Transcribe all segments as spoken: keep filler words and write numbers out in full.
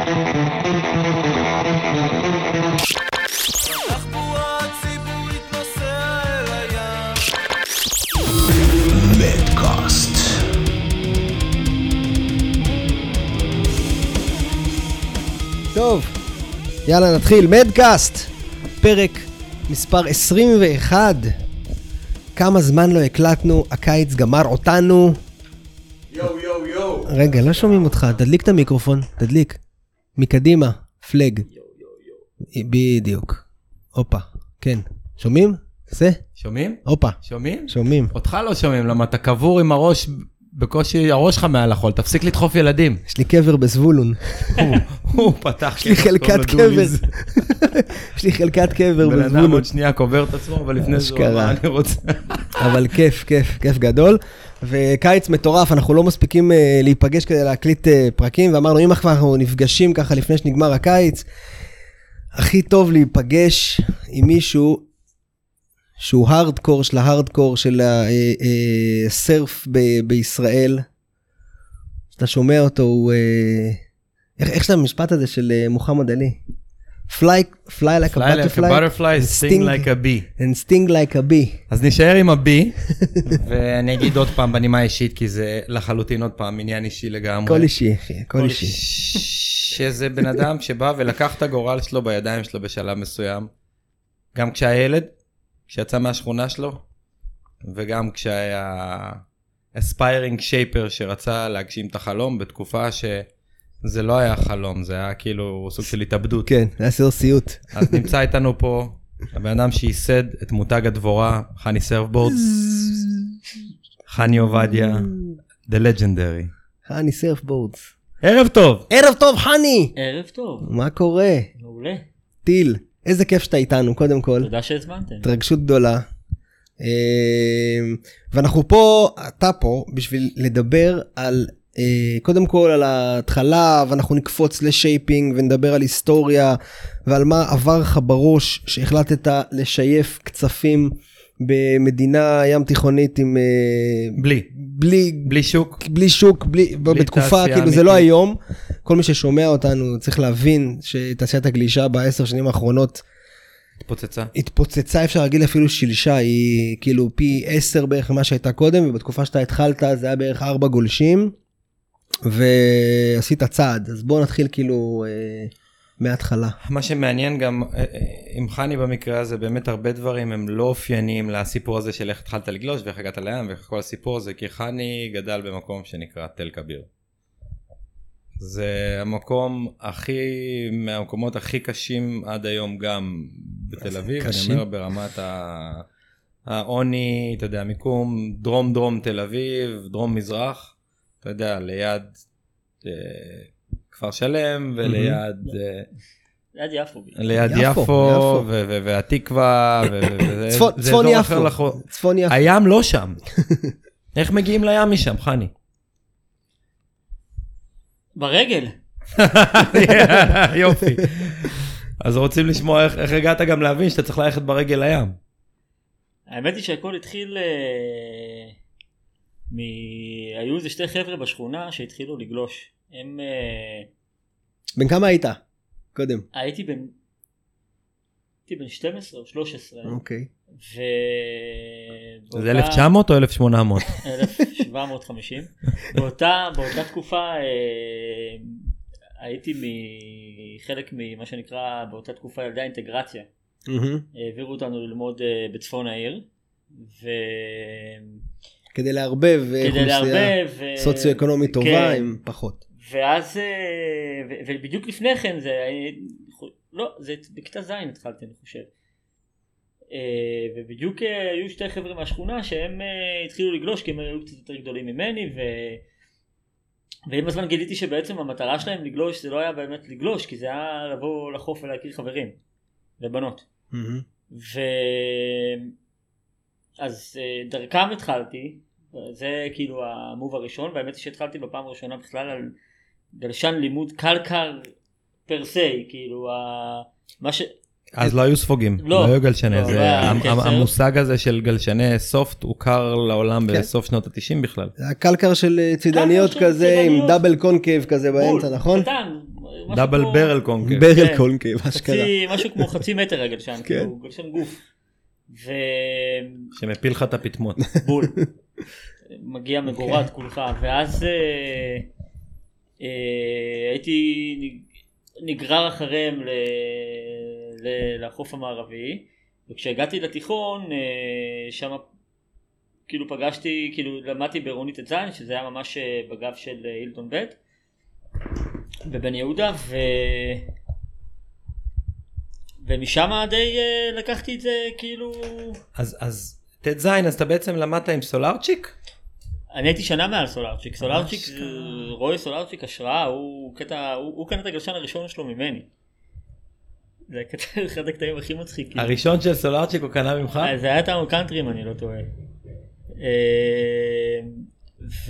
התחבורה הציבורית נוסע אל הים. מדקאסט. טוב, יאללה נתחיל. מדקאסט, פרק מספר עשרים ואחת. כמה זמן לא הקלטנו, הקיץ גמר אותנו. יו יו יו. רגע, לא שומעים אותך, תדליק את המיקרופון, תדליק. מקדימה, פלג. בדיוק. הופה, כן. שומעים? זה? שומעים? הופה. שומעים? שומעים. אותך לא שומעים, למה אתה קבור עם הראש, בקושי הראש שלך מעל החול, תפסיק לדחוף ילדים. יש לי קבר בסבולון. הוא פתח, יש לי חלקת קבר. יש לי חלקת קבר בן אדם בסבולון. עוד שנייה קובר את עצמו, אבל לפני זה הוא אמר, אני רוצה. אבל כיף, כיף, כיף גדול. וקיץ מטורף, אנחנו לא מספיקים להיפגש כדי להקליט פרקים, ואמרנו, אם אנחנו נפגשים ככה לפני שנגמר הקיץ, הכי טוב להיפגש עם מישהו שהוא הארדקור של ההארדקור של הסרף בישראל. אתה שומע אותו, הוא... איך זה המשפט הזה של מוחמד עלי? Fly, fly like a Fly like a butterfly, sting like a bee. And sting like a bee. אז נשאר עם הבי, ואני אגיד עוד פעם בנימה אישית, כי זה לחלוטין עוד פעם עניין אישי לגמרי. כל אישי, אחי, כל אישי. שזה בן אדם שבא ולקח את הגורל שלו בידיים שלו בשלב מסוים, גם כשהיה ילד, כשיצא מהשכונה שלו, וגם כשהיה aspiring shaper שרצה להגשים את החלום, בתקופה שזה לא היה חלום, זה היה כאילו סוג של התאבדות. כן, זה היה סיר סיוט. אז נמצא איתנו פה הבן אדם שייסד את מותג הדבורה, חני סרפבורדס, חני עובדיה, The Legendary. חני סרפבורדס. ערב טוב. ערב טוב, חני. ערב טוב. מה קורה? מעולה. טיל, איזה כיף שאתה איתנו, קודם כל. תודה שהזמנתם. התרגשות גדולה. ואנחנו פה, אתה פה, בשביל לדבר על, קודם כל על ההתחלה, ואנחנו נקפוץ לשייפינג, ונדבר על היסטוריה, ועל מה עבר לך בראש, שהחלטת לשייף קצפים, במדינה ים תיכונית עם... בלי. בלי... בלי שוק. בלי שוק, בלי... בלי בתקופה, כאילו אמיתית. זה לא היום. כל מי ששומע אותנו צריך להבין שתעשיית הגלישה בעשר שנים האחרונות, התפוצצה. התפוצצה, אפשר להגיד אפילו שילשה, היא כאילו פי עשר בערך מה שהייתה קודם, ובתקופה שאתה התחלת זה היה בערך ארבע גולשים, ועשית צעד. אז בואו נתחיל כאילו... מההתחלה. מה שמעניין גם עם חני במקרה הזה, באמת הרבה דברים הם לא אופייניים לסיפור הזה של איך התחלת לגלוש ואיך הגעת לים ואיך כל הסיפור הזה, כי חני גדל במקום שנקרא תל כביר. זה המקום הכי, מהמקומות הכי קשים עד היום גם בתל אביב. אני אומר ברמת העוני, אתה יודע, מיקום דרום דרום תל אביב, דרום מזרח, אתה יודע, ליד... כפר שלם וליד ליד יפו ליד יפו והתקווה צפון יפו צפון יפו הים לא שם. איך מגיעים לים משם, חני? ברגל. יופי. אז רוצים לשמוע איך הגעת גם להבין שאתה צריך ללכת ברגל לים. האמת היא שהכל התחיל מ... היו איזה שתי חבר'ה בשכונה שהתחילו לגלוש. הם... בן כמה היית? קודם. הייתי בן... הייתי בן שתים עשרה או שלוש עשרה. אוקיי. ו... זה אלף תשע מאות או אלף שמונה מאות? אלף שבע מאות וחמישים. באותה, באותה תקופה אה, הייתי מחלק ממה שנקרא באותה תקופה ילדי האינטגרציה. העבירו אותנו ללמוד אה, בצפון העיר. ו... כדי להרבב אוכלוסייה סוציו-אקונומית טובה כן. עם פחות. ואז, ו, ובדיוק לפני כן, זה, לא, זה בכיתה זין התחלתי, אני חושב. ובדיוק היו שתי חבר'ה מהשכונה שהם התחילו לגלוש, כי הם היו קצת יותר גדולים ממני, ו... ועם הזמן גיליתי שבעצם המטרה שלהם לגלוש, זה לא היה באמת לגלוש, כי זה היה לבוא לחוף ולהכיר חברים, ובנות. Mm-hmm. ו... אז דרכם התחלתי, זה כאילו המוב הראשון, והאמת היא שהתחלתי בפעם הראשונה בכלל על גלשן לימוד קלקר פרסי, כאילו מה ש... אז לא היו ספוגים, לא. לא היו גלשני, לא, זה- לא היה המ- קצר. המושג הזה של גלשני סופט הוכר לעולם כן. בסוף שנות ה-תשעים בכלל. זה הקלקר של אה, צידניות של כזה, עם צידניות. דאבל קונקייב כזה באמצע, בול, נכון? קטן. משהו דאבל כמו- ברל קונקר. ברל כן. קונקייב, אשכרה. חצי, משהו כמו חצי מטר הגלשן, כן. כאילו גלשן גוף. שמפיל לך את הפטמות. ובול. מגיע מגורד כולך, ואז אה, אה, הייתי נגרר אחריהם ל- ל- לחוף המערבי, וכשהגעתי לתיכון, אה, שם כאילו פגשתי, כאילו למדתי בעירונית את זין, שזה היה ממש אה, בגב של אה, הילטון ב' בבן יהודה, ו... ומשם די אה, לקחתי את זה כאילו... אז, אז, תת זין, אז אתה בעצם למדת עם סולרצ'יק? אני הייתי שנה מעל סולרצ'יק, סולרצ'יק, אשכרה. אה, רועי סולרצ'יק השראה, הוא קטע, הוא, הוא קנה את הגלשן הראשון שלו ממני. זה הקטע, אחד הקטעים הכי מצחיקים. הראשון של סולרצ'יק הוא קנה ממך? אה, זה היה טעם קאנטרי אם אני לא טועה. אה, ו...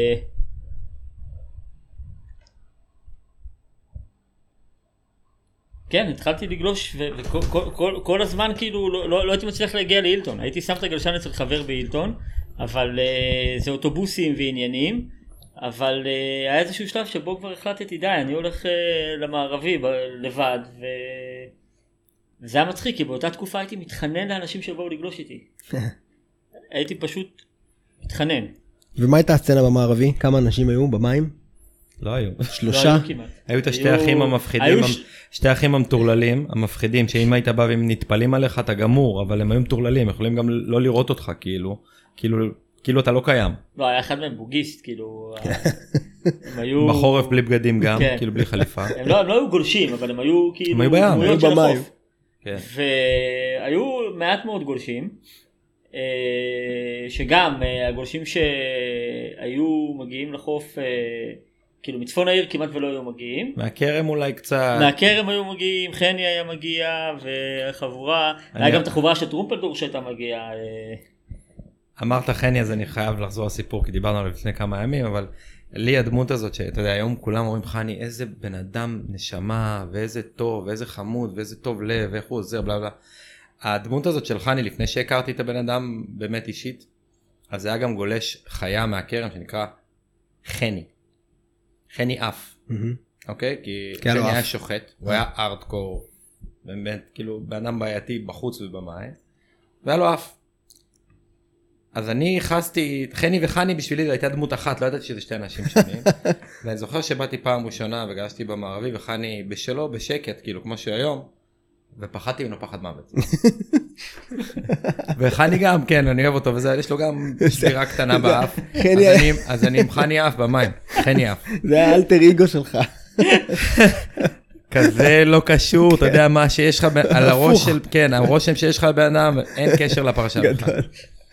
כן, התחלתי לגלוש, ו- וכל כל, כל, כל הזמן כאילו לא, לא, לא הייתי מצליח להגיע להילטון. הייתי שם את הגלשן אצל חבר בהילטון, אבל uh, זה אוטובוסים ועניינים, אבל uh, היה איזשהו שלב שבו כבר החלטתי, די, אני הולך uh, למערבי ב- לבד, ו... וזה היה מצחיק, כי באותה תקופה הייתי מתחנן לאנשים שבאו לגלוש איתי. הייתי פשוט מתחנן. ומה הייתה הסצנה במערבי? כמה אנשים היו במים? לא היו. שלושה? לא היו כמעט. היו את השתי היו- האחים המפחידים, היו המ- ש- שתי האחים המטורללים, המפחידים, שאם היית בא והם נטפלים עליך אתה גמור, אבל הם היו מטורללים, יכולים גם לא לראות אותך כאילו, כאילו, כאילו אתה לא קיים. לא, היה אחד מהם בוגיסט, כאילו, הם היו... בחורף בלי בגדים גם, כן. כאילו בלי חליפה. הם לא, הם לא היו גולשים, אבל הם היו כאילו... הם היו בים, דמויות היו של במים. החוף. כן. והיו מעט מאוד גולשים, אה, שגם אה, הגולשים שהיו מגיעים לחוף, אה, כאילו מצפון העיר כמעט ולא היו מגיעים. מהכרם אולי קצת, מהכרם היו מגיעים, חני היה מגיע, והחבורה, אני- היה גם את החבורה של טרומפלדור שהייתה מגיעה. אה, אמרת חני אז אני חייב לחזור לסיפור, כי דיברנו עליו לפני כמה ימים, אבל לי הדמות הזאת שאתה יודע, היום כולם אומרים חני, איזה בן אדם נשמה, ואיזה טוב, ואיזה חמוד, ואיזה טוב לב, ואיך הוא עוזר, בלה בלה. הדמות הזאת של חני, לפני שהכרתי את הבן אדם באמת אישית, אז זה היה גם גולש חיה מהכרם שנקרא חני. חני אף, מהמם. אוקיי? כי כי היה לו חני היה אף. שוחט, הוא היה ארדקור, באמת, כאילו, בן אדם בעייתי בחוץ ובמים, והיה לו אף. אז אני חסתי, חני וחני בשבילי זו הייתה דמות אחת, לא ידעתי שזה שתי אנשים שונים. ואני זוכר שבאתי פעם ראשונה וגלשתי במערבי וחני בשלו, בשקט, כאילו כמו שהיום, ופחדתי ממנו פחד מוות. וחני גם, כן, אני אוהב אותו, וזה, יש לו גם שבירה קטנה באף. חני אז היה- אני- אז אני עם חני אף במים, חני אף. זה האלטר איגו שלך. כזה לא קשור, אתה יודע מה שיש לך ב- על הראש הפוך. של, כן, הרושם שיש לך על בן אדם, אין קשר לפרשה בכלל. גדול.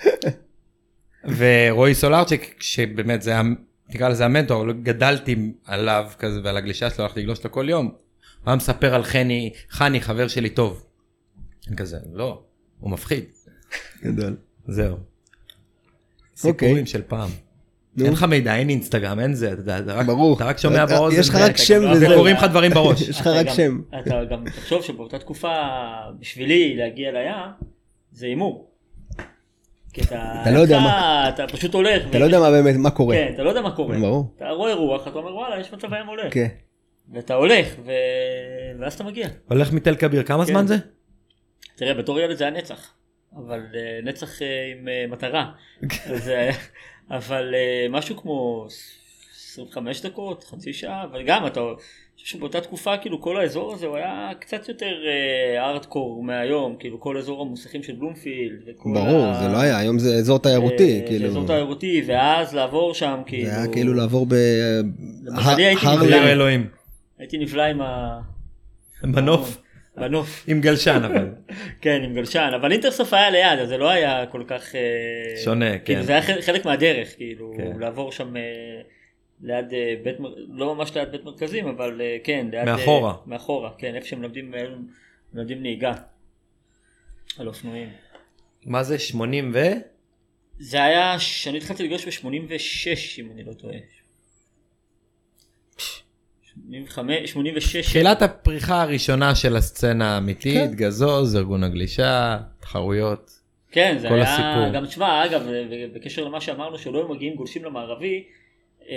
ורועי סולרצ'יק, שבאמת זה היה, תקרא לזה המנטור, גדלתי עליו כזה ועל הגלישה שלו, הלכתי לגלוש לו כל יום. הוא היה מספר על חני, חני חבר שלי טוב. אני כזה, לא, הוא מפחיד. גדול. זהו. אוקיי. סיפורים של פעם. נו. אין לך מידע, אין אינסטגרם, אין זה, אתה יודע, אתה רק- ברור. אתה רק שומע אתה- באוזן. יש לך ו- רק שם לא וזהו. יכול- וקוראים לך דברים בראש. יש לך אתה רק גם- שם. אתה גם תחשוב שבאותה תקופה, בשבילי להגיע לים, זה הימור. כי אתה... אתה לא יודע לך- מה- אתה פשוט הולך. אתה לא יודע מה באמת, מה קורה. כן, אתה לא יודע מה קורה. ברור. אתה רואה רוח, אתה אומר וואלה, יש מצב הים הולך. כן. ואתה הולך, ו... ואז אתה מגיע. הולך מתל כביר, כמה כן. זמן זה? תראה, בתור ילד זה היה נצח. אבל אה, נצח אה, עם אה, מטרה. אז, אה, אבל אה, משהו כמו עשרים וחמש דקות, חצי שעה, אבל גם אתה... אני חושב שבאותה תקופה כאילו כל האזור הזה הוא היה קצת יותר ארדקור מהיום, כאילו כל אזור המוסכים של בלומפילד. וכל ברור, ה- זה לא היה, היום זה אזור תיירותי, אה, כאילו. זה אזור תיירותי, ואז לעבור שם כאילו... זה היה כאילו לעבור ב... למזלי הייתי הר- נבלע. עיר אלוהים. הייתי נבלע עם ה... בנוף, בנוף. עם גלשן אבל. כן, עם גלשן, אבל אינטרסוף היה ליד, אז זה לא היה כל כך... אה, שונה, כאילו, כן. זה היה חלק- חלק מהדרך, כאילו, כן. לעבור שם אה, ליד אה, בית, מר- לא ממש ליד בית מרכזים, אבל אה, כן, ליד... אה, מאחורה. מאחורה, כן, איפה שמלמדים אה, מלמדים נהיגה. על אופנועים. מה זה, שמונים ו? זה היה, שאני התחלתי לגלוש ב-שמונים ושש, אם אני לא טועה. שמונים ושש. תחילת הפריחה הראשונה של הסצנה האמיתית, כן. גזוז, ארגון הגלישה, תחרויות. כן, זה כל היה, הסיפור. גם תשמע, אגב, בקשר למה שאמרנו שלא הם מגיעים גולשים למערבי, אה,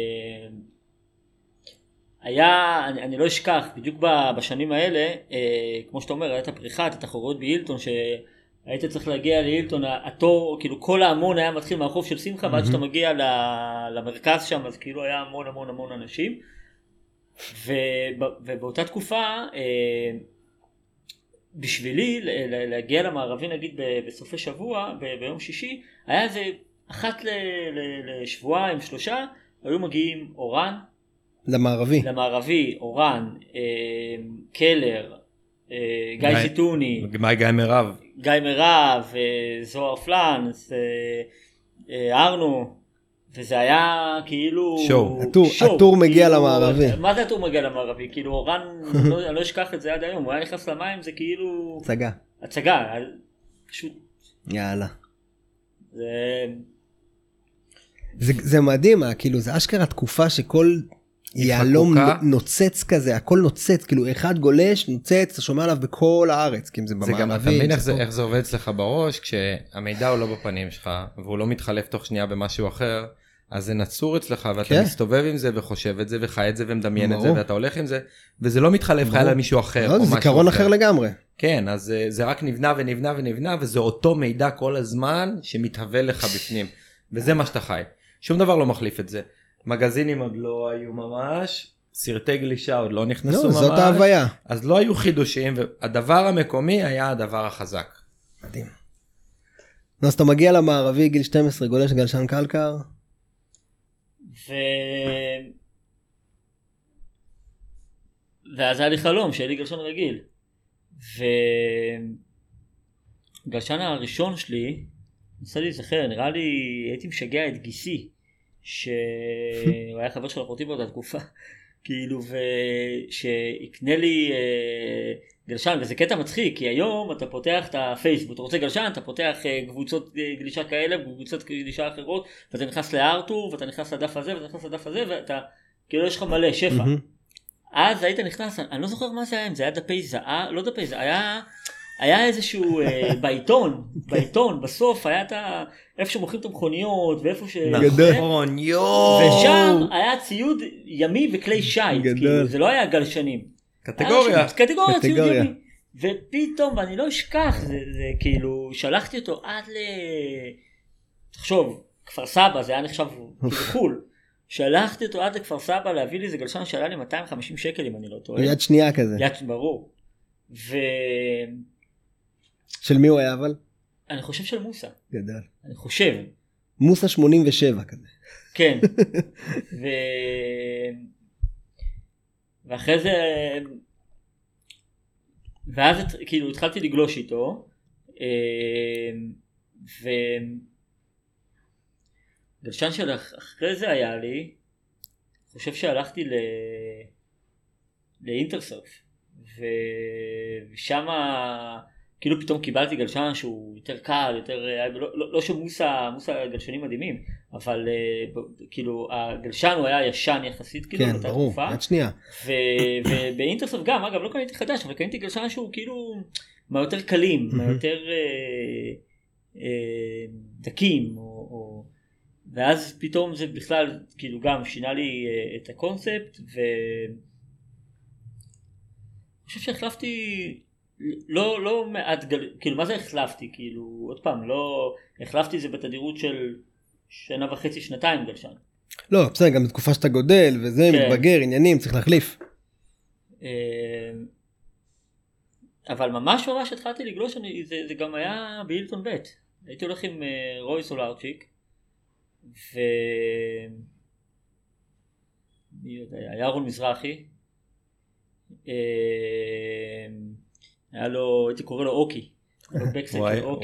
היה, אני, אני לא אשכח, בדיוק בשנים האלה, אה, כמו שאתה אומר, הייתה פריחה, את התחרויות בהילטון, שהיית צריך להגיע להילטון, התור, כאילו כל ההמון היה מתחיל מהחוף של שמחה, ועד שאתה מגיע למרכז שם, אז כאילו היה המון המון המון אנשים, ובאותה תקופה, אה, בשבילי להגיע למערבי נגיד בסופי שבוע, ביום שישי, היה איזה אחת לשבועיים, שלושה, היו מגיעים אורן, למערבי. למערבי, אורן, קלר, גיא זיתוני, גיא מירב. גיא מירב, זוהר פלנס, ארנו, וזה היה כאילו... שואו. הטור, הטור מגיע למערבי. מה זה הטור מגיע למערבי? כאילו אורן, אני לא אשכח את זה עד היום, הוא היה נכנס למים, זה כאילו... הצגה. הצגה, פשוט... יאללה. זה... זה, זה מדהים, כאילו זה אשכרה תקופה שכל יעלום נוצץ כזה, הכל נוצץ, כאילו אחד גולש, נוצץ, אתה שומע עליו בכל הארץ, כי אם זה במערבי. זה גם, אתה מבין איך, איך זה עובד אצלך בראש, כשהמידע הוא לא בפנים שלך, והוא לא מתחלף תוך שנייה במשהו אחר, אז זה נצור אצלך, ואתה כן. מסתובב עם זה, וחושב את זה, וחי את זה, ומדמיין ברור. את זה, ואתה הולך עם זה, וזה לא מתחלף חייל על מישהו אחר. לא, זה זיכרון אחר. אחר לגמרי. כן, אז זה רק נבנה ונבנה ונבנה, וזה אותו מידע כל הזמן, שמתהווה לך בפנים, וזה מה שאתה חי. שום דבר לא מחליף את זה. מגזינים עוד לא היו ממש, סרטי גלישה עוד לא נכנסו לא, ממש. זאת ההוויה. אז לא היו חידושים, והדבר המקומי היה הדבר החזק. מדהים. אז אתה מגיע למערבי, גיל שתים עשרה, גולש גלשן קלקר. ו... ואז היה לי חלום, שיהיה לי גלשן רגיל. וגלשן הראשון שלי, נסה לי זכר, נראה לי, הייתי משגע את גיסי. שהוא היה חבר של אחותי באותה תקופה, כאילו, ושיקנה לי אה, גלשן, וזה קטע מצחיק, כי היום אתה פותח את הפייסבוק, אתה רוצה גלשן, אתה פותח אה, קבוצות אה, גלישה כאלה, קבוצות גלישה אחרות, ואתה נכנס לארתור, ואתה נכנס לדף הזה, ואתה נכנס לדף הזה, ואתה, כאילו יש לך מלא, שפע. אז היית נכנס, אני לא זוכר מה זה היה, אם זה היה דפי זהה, לא דפי זהה, היה... היה איזשהו אה, בעיתון, בעיתון, בסוף היה את ה... איפה שמוכרים את המכוניות, ואיפה ש... נכון, יואו. ושם היה ציוד ימי וכלי שייט, כאילו, זה לא היה גלשנים. קטגוריה. שם, קטגוריה, ציוד ימי. ופתאום, ואני לא אשכח, זה, זה כאילו, שלחתי אותו עד ל... תחשוב, כפר סבא, זה היה נחשב כאילו חול. שלחתי אותו עד לכפר סבא להביא לי איזה גלשן שעלה לי מאתיים וחמישים שקל, אם אני לא טועה. יד שנייה כזה. יד, ברור. ו... של מי הוא היה אבל? אני חושב של מוסה. גדל. אני חושב. מוסה שמונים ושבע כזה. כן. ו... ואחרי זה... ואז כאילו התחלתי לגלוש איתו. ו... גלשן של אחרי זה היה לי, אני חושב שהלכתי ל... לאינטרסרף. ו... ושם... כאילו פתאום קיבלתי גלשן שהוא יותר קל, יותר, לא, לא, לא שמוסה, מוסה גלשנים מדהימים, אבל כאילו הגלשן הוא היה ישן יחסית, כאילו, כן, ברור, עד שנייה. ובאינטרסוף גם, אגב, לא קניתי חדש, אבל קניתי גלשן שהוא כאילו, מה יותר קלים, מה יותר אה, אה, דקים, או, או... ואז פתאום זה בכלל, כאילו גם שינה לי אה, את הקונספט, ואני חושב שהחלפתי... לא, לא מעט, כאילו מה זה החלפתי, כאילו עוד פעם, לא, החלפתי זה בתדירות של שנה וחצי, שנתיים גלשן. לא, בסדר, גם בתקופה שאתה גודל וזה, כן. מתבגר, עניינים, צריך להחליף. אבל ממש ממש התחלתי לגלוש, אני, זה, זה גם היה בהילטון ב', הייתי הולך עם רוי סולארצ'יק, ו... מי יודע, היה אהרון מזרחי, היה לו, הייתי קורא לו אוקי, בקסקר אוקי.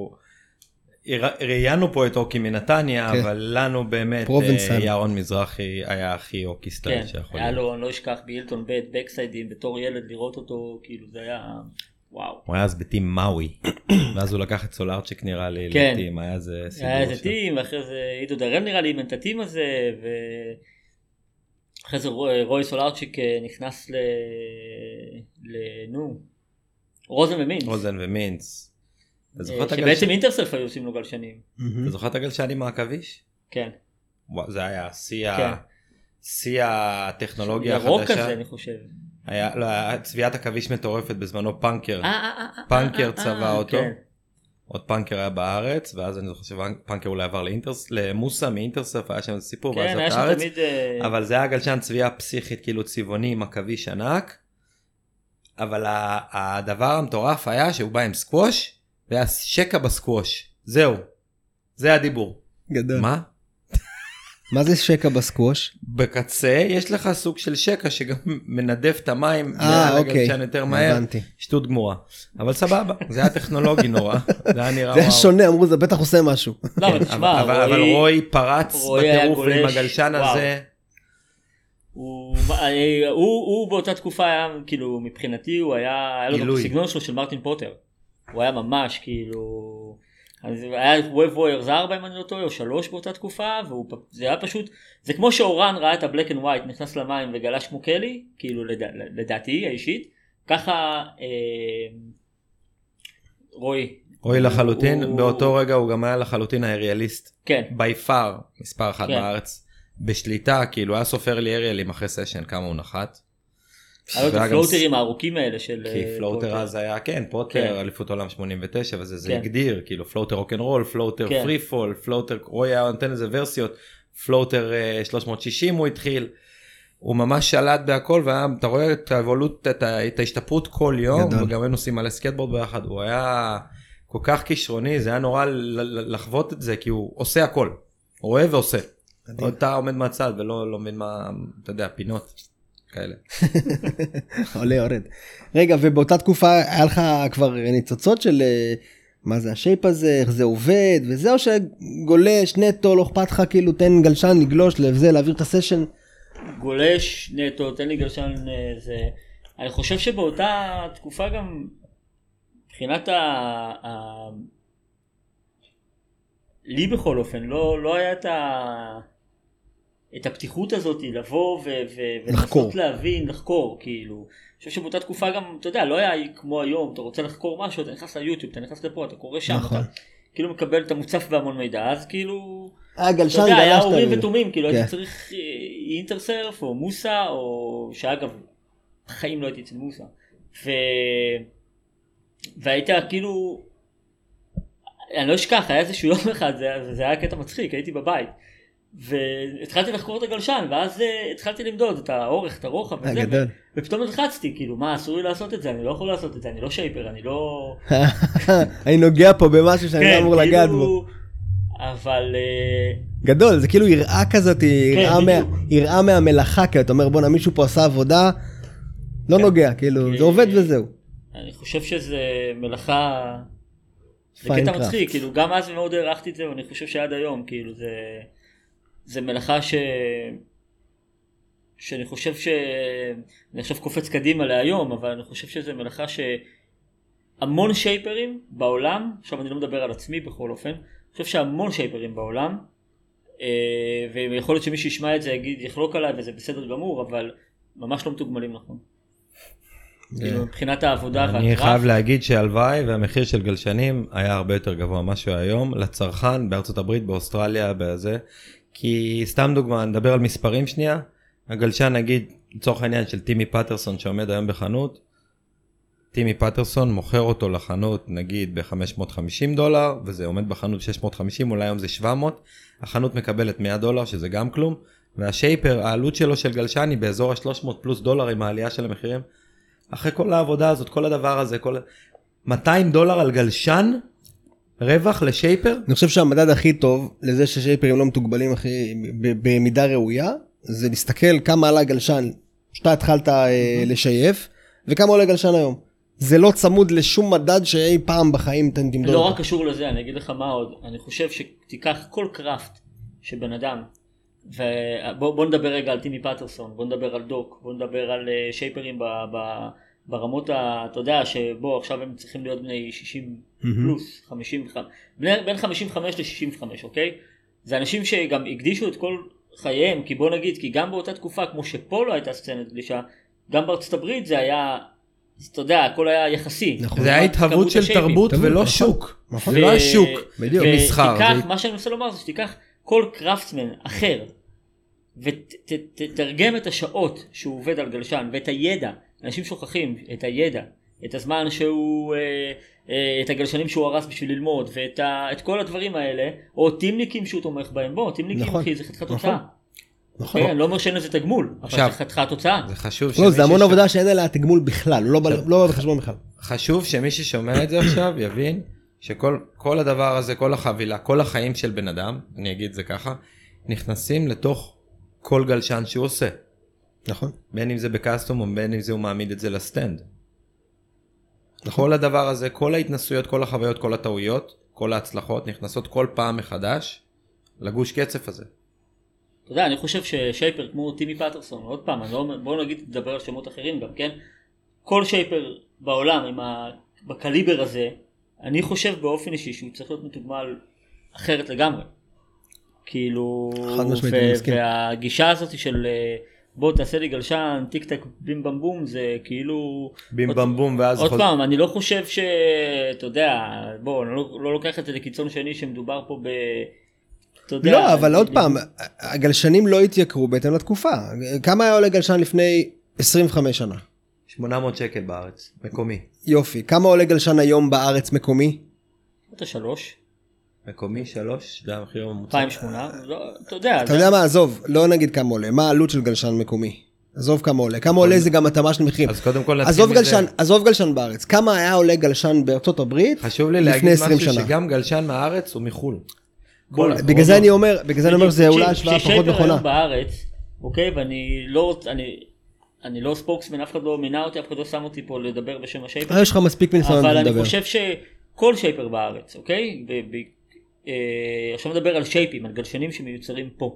ראיינו פה את אוקי מנתניה, אבל לנו באמת ירון מזרחי היה הכי אוקי סטייל שיכול להיות. היה לו, אני לא אשכח, בהילטון ב' בקסיידים, בתור ילד לראות אותו, כאילו זה היה, וואו. הוא היה אז בטים מאוי, ואז הוא לקח את סולארצ'יק נראה לי לטים, היה איזה סידור. היה איזה טים, ואחרי זה עידו דרל נראה לי אימן את הטים הזה, ו... אחרי זה רוי, רוי סולרצ'יק נכנס ל... ל... נו, רוזן ומינץ. רוזן ומינץ. אתה זוכר את הגלשן? שבעצם אינטרסלף היו עושים לו גלשנים. אתה זוכר את הגלשנים מהעכביש? כן. זה היה שיא כן. ה... שיא הטכנולוגיה החדשה. ירוק כזה אני חושב. היה, לא, היה צביעת עכביש מטורפת בזמנו, פאנקר. אה, אה, אה, אה, פאנקר אה, צבע אה, אותו. כן. עוד פאנקר היה בארץ, ואז אני זוכר שפאנקר אולי עבר לאינטרס, למוסה מאינטרסף, היה שם סיפור, ואז כן, היה את שם הארץ. תמיד... אה, אבל זה היה גלשן צביעה פסיכית, כאילו צבעוני עם עכביש ענק. אבל ה- הדבר המטורף היה שהוא בא עם סקווש, והיה שקע בסקווש. זהו. זה הדיבור. גדול. מה? מה זה שקע בסקווש? בקצה יש לך סוג של שקע שגם מנדף את המים אה, מעל אוקיי. הגלשן יותר מהר. הבנתי. שטות גמורה. אבל סבבה, זה היה טכנולוגי נורא. זה היה נראה זה היה וואו. שונה, אמרו זה בטח עושה משהו. לא, אבל אבל, תשמע, אבל, אבל רועי- רוי פרץ רועי היה בטירוף עם גולש, הגלשן וואו. הזה. הוא, הוא, הוא, הוא באותה תקופה היה, כאילו, מבחינתי הוא היה, היה לו גם גילוי. סגנון שלו של מרטין פוטר. הוא היה ממש, כאילו, אז היה ווב ווירס ארבע אם אני לא טועה, או שלוש באותה תקופה, וזה היה פשוט, זה כמו שאורן ראה את הבלק אנד ווייט, נכנס למים וגלש כמו קלי, כאילו לדע, לדעתי האישית, ככה אה, רועי. רוי לחלוטין, הוא- באותו רגע הוא גם היה לחלוטין האריאליסט. כן, בי פאר, מספר אחת כן. בארץ. בשליטה, כאילו היה סופר לי אריאלים אחרי סשן, כמה הוא נחת. היה לו את והיה גם הפלוטרים הארוכים האלה של כי אה, פלוטר פוטר. אז היה, כן, כן. פוטר, אליפות עולם שמונים ותשע, וזה זה כן. הגדיר, כאילו פלוטר רוק'נ'רול, פלוטר כן. פרי פול, פלוטר, רוי היה נותן איזה ורסיות, פלוטר אה, שלוש מאות שישים הוא התחיל, הוא ממש שלט בהכל, ואתה רואה את האבולוציה, את ה- את ההשתפרות כל יום, גדול. וגם היינו עושים מלא סקייטבורד ביחד, הוא היה כל כך כישרוני, זה היה נורא ל- ל- לחוות את זה, כי הוא עושה הכל, הוא רואה ועושה. מדהים. אתה עומד מהצד ולא לא מבין מה, אתה יודע, פינות כאלה. עולה יורד. רגע, ובאותה תקופה היה לך כבר ניצוצות של אה, מה זה השייפ הזה, איך זה עובד, וזה או שגולש נטו, לא אכפת לך כאילו תן גלשן לגלוש לזה, להעביר את הסשן. גולש נטו, תן לי גלשן אה, זה. אני חושב שבאותה תקופה גם מבחינת ה... ה... לי בכל אופן לא, לא היה את, ה... את הפתיחות הזאת לבוא ו... ו... לחקור. ולנסות להבין, לחקור כאילו. אני חושב שבאותה תקופה גם, אתה יודע, לא היה כמו היום, אתה רוצה לחקור משהו, אתה נכנס ליוטיוב, אתה נכנס לפה, אתה קורא שם, נכון. אתה כאילו מקבל את המוצף בהמון מידע, אז כאילו... אה, גלשן אתה יודע, היה גלשת. אורים לי. ותומים, כאילו כן. הייתי צריך אה, אינטרסרף או מוסה, או שאגב, בחיים לא הייתי אצל מוסה. ו... והיית כאילו, אני לא אשכח, היה איזשהו יום אחד, זה, זה היה קטע מצחיק, הייתי בבית. והתחלתי לחקור את הגלשן, ואז אה, התחלתי למדוד את האורך, את הרוחב, אה, וזה, גדול. ופתאום נלחצתי, כאילו, מה, אסור לי לעשות את זה, אני לא יכול לעשות את זה, אני לא שייפר, אני לא... אני נוגע פה במשהו שאני לא אמור לגעת בו. כאילו, אבל... אה, גדול, זה כאילו יראה כזאת, יראה מה- בדיוק. יראה מהמלאכה, כי אתה אומר בואנה מישהו פה עשה עבודה, לא כן. נוגע, כאילו כי- זה עובד וזהו. אני חושב שזה מלאכה, זה קטע פיינקראפט. מצחיק, כאילו גם אז מאוד הערכתי את זה, ואני חושב שעד היום, כאילו זה, זה מלאכה ש... שאני חושב ש... אני עכשיו קופץ קדימה להיום, אבל אני חושב שזה מלאכה שהמון שייפרים בעולם, עכשיו אני לא מדבר על עצמי בכל אופן, אני חושב שהמון שייפרים בעולם, אה, ויכול להיות שמי שישמע את זה יגיד, יחלוק עליי וזה בסדר גמור, אבל ממש לא מתוגמלים נכון. כאילו מבחינת העבודה אני והקרב. חייב להגיד שהלוואי והמחיר של גלשנים היה הרבה יותר גבוה ממה שהוא היום לצרכן בארצות הברית, באוסטרליה, בזה. כי סתם דוגמה, נדבר על מספרים שנייה, הגלשן נגיד לצורך העניין של טימי פטרסון שעומד היום בחנות, טימי פטרסון מוכר אותו לחנות נגיד ב-חמש מאות וחמישים דולר, וזה עומד בחנות שש מאות וחמישים, אולי היום זה שבע מאות, החנות מקבלת מאה דולר שזה גם כלום, והשייפר, העלות שלו של גלשן היא באזור ה-שלוש מאות פלוס דולר עם העלייה של המחירים. אחרי כל העבודה הזאת, כל הדבר הזה, כל... מאתיים דולר על גלשן, רווח לשייפר? אני חושב שהמדד הכי טוב לזה ששייפרים לא מתוגבלים הכי, ב- במידה ראויה, זה להסתכל כמה עלה גלשן שאתה התחלת אה, לשייף, וכמה עולה גלשן היום. זה לא צמוד לשום מדד שאי פעם בחיים אתם תמדוד. לא אותו. רק קשור לזה, אני אגיד לך מה עוד, אני חושב שתיקח כל קראפט שבן אדם, ובוא בוא נדבר רגע על טימי פטרסון, בוא נדבר על דוק, בוא נדבר על uh, שייפרים ב, ב, ברמות, ה, אתה יודע שבוא עכשיו הם צריכים להיות בני שישים פלוס, חמישים, בני, בין חמישים וחמש ל-שישים וחמש, אוקיי? זה אנשים שגם הקדישו את כל חייהם, כי בוא נגיד, כי גם באותה תקופה, כמו שפה לא הייתה סצנת גלישה, גם בארצות הברית זה היה, אתה יודע, הכל היה יחסי. נכון. זה היה התהוות של תרבות ולא שוק. זה לא השוק, בדיוק. מסחר. ותיקח, מה שאני מנסה לומר זה שתיקח כל קראפטסמן אחר, ותתרגם את השעות שהוא עובד על גלשן, ואת הידע, אנשים שוכחים את הידע, את הזמן שהוא, את הגלשנים שהוא הרס בשביל ללמוד, ואת כל הדברים האלה, או טימניקים שהוא תומך בהם, בוא, טימניקים אחי, זה חתיכת תוצאה. נכון. אני לא אומר שאין לזה תגמול, אבל זה חתיכת תוצאה. זה חשוב. לא, זה המון עבודה שאין עליה תגמול בכלל, לא בחשבון בכלל. חשוב שמי ששומע את זה עכשיו יבין שכל הדבר הזה, כל החבילה, כל החיים של בן אדם, אני אגיד זה ככה, נכנסים לתוך כל גלשן שהוא עושה. נכון. בין אם זה בקסטום או בין אם זה הוא מעמיד את זה לסטנד. כל הדבר הזה, כל ההתנסויות, כל החוויות, כל הטעויות, כל ההצלחות נכנסות כל פעם מחדש לגוש קצף הזה. אתה יודע, אני חושב ששייפר כמו טימי פטרסון, עוד פעם, לא, בואו נגיד, נדבר על שמות אחרים גם, כן? כל שייפר בעולם עם ה... בקליבר הזה, אני חושב באופן אישי שהוא צריך להיות מתוגמל אחרת לגמרי. כאילו, חד משמעית, אני מסכים. והגישה הזאת של בוא תעשה לי גלשן, טיק טק בים במ בום, זה כאילו... בים במ בום ואז... עוד פעם, אני לא חושב ש... אתה יודע, בוא, אני לא, לא לוקח את זה לקיצון שני שמדובר פה ב... יודע, לא, אבל עוד פעם, הגלשנים לא התייקרו בהתאם לתקופה. כמה היה עולה גלשן לפני עשרים וחמש שנה? שמונה מאות שקל בארץ, מקומי. יופי. כמה עולה גלשן היום בארץ מקומי? אתה שלוש. מקומי שלוש, זה המחיר הממוצע. אלפיים ושמונה, אתה יודע. אתה יודע מה, עזוב, לא נגיד כמה עולה, מה העלות של גלשן מקומי? עזוב כמה עולה, כמה עולה זה גם התאמה של מחירים. אז קודם כל נתחיל מזה. עזוב גלשן בארץ, כמה היה עולה גלשן בארצות הברית לפני עשרים שנה? חשוב לי להגיד משהו שגם גלשן מהארץ הוא מחול. בגלל זה אני אומר, בגלל זה אני אומר שזה אולי השוואה פחות נכונה. בארץ, אוקיי, ואני לא, אני, אני לא ספוקסמן, אף אחד לא מינה אותי, אף אחד לא שם אותי פה לדבר בשם השייפר. יש לך מספיק מניסיון לדבר. אבל אני חושב שכל שייפר בארץ, אוקיי, עכשיו מדבר על שייפים, על גלשנים שמיוצרים פה.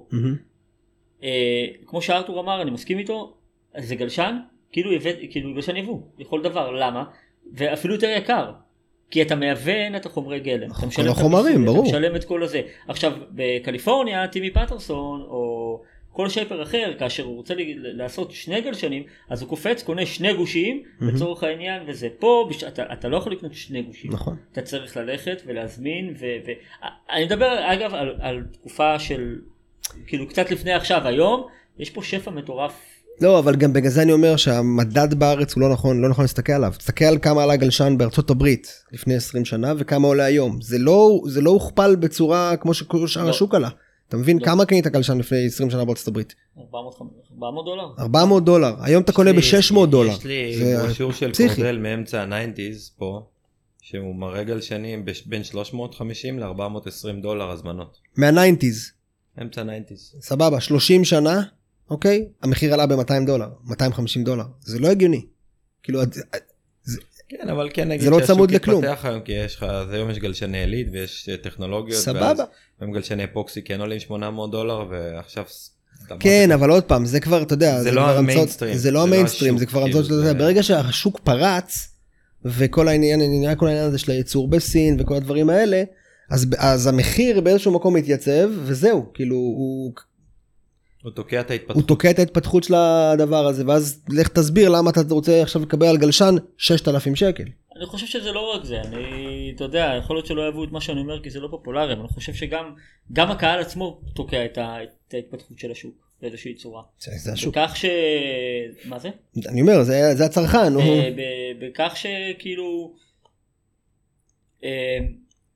כמו שארתור אמר, אני מסכים איתו, זה גלשן, כאילו גלשן יבוא, לכל דבר, למה? ואפילו יותר יקר. כי אתה מהוון את החומרי גלם, אתה משלם, החומרים, ברור. אתה משלם את כל הזה. עכשיו, בקליפורניה, טימי פטרסון, או כל שייפר אחר, כאשר הוא רוצה לעשות שני גלשנים, אז הוא קופץ, קונה שני גושים, בצורך העניין, וזה פה, אתה, אתה לא יכול לקנות שני גושים. נכון. אתה צריך ללכת ולהזמין, ו... ו... אני מדבר, אגב, על, על תקופה של, כאילו, קצת לפני עכשיו, היום, יש פה שפע מטורף. לא, אבל גם בגלל זה אני אומר שהמדד בארץ הוא לא נכון, לא נכון להסתכל עליו. תסתכל על כמה עלה גלשן בארצות הברית לפני עשרים שנה וכמה עולה היום. זה לא, זה לא הוכפל בצורה כמו שכל שאר השוק עלה. אתה מבין כמה קנית גלשן לפני עשרים שנה בארצות הברית? ארבע מאות דולר. ארבע מאות דולר. היום אתה קונה ב-שש מאות דולר. יש לי ברושור של קורדל מאמצע ה-תשעים פה, שהוא מראה גלשנים בין שלוש מאות וחמישים ל-ארבע מאות ועשרים דולר הזמנות. מה-תשעים. אמצע ה-תשעים. סבבה, שלושים שנה. אוקיי? המחיר עלה ב-מאתיים דולר, מאתיים וחמישים דולר. זה לא הגיוני. כאילו, זה... כן, אבל כן נגיד זה לא צמוד לכלום. התפתח היום, כי יש לך, אז היום יש גלשני עילית ויש טכנולוגיות. סבבה. והם גלשני אפוקסי כן עולים שמונה מאות דולר, ועכשיו... כן, אבל עוד פעם, זה כבר, אתה יודע, זה לא המיינסטרים. זה לא המיינסטרים, זה כבר המצאות של זה. ברגע שהשוק פרץ, וכל העניין, נראה כל העניין הזה של הייצור בסין, וכל הדברים האלה, אז המחיר באיזשהו מקום מתייצב, וזהו, כאילו, הוא... הוא תוקע את ההתפתחות. הוא תוקע את ההתפתחות של הדבר הזה, ואז לך תסביר למה אתה רוצה עכשיו לקבל על גלשן שישת אלפים שקל. אני חושב שזה לא רק זה, אני, אתה יודע, יכול להיות שלא אהבו את מה שאני אומר כי זה לא פופולרי, אבל אני חושב שגם גם הקהל עצמו תוקע את, ה, את ההתפתחות של השוק באיזושהי צורה. זה, זה השוק. בכך ש... מה זה? אני אומר, זה, זה הצרכן. ב, ב, בכך שכאילו... אה,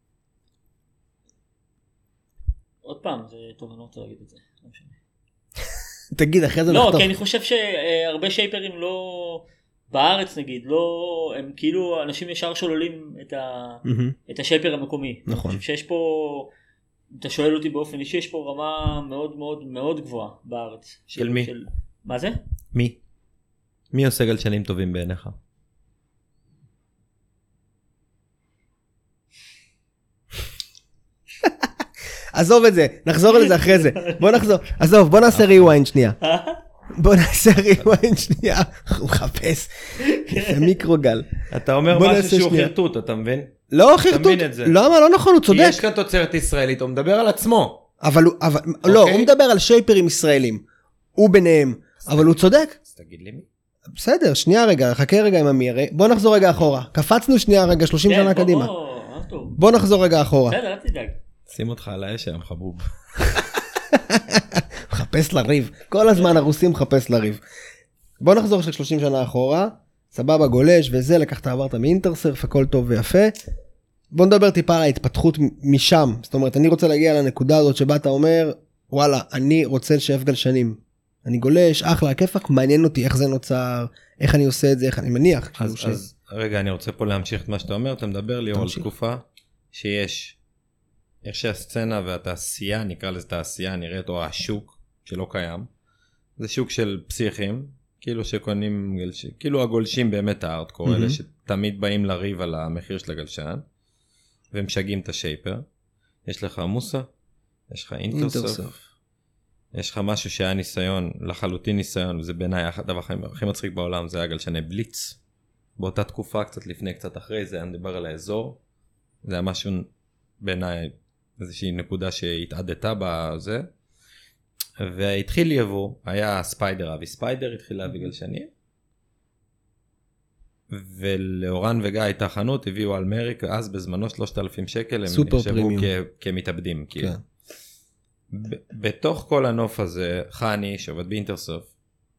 עוד פעם, זה טוב, אני לא רוצה להגיד את זה, לא משנה. תגיד, אחרי זה לא, נחתוך. כי אני חושב שהרבה שייפרים לא, בארץ נגיד, לא, הם כאילו, אנשים ישר שוללים את, ה, את השייפר המקומי. נכון. אני חושב שיש פה, אתה שואל אותי באופן אישי, יש פה רמה מאוד מאוד מאוד גבוהה בארץ. של מי? של, מה זה? מי? מי עושה גלשנים טובים בעיניך? עזוב את זה, נחזור על זה אחרי זה. בוא נחזור, עזוב, בוא נעשה ריוויינד שנייה. בוא נעשה ריוויינד שנייה. הוא מחפש. זה מיקרוגל. אתה אומר משהו שהוא חרטוט, אתה מבין? לא חרטוט. למה? לא נכון, הוא צודק. כי יש כאן תוצרת ישראלית, הוא מדבר על עצמו. אבל הוא, אבל, לא, הוא מדבר על שייפרים ישראלים. הוא ביניהם, אבל הוא צודק. אז תגיד לי מי. בסדר, שנייה רגע, חכה רגע עם אמיר. בוא נחזור רגע אחורה. קפצנו שנייה רגע, שלושים שנה קדימה. בוא נחזור רגע אחורה. בסדר, אל תדאג. שים אותך על האש היום, חבוב. מחפש לריב. כל הזמן הרוסים מחפש לריב. בוא נחזור של שלושים שנה אחורה. סבבה, גולש וזה, לקחת עברת מאינטרסרף, הכל טוב ויפה. בוא נדבר טיפה על ההתפתחות משם. זאת אומרת, אני רוצה להגיע לנקודה הזאת שבה אתה אומר, וואלה, אני רוצה לשאף גלשנים. אני גולש, אחלה, כיפק, מעניין אותי איך זה נוצר, איך אני עושה את זה, איך אני מניח. אז, ש... אז רגע, אני רוצה פה להמשיך את מה שאתה אומר, אתה מדבר לי על תקופה שיש, איך שהסצנה והתעשייה, נקרא לזה תעשייה, נראית, או השוק, שלא קיים, זה שוק של פסיכים, כאילו שקונים, גלש... כאילו הגולשים באמת הארדקור, אלה שתמיד באים לריב על המחיר של הגלשן, ומשגעים את השייפר. יש לך מוסה, יש לך אינטרסרף, יש לך משהו שהיה ניסיון, לחלוטין ניסיון, וזה בעיניי הדבר הכי מצחיק בעולם, זה היה גלשני בליץ. באותה תקופה, קצת לפני, קצת אחרי, זה היה נדבר על האזור. זה היה משהו בעיניי, איזושהי נקודה שהתעדתה בזה. והתחיל יבוא, היה ספיידר, אבי ספיידר התחיל להביא גלשנים. ולאורן וגיא הייתה חנות, הביאו על מריק, אז בזמנו שלושת אלפים שקל, הם נחשבו כמתאבדים. כן. בתוך כל הנוף הזה, חני, שעובד באינטרסוף,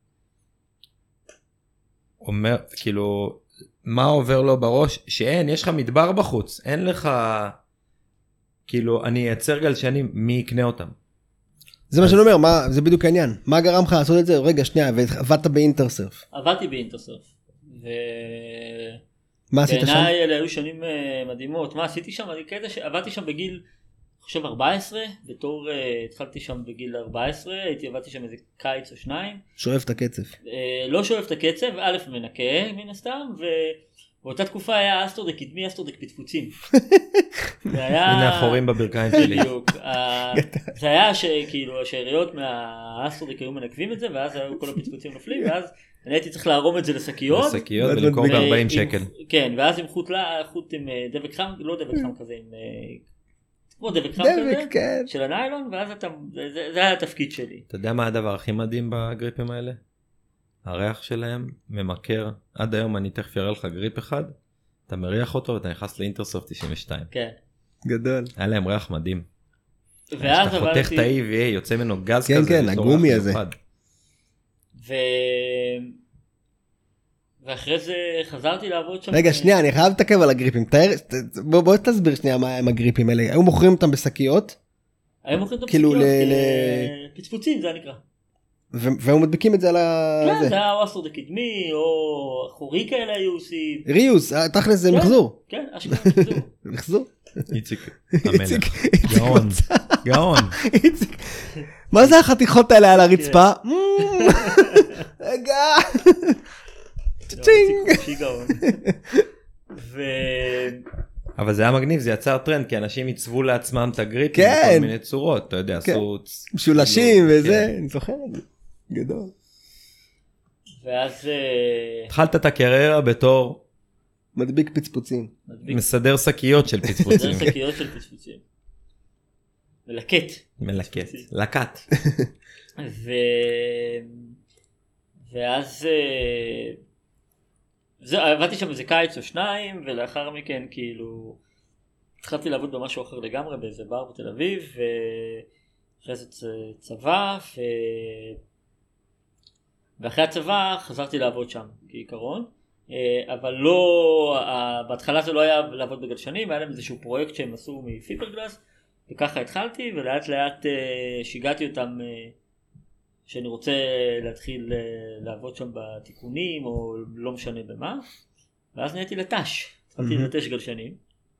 אומר, כאילו, מה עובר לו בראש? שאין, יש לך מדבר בחוץ, אין לך, כאילו, אני אייצר גלשנים, מי יקנה אותם? זה מה שאני אומר, מה, זה בדיוק העניין. מה גרם לך לעשות את זה? רגע, שנייה, ועבדת באינטרסרף. עבדתי באינטרסרף. ו... מה עשית שם? בעיניי אלה היו שנים מדהימות. מה עשיתי שם? אני כזה שעבדתי שם בגיל, אני חושב ארבע עשרה, בתור, התחלתי שם בגיל ארבע עשרה, הייתי עבדתי שם איזה קיץ או שניים. שואף את הקצב. לא שואף את הקצב, א' מנקה מן הסתם, ובאותה תקופה היה אסטרודק קדמי, אסטרודק פטפוצים. הנה החורים בברכיים שלי. בדיוק. זה היה שכאילו השאריות מהאסטרודק היו מנקבים את זה, ואז היו כל הפטפוצים נופלים, ואז אני הייתי צריך להרום את זה לשקיות. לשקיות ולמכור ב-ארבעים שקל. כן, ואז עם חוט עם דבק חם, לא דבק חם כזה, עם... כמו דבק חם כזה, של הניילון, ואז אתה, זה היה התפקיד שלי. אתה יודע מה הדבר הכי מדהים בגריפים האלה? הריח שלהם ממכר, עד היום אני תכף יראה לך גריפ אחד, אתה מריח אותו ואתה נכנס לאינטרסופט תשעים ושתיים. כן. גדול. היה להם ריח מדהים. ואז אתה חותך את ה-E V A, יוצא ממנו גז כן, כזה. כן, הגומי הזה. ו... ואחרי זה חזרתי לעבוד שם. רגע, שנייה, אני חייב לתקב על הגריפים. בוא, בוא תסביר שנייה מה הם הגריפים האלה. היו מוכרים אותם בשקיות? היו מוכרים אותם כאילו בשקיות, פצפוצים זה נקרא. והיו מדביקים את זה על ה... כן, זה היה או אסטרודק קדמי, או חורי כאלה היו עושים. ריוס, תכלס זה מחזור. כן, אשכרה מחזור. מחזור? איציק, המלך. גאון, גאון. איציק. מה זה החתיכות האלה על הרצפה? רגע. צ'ינג. אבל זה היה מגניב, זה יצר טרנד, כי אנשים ייצבו לעצמם את הגריפים בכל מיני צורות, אתה יודע, עשו... משולשים וזה, אני זוכר את זה. גדול. ואז... התחלת את הקריירה בתור... מדביק פצפוצים. מסדר שקיות של פצפוצים. מסדר שקיות של פצפוצים. מלקט. מלקט. לקט. ו... ואז... זה, עבדתי שם איזה קיץ או שניים, ולאחר מכן כאילו... התחלתי לעבוד במשהו אחר לגמרי, באיזה בר בתל אביב, ואחרי זה צבא, ו... ואחרי הצבא חזרתי לעבוד שם, כעיקרון. אבל לא, בהתחלה זה לא היה לעבוד בגלשנים, היה להם איזשהו פרויקט שהם עשו מפיברגלס, וככה התחלתי, ולאט לאט שיגעתי אותם שאני רוצה להתחיל לעבוד שם בתיקונים, או לא משנה במה, ואז נהייתי לטש, התחלתי לטש גלשנים.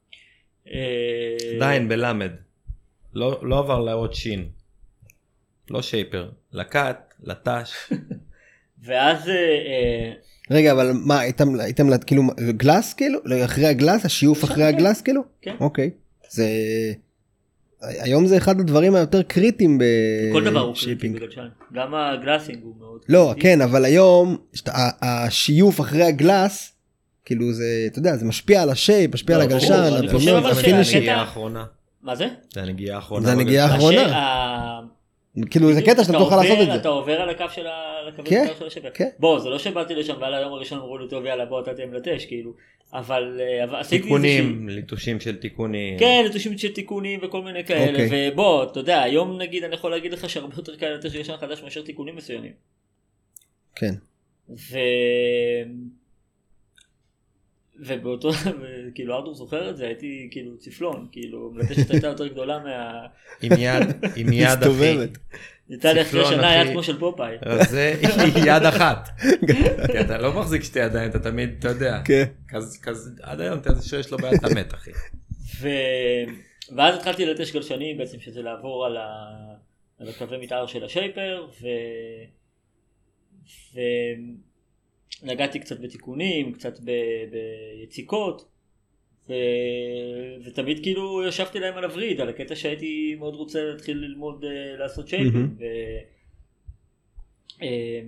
עדיין בלמד, לא עבר לעוד שין, לא שייפר, לקט, לטש. ואז... רגע, אבל מה, הייתם כאילו גלס כאילו? אחרי הגלס? השיוף אחרי הגלס כאילו? כן. אוקיי. זה... היום זה אחד הדברים היותר קריטיים בשיפינג. כל דבר הוא קריטי בגלשן. גם הגלסינג הוא מאוד קריטי. לא, כן, אבל היום השיוף אחרי הגלס, כאילו זה, אתה יודע, זה משפיע על השייפ, משפיע על הגלשן. אני חושב אבל שהקטע האחרונה. מה זה? זה הנגיעה האחרונה. זה הנגיעה בגלל- האחרונה. הש- ה- כאילו זה קטע שאתה אתה תוכל עובר- לעשות את זה. אתה עובר על הקו של ה- לקווי כן, קו של השבר. כן. בוא, זה לא שבאתי לשם ועל היום הראשון אמרו לי טוב יאללה בוא אתה תהיה מלטש כאילו, אבל אה, אבל עשיתי תיקונים, ליטושים של תיקונים. כן, ליטושים של תיקונים וכל מיני כאלה, אוקיי. ובוא, אתה יודע, היום נגיד אני יכול להגיד לך שהרבה יותר קל ללטש ישן חדש מאשר תיקונים מסוימים. כן. ו... ובאותו, כאילו ארדור זוכר את זה, הייתי כאילו ציפלון, כאילו מלטשת הייתה יותר גדולה מה... עם יד, עם יד אחי. מסתובבת. הייתה לי אחרי ציפלון, שנה אחי. יד כמו של פופאי. זה היא יד אחת. כי אתה לא מחזיק שתי ידיים, אתה תמיד, אתה יודע. כן. כזה, כזה, עד היום אתה יודע שיש לו בעיה, אתה מת אחי. ו... ואז התחלתי ללטש גלשנים בעצם, שזה לעבור על, ה... על הקווי מתאר של השייפר, ו... ונגעתי קצת בתיקונים, קצת ב... ביציקות, ו... ותמיד כאילו ישבתי להם על הוריד, על הקטע שהייתי מאוד רוצה להתחיל ללמוד uh, לעשות שייפים, Mhm. ו... um,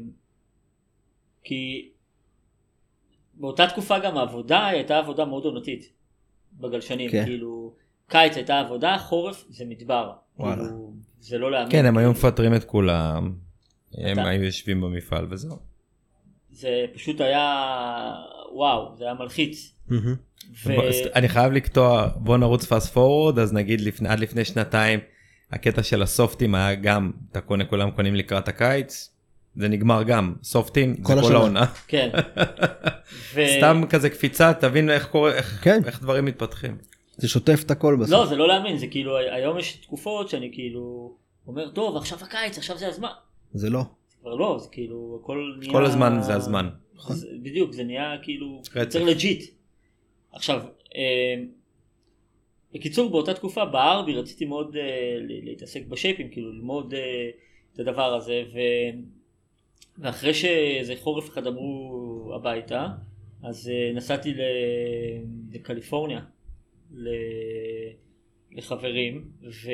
כי באותה תקופה גם העבודה הייתה עבודה מאוד עונתית בגלשנים, כן. כאילו קיץ הייתה עבודה, חורף זה מדבר, וואלה. כאילו, זה לא להאמין. כן, הם היו כאילו, מפטרים את כולם. הם אתה- היו יושבים במפעל וזהו. זה פשוט היה וואו, זה היה מלחיץ. מהמם. ו... בוא, אני חייב לקטוע, בוא נרוץ פאסט פורוורד, אז נגיד לפני, עד לפני שנתיים, הקטע של הסופטים היה גם, אתה קונה, כולם קונים לקראת הקיץ, זה נגמר גם, סופטים, כל זה כל השנה. העונה. כן. ו... סתם כזה קפיצה, תבין איך קורה, איך, כן. איך דברים מתפתחים. זה שוטף את הכל בסוף. לא, זה לא להאמין, זה כאילו, היום יש תקופות שאני כאילו אומר, טוב, עכשיו הקיץ, עכשיו זה הזמן. זה לא. כבר לא, זה כאילו, הכל נהיה... כל הזמן זה הזמן. זה, בדיוק, זה נהיה כאילו, רצף. יותר לג'יט. עכשיו, אה, בקיצור, באותה תקופה בארבי רציתי מאוד אה, ל- להתעסק בשייפים, כאילו ללמוד אה, את הדבר הזה, ו... ואחרי שאיזה חורף אחד אמרו הביתה, אז אה, נסעתי ל... לקליפורניה, ל... לחברים, ו...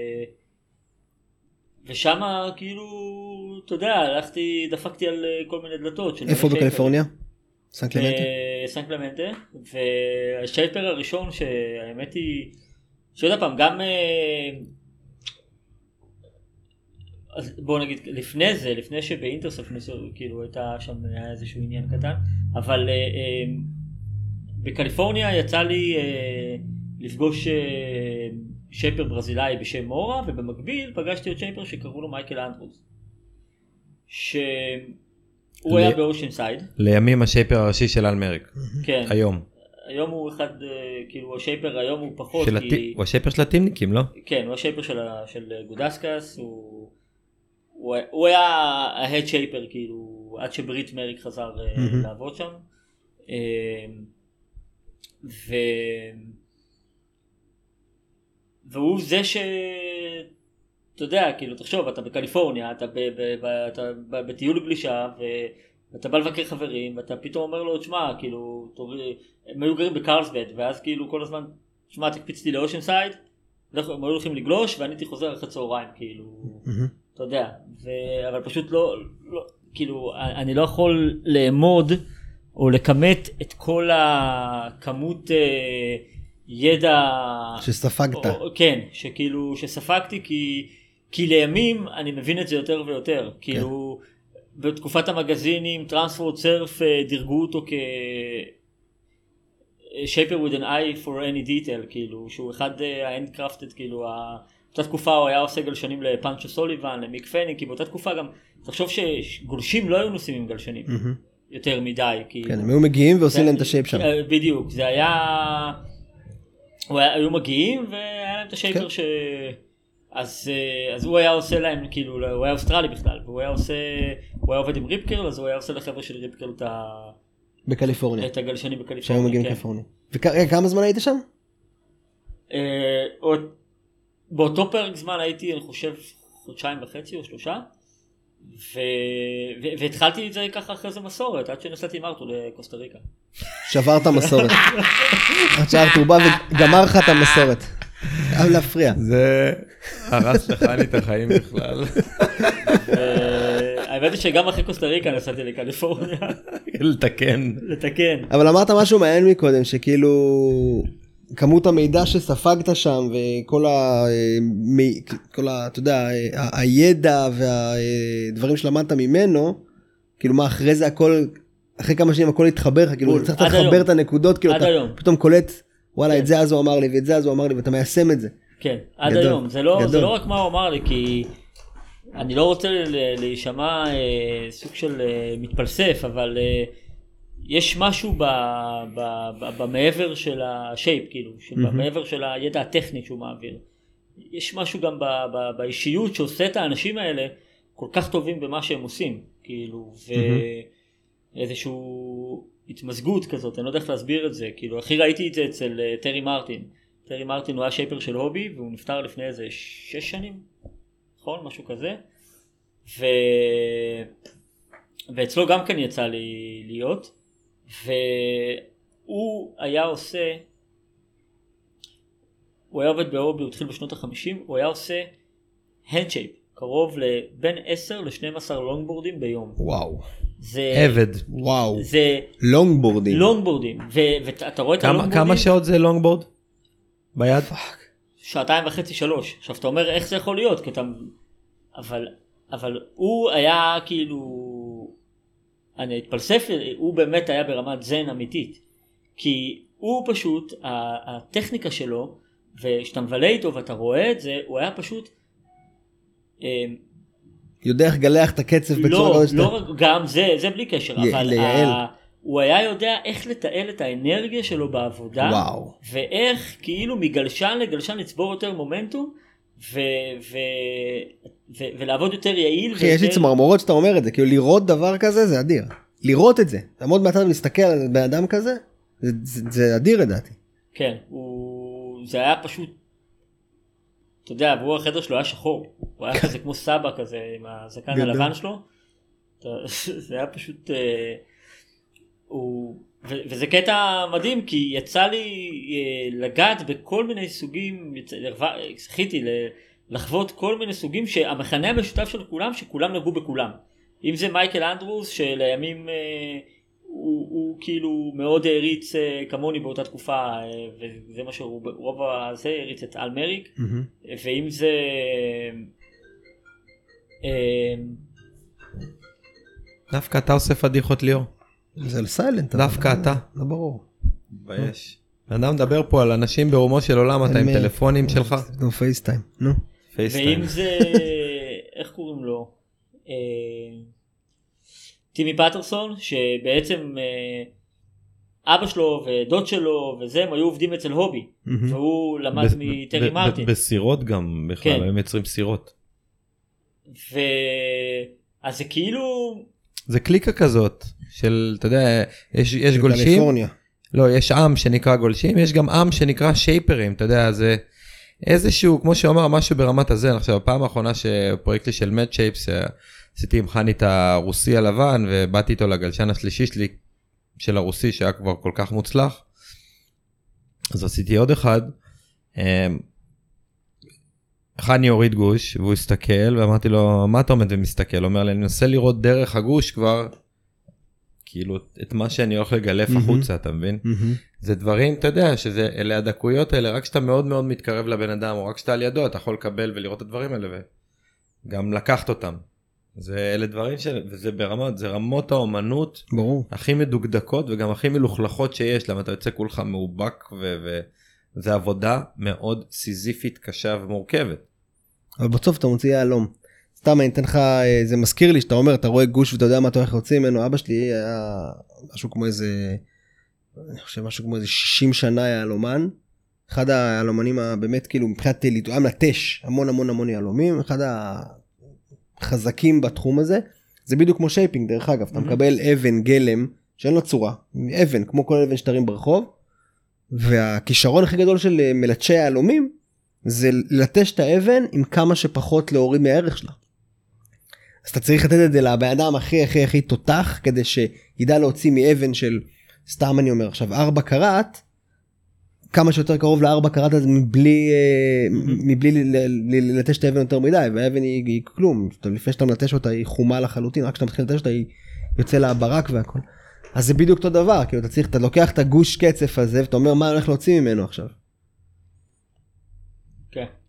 ושם כאילו, אתה יודע, הלכתי, דפקתי על אה, כל מיני דלתות. של איפה שייפר. בקליפורניה? סן קלמנטה? אה, סן קלמנטה, והשייפר הראשון שהאמת היא, שעוד פעם, גם, אה, אז בואו נגיד, לפני זה, לפני שבאינטרסופט כאילו הייתה שם, היה איזשהו עניין קטן, אבל אה, אה, בקליפורניה יצא לי אה, לפגוש אה, שייפר ברזילאי בשם מורה, ובמקביל פגשתי עוד שייפר שקראו לו מייקל אנדרוס, שהוא ל- היה באושן סייד. לימים השייפר הראשי של אלמריק, כן. היום. היום הוא אחד, אה, כאילו השייפר היום הוא פחות, של כי... הטי- הוא השייפר של הטימניקים, לא? כן, הוא השייפר של, ה... של גודסקס, הוא... הוא... הוא היה ההד שייפר, כאילו, עד שבריט מריק חזר אה, מהמם. לעבוד שם. אה, ו... והוא זה ש... אתה יודע, כאילו, תחשוב, אתה בקליפורניה, אתה, ב... ב... ב... אתה ב... בטיול גלישה, ו... ואתה בא לבקר חברים, ואתה פתאום אומר לו, תשמע, כאילו, תורי... הם היו גרים בקרלסבד, ואז כאילו כל הזמן, תשמע, תקפיצתי לאושן סייד, הם היו הולכים לגלוש, ואני הייתי חוזר אחרי צהריים, כאילו, מהמם. אתה יודע, ו... אבל פשוט לא, לא, כאילו, אני לא יכול לאמוד, או לכמת את כל הכמות אה, ידע, שספגת. או, כן, שכאילו, שספגתי, כי, כי לימים אני מבין את זה יותר ויותר, כאילו, בתקופת המגזינים, טרנספורט סרף דירגו אותו כ... shaper with an eye for any detail, כאילו, שהוא אחד ה-handcrafted, כאילו, באותה תקופה הוא היה עושה גלשנים לפאנצ'ו סוליבן, למיק פני, כי באותה תקופה גם, תחשוב שגולשים לא היו נוסעים עם גלשנים, מהמם. יותר מדי, כאילו. כן, הם היו מגיעים ועושים להם את השייפ שם. בדיוק, זה היה, הוא היה- היו מגיעים והיה להם את השייפר כן. ש... אז, אה, אז הוא היה עושה להם, כאילו, הוא היה אוסטרלי בכלל, והוא היה עושה, הוא היה עובד עם ריפקרל, אז הוא היה עושה לחבר'ה של ריפקרל את ה... בקליפורניה. את הגלשנים בקליפורניה. שהיו מגיעים כן. לקליפורניה. וכמה זמן היית שם? אה, עוד- באותו פרק זמן הייתי, אני חושב, חודשיים וחצי או שלושה, ו... ו... והתחלתי את זה ככה אחרי זה מסורת, עד שנסעתי עם ארתו לקוסטה ריקה. שברת מסורת. עד שארתור בא וגמר לך את המסורת. חייב להפריע. זה הרס לך לי את החיים בכלל. אה, האמת היא שגם אחרי קוסטה ריקה נסעתי לקליפורניה, לתקן. לתקן. אבל אמרת משהו מעניין מקודם, שכאילו כמות המידע שספגת שם, וכל ה... כל ה... אתה יודע, ה- הידע והדברים שלמדת ממנו, כאילו מה, אחרי זה הכל, אחרי כמה שנים הכל התחבר לך, כאילו, צריך לחבר את הנקודות, כאילו, אתה פתאום קולט, וואלה, את זה אז הוא אמר לי, ואת זה אז הוא אמר לי, ואתה מיישם את זה. כן, עד היום. זה לא רק מה הוא אמר לי, כי אני לא רוצה להישמע סוג של מתפלסף, אבל יש משהו במעבר של השייפ, כאילו, במעבר של הידע הטכני שהוא מעביר. יש משהו גם באישיות שעושה את האנשים האלה כל כך טובים במה שהם עושים, כאילו, ואיזשהו התמזגות כזאת, אני לא יודע איך להסביר את זה, כאילו, הכי ראיתי את זה אצל טרי מרטין. טרי מרטין הוא היה שייפר של הובי, והוא נפטר לפני איזה שש שנים, נכון? משהו כזה. ו... ואצלו גם כן יצא לי להיות, והוא היה עושה, הוא היה עובד בהובי, הוא התחיל בשנות החמישים, הוא היה עושה הנדשייפ, קרוב לבין עשר ל-שנים עשר לונגבורדים ביום. וואו. זה... עבד. וואו. זה... לונגבורדים. לונגבורדים. ו... ואתה רואה את הלונגבורדים? כמה שעות זה לונגבורד? ביד? שעתיים וחצי, שלוש. עכשיו, אתה אומר, איך זה יכול להיות? כי אתה... אבל, אבל הוא היה כאילו... אני התפלסף, הוא באמת היה ברמת זן אמיתית. כי הוא פשוט, הטכניקה שלו, ושאתה מבלה איתו ואתה רואה את זה, הוא היה פשוט... יודע איך גלח את הקצב בצורה לא, לא, גם זה, זה בלי קשר, אבל הוא היה יודע איך לתעל את האנרגיה שלו בעבודה, וואו. ואיך כאילו מגלשן לגלשן לצבור יותר מומנטום, ו, ו, ו, ולעבוד יותר יעיל. אחי, יש לי צמרמורות שאתה אומר את זה, כאילו לראות דבר כזה זה אדיר. לראות את זה, לעמוד מהצד ולהסתכל על בן אדם כזה, זה, זה, זה אדיר לדעתי. כן, הוא, זה היה פשוט, אתה יודע, עבור החדר שלו היה שחור, הוא היה כזה כמו סבא כזה, עם הזקן הלבן שלו, זה היה פשוט, וזה קטע מדהים, כי יצא לי לגעת בכל מיני סוגים, זכיתי לחוות כל מיני סוגים, שהמכנה המשותף של כולם, שכולם נגעו בכולם. אם זה מייקל אנדרוס, שלימים הוא, הוא כאילו מאוד הריץ כמוני באותה תקופה, וזה מה שרוב הזה הריץ את אל מריק, mm-hmm. ואם זה דווקא אתה עושה פדיחות ליאור. זה לסיילנט. דווקא אתה. לא ברור. ביש. אדם מדבר פה על אנשים ברומו של עולם, אתה עם טלפונים שלך. נו, פייסטיים. נו. ואם זה, איך קוראים לו? טימי פטרסון, שבעצם אבא שלו ודוד שלו וזה, הם היו עובדים אצל הובי, והוא למד מטרי מרטין. בסירות גם בכלל, הם יוצרים סירות. אז זה כאילו... זה קליקה כזאת, של, אתה יודע, יש גולשים. לא, יש עם שנקרא גולשים, יש גם עם שנקרא שייפרים, אתה יודע, זה איזשהו, כמו שאומר, משהו ברמת הזה. עכשיו, הפעם האחרונה שפרויקט לי של מד שייפס, עשיתי עם חני את הרוסי הלבן, ובאתי איתו לגלשן השלישי שלי, של הרוסי, שהיה כבר כל כך מוצלח. אז עשיתי עוד אחד, חני הוריד גוש, והוא הסתכל, ואמרתי לו, מה אתה עומד ומסתכל? הוא אומר לי, אני מנסה לראות דרך הגוש כבר, כאילו, את מה שאני הולך לגלף החוצה, אתה מבין? זה דברים, אתה יודע, שזה, אלה הדקויות האלה, רק שאתה מאוד מאוד מתקרב לבן אדם, או רק שאתה על ידו, אתה יכול לקבל ולראות את הדברים האלה, וגם לקחת אותם. זה אלה דברים של, וזה ברמות, זה רמות האומנות, ברור. הכי מדוקדקות, וגם הכי מלוכלכות שיש, למה אתה יוצא כולך מאובק, וזה עבודה מאוד סיזיפית, קשה ומורכבת. אבל בסוף אתה מוציא יעלום. סתם, אני אתן לך, זה מזכיר לי שאתה אומר, אתה רואה גוש ואתה יודע מה אתה הולך להוציא ממנו. אבא שלי היה משהו כמו איזה, אני חושב משהו כמו איזה שישים שנה יעלומן. אחד היעלומנים באמת כאילו מבחינת תלית, הוא היה מלטש המון המון המון יעלומים. אחד החזקים בתחום הזה, זה בדיוק כמו שייפינג דרך אגב. אתה מקבל אבן גלם שאין לו צורה, אבן כמו כל אבן שתרים ברחוב. והכישרון הכי גדול של מלטשי יעלומים, זה ללטש את האבן עם כמה שפחות להוריד מהערך שלה. אז אתה צריך לתת את זה לבן אדם הכי הכי הכי תותח, כדי שידע להוציא מאבן של, סתם אני אומר עכשיו, ארבע קראט, כמה שיותר קרוב לארבע קראט, אז מבלי, מבלי ללטש את האבן יותר מדי, והאבן היא, היא כלום, לפני שאתה מלטש אותה היא חומה לחלוטין, רק כשאתה מתחיל ללטש אותה היא יוצא לה ברק והכל. אז זה בדיוק אותו דבר, כאילו אתה צריך, אתה לוקח את הגוש קצף הזה, ואתה אומר מה אני הולך להוציא ממנו עכשיו.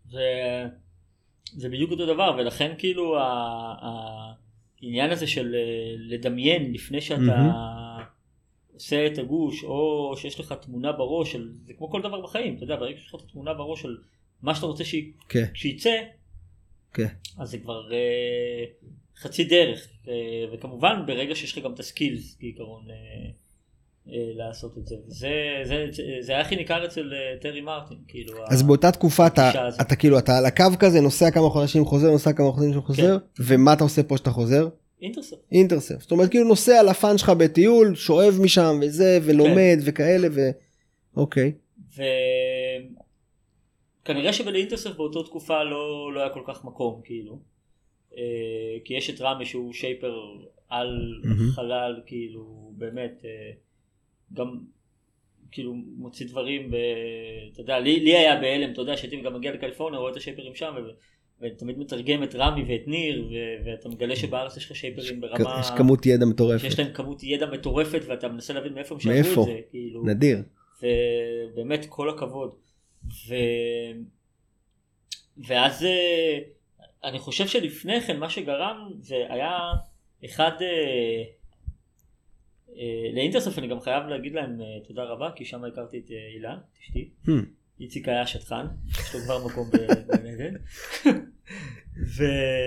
זה, זה בדיוק אותו דבר, ולכן כאילו העניין הזה של לדמיין לפני שאתה עושה את הגוש, או שיש לך תמונה בראש, של, זה כמו כל דבר בחיים, אתה יודע, ברגע שיש לך תמונה בראש של מה שאתה רוצה שיצא, אז זה כבר חצי דרך, וכמובן ברגע שיש לך גם את הסקילס כעיקרון לעשות את זה, וזה זה, זה היה הכי ניכר אצל טרי מרטין, כאילו. אז באותה תקופה אתה, אתה כאילו, אתה על הקו כזה, נוסע כמה חודשים חוזר, נוסע כמה חודשים חוזר, ומה אתה עושה פה שאתה חוזר? אינטרספט. אינטרספט, זאת אומרת כאילו נוסע על הפן שלך בטיול, שואב משם וזה, ולומד וכאלה, ו... אוקיי. וכנראה שבלאינטרספט באותה תקופה לא, לא היה כל כך מקום, כאילו. כי יש את רמי שהוא שייפר על חלל, כאילו, באמת, גם, כאילו, מוציא דברים, ב... אתה יודע, לי, לי היה בהלם, אתה יודע, שהייתי גם מגיע לקליפורניה, רואה את השייפרים שם, ו... ותמיד מתרגם את רמי ואת ניר, ו- ואתה מגלה שבארץ יש לך שייפרים ברמה... יש כמות ידע מטורפת. שיש להם כמות ידע מטורפת, ואתה מנסה להבין מאיפה הם שעבו את זה. כאילו, נדיר. ובאמת כל הכבוד. ו... ואז אני חושב שלפני כן מה שגרם זה היה אחד... לאינטרספט אני גם חייב להגיד להם תודה רבה, כי שם הכרתי את הילה, את אשתי. איציק היה שטחן, יש לו כבר מקום בנדן. ו...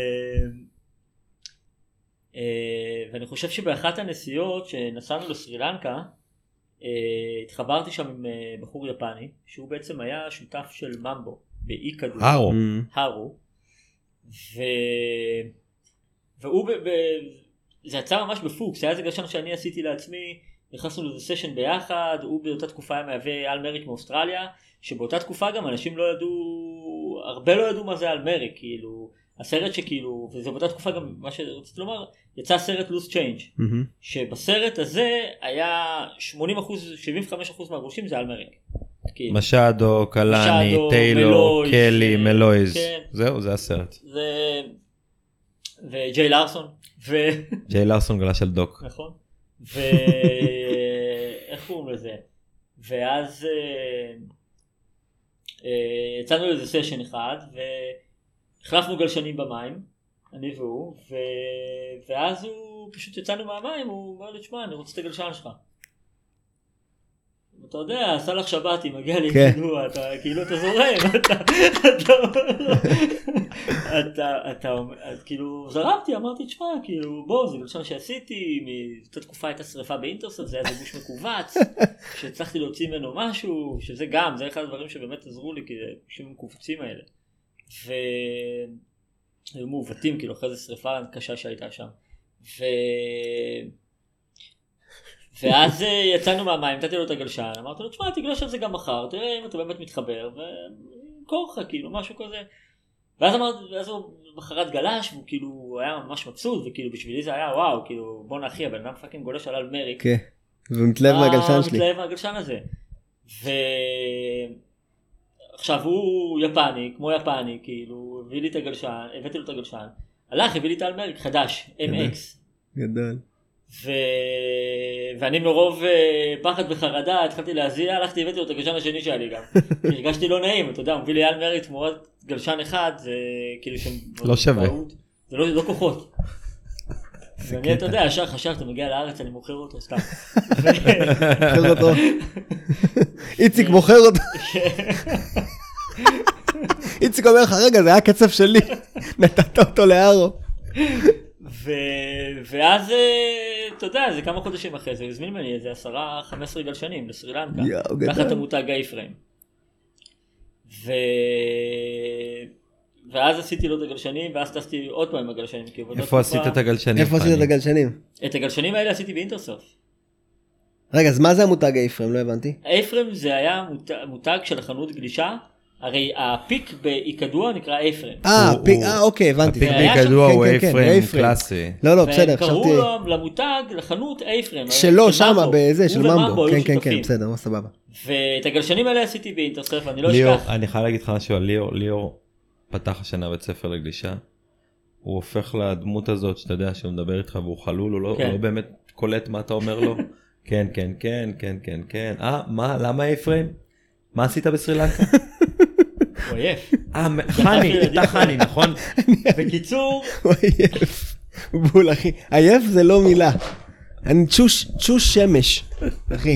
ואני חושב שבאחת הנסיעות שנסענו לסרילנקה, התחברתי שם עם בחור יפני, שהוא בעצם היה שותף של ממבו, באי כדור. הרו. הרו. ו... והוא, ב... ב... זה יצא ממש בפוקס, זה היה זה גשם שאני עשיתי לעצמי, נכנסנו לזה סשן ביחד, הוא באותה תקופה היה מהווה אל מריק מאוסטרליה, שבאותה תקופה גם אנשים לא ידעו, הרבה לא ידעו מה זה אל מריק, כאילו, הסרט שכאילו, וזה באותה תקופה גם, מה שרציתי לומר, יצא סרט לוס צ'יינג', שבסרט הזה היה שמונים אחוז, שבעים וחמישה אחוז מהגרושים זה אל מריק. משאדו, קלני, טיילור, קלי, מלויז, זהו, זה הסרט. וג'יי לארסון. ג'יי לארסון גלה של דוק. נכון. ואיך קוראים לזה? ואז יצאנו לזה סשן אחד, והחלפנו גלשנים במים, אני והוא, ואז הוא פשוט יצאנו מהמים, הוא אומר לי, תשמע, אני רוצה את הגלשן שלך. אתה יודע, סלח שבתי, מגיע לי כדוע, אתה כאילו אתה זורם, אתה, אתה, כאילו זרמתי, אמרתי, תשמע, כאילו בוא, זה גלשן שעשיתי, מאותה תקופה הייתה שריפה באינטרספט, זה היה זה גוש מקובץ, שהצלחתי להוציא ממנו משהו, שזה גם, זה אחד הדברים שבאמת עזרו לי, כי זה מקובצים האלה, והיו מעוותים, כאילו אחרי זה שריפה קשה שהייתה שם, ו... ואז יצאנו מהמים, נתתי לו את הגלשן, אמרתי לו, תשמע, תגלוש על זה גם מחר, תראה אם אתה באמת מתחבר, וקור לך, כאילו, משהו כזה. ואז אמרתי, ואז הוא בחרת גלש, והוא כאילו היה ממש מבסוט, וכאילו בשבילי זה היה, וואו, כאילו, בוא נאחי, הבן אדם פאקינג גולש על מריק. כן, ומתלהב מהגלשן שלי. מתלהב מהגלשן הזה. ועכשיו הוא יפני, כמו יפני, כאילו, הביא לי את הגלשן, הבאתי לו את הגלשן, הלך, הביא לי את מריק חדש, אם אקס. גדול. ו... ואני מרוב פחד וחרדה התחלתי להזיע, הלכתי הבאתי לו את הגלשן השני שהיה לי גם. הרגשתי לא נעים, אתה יודע, הוא מביא לי אל מריק תמורת גלשן אחד, זה כאילו שם... לא שווה. זה לא, לא כוחות. ואני, אתה יודע, ישר חשב, אתה מגיע לארץ, אני מוכר אותו סתם. מוכר אותו. איציק מוכר אותו. איציק אומר לך, רגע, זה היה קצב שלי. נתת אותו להרו. ואז, אתה יודע, זה כמה חודשים אחרי זה, הזמין ממני איזה עשרה, חמש עשרה גלשנים לסרילנקה, תחת המותג A-Frame. ואז עשיתי לו את הגלשנים, ואז טסתי עוד פעם עם הגלשנים. איפה עשית את הגלשנים? איפה עשית את הגלשנים? את הגלשנים האלה עשיתי באינטרסרף. רגע, אז מה זה המותג A-Frame? לא הבנתי. A-Frame זה היה מותג של חנות גלישה, הרי הפיק באיקדוע נקרא A-Frame. אה, אוקיי, הבנתי. הפיק באיקדוע הוא A-Frame קלאסי. לא, לא, בסדר. וקראו לו למותג, לחנות A-Frame. שלו, שמה, בזה, של ממבו. כן, כן, כן, בסדר, סבבה. ואת הגלשנים האלה עשיתי באינטרסרף, אני לא אשכח. אני חייב להגיד לך משהו על ליאור, ליאור פתח השנה בית ספר לגלישה, הוא הופך לדמות הזאת, שאתה יודע שהוא מדבר איתך והוא חלול, הוא לא באמת קולט מה אתה אומר לו. כן, כן, כן, כן, כן, כן. אה, מה, למה A-Frame? מה עשית בסרילנקה? הוא עייף. אה, חני, אתה חני, נכון? בקיצור, הוא עייף. בול, אחי. עייף זה לא מילה. אני תשוש, תשוש שמש, אחי.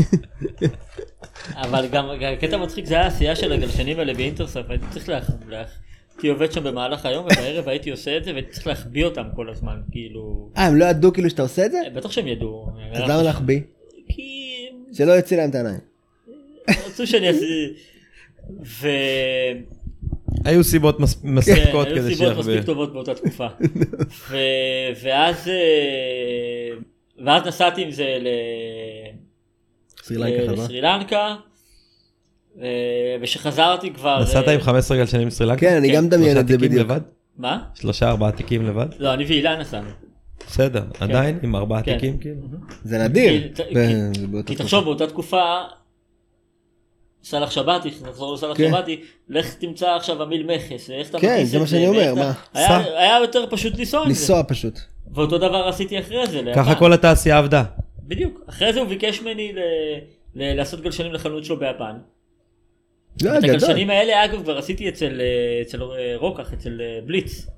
אבל גם קטע מצחיק, זה היה העשייה של הגלשנים האלה באינטרסף, הייתי צריך להחביך. הייתי עובד שם במהלך היום, ובערב הייתי עושה את זה, והייתי צריך להחביא אותם כל הזמן, כאילו... אה, הם לא ידעו כאילו שאתה עושה את זה? בטח שהם ידעו. אז למה להחביא? כי... שלא יוצא להם את העיניים. רצו שאני אעשה... ו... היו סיבות מס- מספקות כן, כדי היו סיבות שיחביא. מספיק טובות באותה תקופה. ו- ואז אה, ואז נסעתי עם זה ל- סרילנקה ל- חזרה. לסרילנקה, אה, ושחזרתי כבר... נסעת אה, עם חמש עשרה גלשנים בסרילנקה? כן, אני כן. גם מדמיין שלושה את זה תיקים בדיוק. לבד? מה? שלושה ארבעה תיקים לבד? לא, אני והילה נסענו. בסדר, עדיין עם ארבעה כן. תיקים כאילו? זה נדיר. כי- ב- כי- באותה כי תקופה. תחשוב, באותה תקופה, סלח שבתי, נחזור לסלח כן. שבתי, לך תמצא עכשיו המיל מכס, ואיך אתה כן, מטיס זה את מה שאני אומר, ואיך אתה- מה? היה- סע. היה יותר פשוט לנסוע עם זה. לנסוע פשוט. ואותו דבר עשיתי אחרי זה. ככה ליפן. כל התעשייה עבדה. בדיוק. אחרי זה הוא ביקש ממני ל... ל... לעשות גלשנים לחנות שלו ביפן. לא, את גדול. הגלשנים האלה אגב כבר עשיתי אצל, אצל רוקח, אצל בליץ.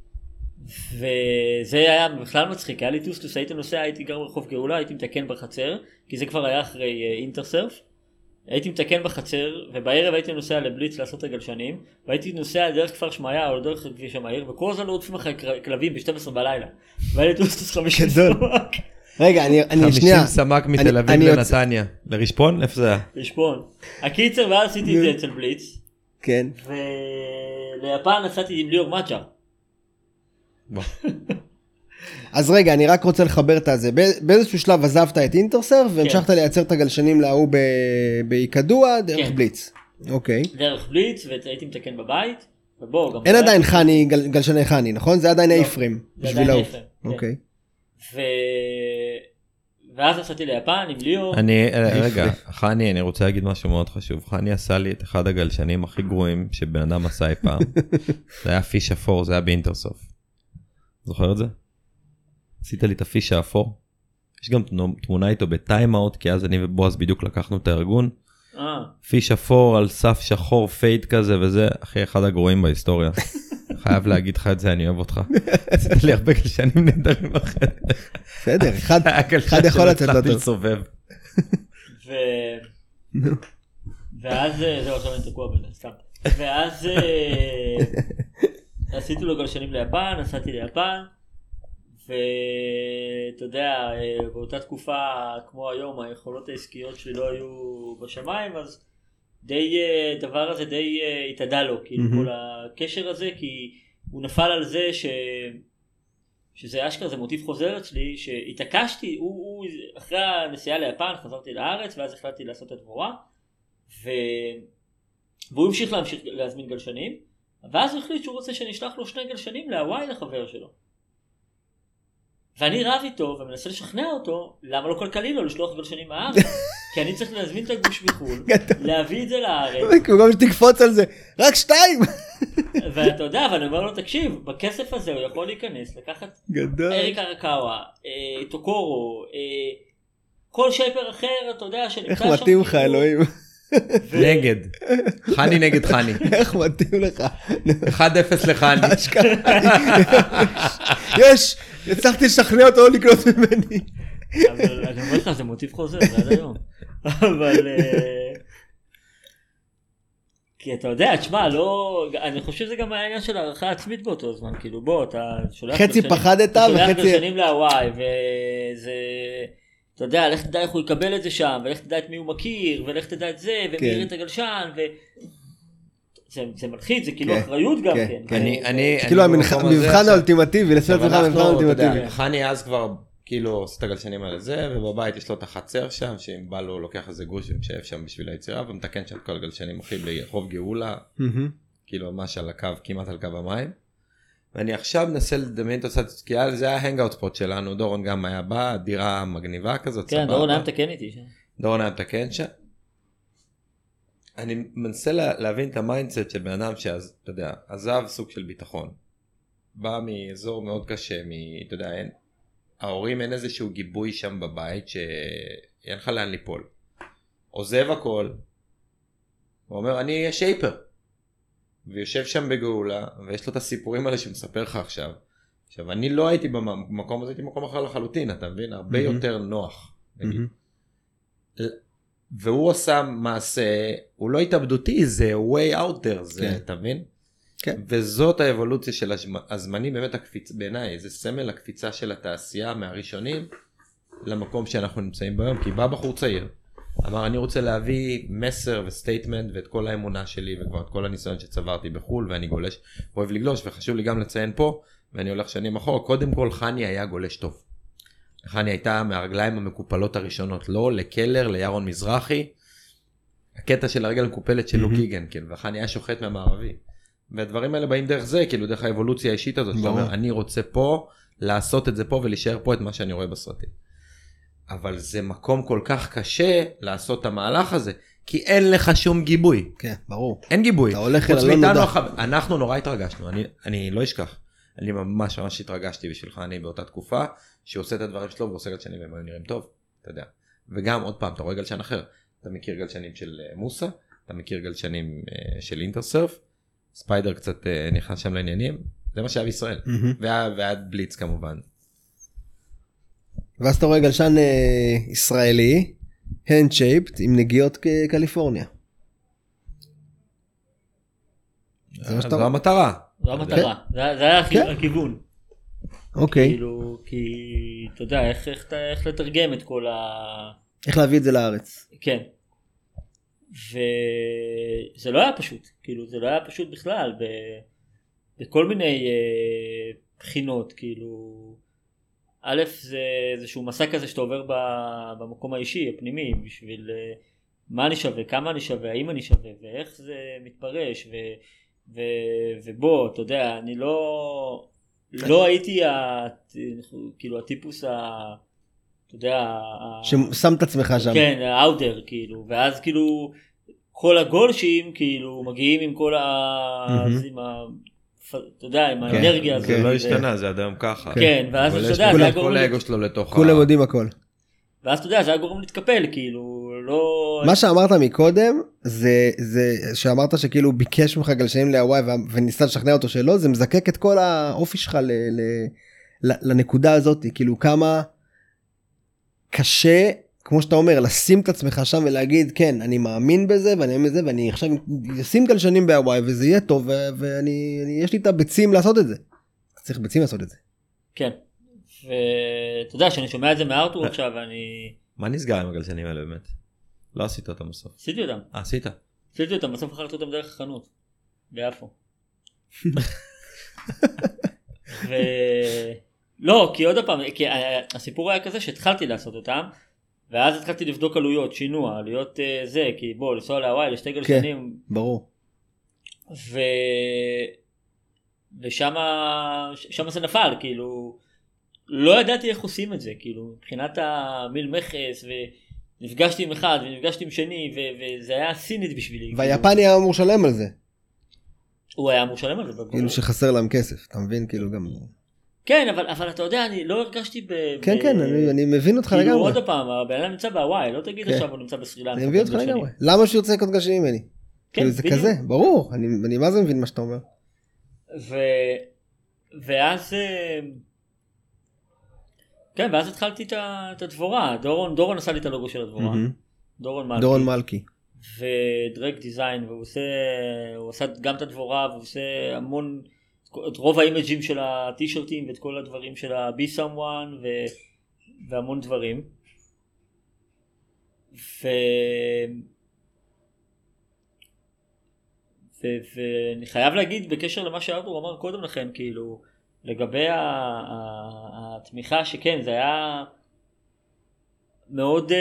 וזה היה בכלל מצחיק, היה לי טוסטוס, הייתי נוסע, הייתי גר ברחוב גאולה, הייתי מתקן בחצר, כי זה כבר היה אחרי אינטרסרף. הייתי מתקן בחצר, ובערב הייתי נוסע לבליץ לעשות את הגלשנים, והייתי נוסע דרך כפר שמעיה או דרך כביש המהיר, וכל הזמן לא עוטפים אחרי כלבים ב-שתים עשרה בלילה. והיה לי טוסטוס חמישים גדול. סמ"ק. רגע, אני אני חמישים שנייה. סמ"ק מתל אני- אביב אני יוצא- לנתניה. לרשפון? איפה זה היה? לשפון. הקיצר, ואז עשיתי את זה אצל בליץ, כן. וליפן נסעתי עם ליאור מאצ'ר. בוא. אז רגע, אני רק רוצה לחבר את הזה. ב- באיזשהו שלב עזבת את אינטרסרף, והמשכת לייצר את הגלשנים להוא ב- באיקדוע דרך כן. בליץ. אוקיי. דרך בליץ, והייתי מתקן בבית, ובוא, גם... אין בבית- עדיין חני, גל- גלשני חני, נכון? זה עדיין לא. אייפרים. זה בשביל עדיין ההוא. אייפרים, כן. אוקיי. ו... ואז נסעתי ליפן עם ליאור. אני, רגע, חני, אני רוצה להגיד משהו מאוד חשוב. חני עשה לי את אחד הגלשנים הכי גרועים שבן אדם עשה אי פעם. זה היה פיש אפור, זה היה באינטרסוף. זוכר את זה? עשית לי את הפיש האפור. יש גם תמונה איתו בטיימאוט, כי אז אני ובועז בדיוק לקחנו את הארגון. אה, פיש אפור על סף שחור פייד כזה וזה, אחי, אחד הגרועים בהיסטוריה. חייב להגיד לך את זה, אני אוהב אותך. עשית לי הרבה גלשנים נהדרים אחרי. בסדר, אחד אחד יכול לצאת לא טוב. לסובב. ו... ואז, אה, זהו, עכשיו אני תקוע בזה, סתם. ואז אה, עשיתי לו גלשנים ליפן, נסעתי ליפן, ואתה יודע, אה, באותה תקופה, כמו היום, היכולות העסקיות שלי לא היו בשמיים, אז די, אה, דבר הזה די אה, התאדה לו, כאילו מהמם. כל הקשר הזה, כי הוא נפל על זה ש... שזה אשכרה, זה מוטיב חוזר אצלי, שהתעקשתי, הוא, הוא, אחרי הנסיעה ליפן חזרתי לארץ, ואז החלטתי לעשות את דבורה, ו... והוא המשיך להמשיך להזמין גלשנים, ואז הוא החליט שהוא רוצה שאני אשלח לו שני גלשנים להוואי לחבר שלו. ואני רב איתו ומנסה לשכנע אותו, למה לא כלכלי לו לשלוח גלשנים מהארץ? כי אני צריך להזמין את הגוש מחול, להביא את זה לארץ, במקום שתקפוץ על זה, רק שתיים. ואתה יודע, אבל אני אומר לו, תקשיב, בכסף הזה הוא יכול להיכנס, לקחת גדול. אריק ארקאווה, אה, טוקורו, אה, כל שייפר אחר, אתה יודע, שנמצא איך שם. מתאים לך, כאילו, אלוהים. ו- נגד. חני נגד חני. איך מתאים לך. אחד אפס לחני. אשכרה. יש, הצלחתי לשכנע אותו לא לקנות ממני. אבל אני אומר לך, זה מוטיב חוזר, זה עד היום. אבל... אה, כי אתה יודע, תשמע, לא... אני חושב שזה גם העניין של הערכה עצמית באותו זמן, כאילו בוא, אתה שולח... חצי גלשנים- פחדת אתה שולח וחצי... גלשנים להוואי, וזה... אתה יודע, לך תדע איך הוא יקבל את זה שם, ולך תדע את מי הוא מכיר, ולך תדע את זה, ומי כן. יראה את הגלשן, ו... זה, זה מלחיץ, זה כאילו כן, אחריות גם כן, כן. כן. אני, אני, כאילו אני המבחן במקום הזה המבחן עכשיו- האולטימטיבי, לשים עכשיו לעצמך מבחן אנחנו, אתה יודע, האולטימטיבי. חני אז כבר כאילו עושה את הגלשנים האלה זה, ובבית יש לו את החצר שם, שאם בא לו לוקח איזה גוש ומשאף שם בשביל היצירה, ומתקן שם כל הגלשנים אחי ברחוב גאולה, מהמם. כאילו ממש על הקו, כמעט על קו המים. ואני עכשיו מנסה לדמיין תוצאת, כי זה היה ההנגאוט ספוט שלנו, דורון גם היה בא, דירה מגניבה כזאת, כן, דורון היה מתקן איתי. דורון היה מתקן שם. אני מנסה לה, להבין את המיינדסט של בן אדם שאז, אתה יודע, עזב סוג של ביטחון. בא מאזור מאוד קשה, מ, אתה יודע, אין, ההורים אין איזשהו גיבוי שם בבית שאין לך לאן ליפול. עוזב הכל. הוא אומר, אני אהיה שייפר. ויושב שם בגאולה, ויש לו את הסיפורים האלה שמספר לך עכשיו. עכשיו, אני לא הייתי במקום הזה, הייתי במקום אחר לחלוטין, אתה מבין? הרבה יותר נוח. והוא עושה מעשה, הוא לא התאבדותי, זה way out there, זה, אתה מבין? כן. וזאת האבולוציה של הזמנים, באמת הקפיץ, בעיניי, זה סמל הקפיצה של התעשייה מהראשונים, למקום שאנחנו נמצאים ביום, כי בא בחור צעיר, אמר אני רוצה להביא מסר וסטייטמנט ואת כל האמונה שלי וכבר את כל הניסיון שצברתי בחול ואני גולש, אוהב לגלוש וחשוב לי גם לציין פה ואני הולך שנים אחורה, קודם כל חני היה גולש טוב. חני הייתה מהרגליים המקופלות הראשונות, לא לקלר, לירון מזרחי, הקטע של הרגל המקופלת של לוק היגן, כן, וחני היה שוחט מהמערבי. והדברים האלה באים דרך זה, כאילו דרך האבולוציה האישית הזאת, שאתה אומר אני רוצה פה לעשות את זה פה ולהישאר פה את מה שאני רואה בסרטים. אבל זה מקום כל כך קשה לעשות את המהלך הזה, כי אין לך שום גיבוי. כן, ברור. אין גיבוי. אתה הולך אל הלא נודע. אנחנו נורא התרגשנו, אני, אני לא אשכח. אני ממש ממש התרגשתי בשבילך, אני באותה תקופה, שהוא עושה את הדברים שלו ועושה גלשנים והם היו נראים טוב, אתה יודע. וגם עוד פעם, אתה רואה גלשן אחר. אתה מכיר גלשנים של מוסה, אתה מכיר גלשנים של אינטרסרף, ספיידר קצת נכנס שם לעניינים, זה מה שהיה בישראל. ועד בליץ כמובן. ואז אתה רואה גלשן אה, ישראלי, hand-shaped, עם נגיעות קליפורניה. זה מה שאתה רואה? זו המטרה. זו המטרה, זה היה הכיוון. אוקיי. כאילו, כי אתה יודע, איך לתרגם את כל ה... איך להביא את זה לארץ. כן. וזה לא היה פשוט, כאילו, זה לא היה פשוט בכלל, בכל מיני בחינות, כאילו... א', זה איזשהו מסע כזה שאתה עובר במקום האישי, הפנימי, בשביל מה אני שווה, כמה אני שווה, האם אני שווה, ואיך זה מתפרש, ו, ו, ובוא, אתה יודע, אני לא, לא הייתי, ה, כאילו, הטיפוס, ה, אתה יודע, ששם את עצמך שם. כן, האודר, כאילו, ואז כאילו, כל הגולשים, כאילו, מגיעים עם כל ה... אתה יודע, עם האנרגיה הזאת. זה לא השתנה, זה עד היום ככה. כן, ואז אתה יודע, זה היה גורם... כל האגו שלו לתוך... כולם יודעים הכל. ואז אתה יודע, זה היה גורם להתקפל, כאילו, לא... מה שאמרת מקודם, זה שאמרת שכאילו ביקש ממך גלשנים להוואי, וניסה לשכנע אותו שלא, זה מזקק את כל האופי שלך לנקודה הזאת, כאילו כמה קשה... כמו שאתה אומר, לשים את עצמך שם ולהגיד, כן, אני מאמין בזה, ואני מאמין בזה, ואני עכשיו אשים גלשנים בהוואי, וזה יהיה טוב, ואני, יש לי את הביצים לעשות את זה. צריך ביצים לעשות את זה. כן. ואתה יודע, שאני שומע את זה מארתור עכשיו, ואני... מה נסגר עם הגלשנים האלה באמת? לא עשית אותם בסוף. עשיתי אותם. אה, עשית? עשיתי אותם, בסוף אחר אותם דרך החנות. ביפו. ו... לא, כי עוד פעם, כי הסיפור היה כזה שהתחלתי לעשות אותם, ואז התחלתי לבדוק עלויות, שינוע, עלויות uh, זה, כי בוא, לנסוע להוואי, לשתי גלשנים. כן, ברור. ו... ושמה, שמה זה נפל, כאילו, לא ידעתי איך עושים את זה, כאילו, מבחינת המיל מכס, ונפגשתי עם אחד, ונפגשתי עם שני, ו... וזה היה סינית בשבילי. והיפני היה אמור לשלם על זה. הוא היה אמור לשלם על זה. כאילו שחסר להם כסף, אתה מבין, כאילו גם... כן, אבל, אבל אתה יודע, אני לא הרגשתי ב... כן, ב... כן, אני, אני מבין אותך כאילו לגמרי. עוד הפעם, הבן אדם נמצא בהוואי, לא תגיד כן. עכשיו הוא נמצא בסרילנקה. אני מבין אותך לגמרי. למה שהוא ירצה לקנות גלשנים ממני? כן, כאילו זה בדיוק. כזה, ברור, אני, אני מה זה מבין מה שאתה אומר. ו... ואז... כן, ואז התחלתי את הדבורה, דורון, דורון עשה לי את הלוגו של הדבורה. Mm-hmm. דורון מלכי. דורון מלכי. ודרק דיזיין, והוא עושה, הוא עושה גם את הדבורה, והוא עושה המון... את רוב האימג'ים של הטישרטים ואת כל הדברים של ה-Be Someone ו... והמון דברים. ו... ו... ואני חייב להגיד בקשר למה שארתור אמר קודם לכן, כאילו, לגבי ה... ה... התמיכה שכן, זה היה מאוד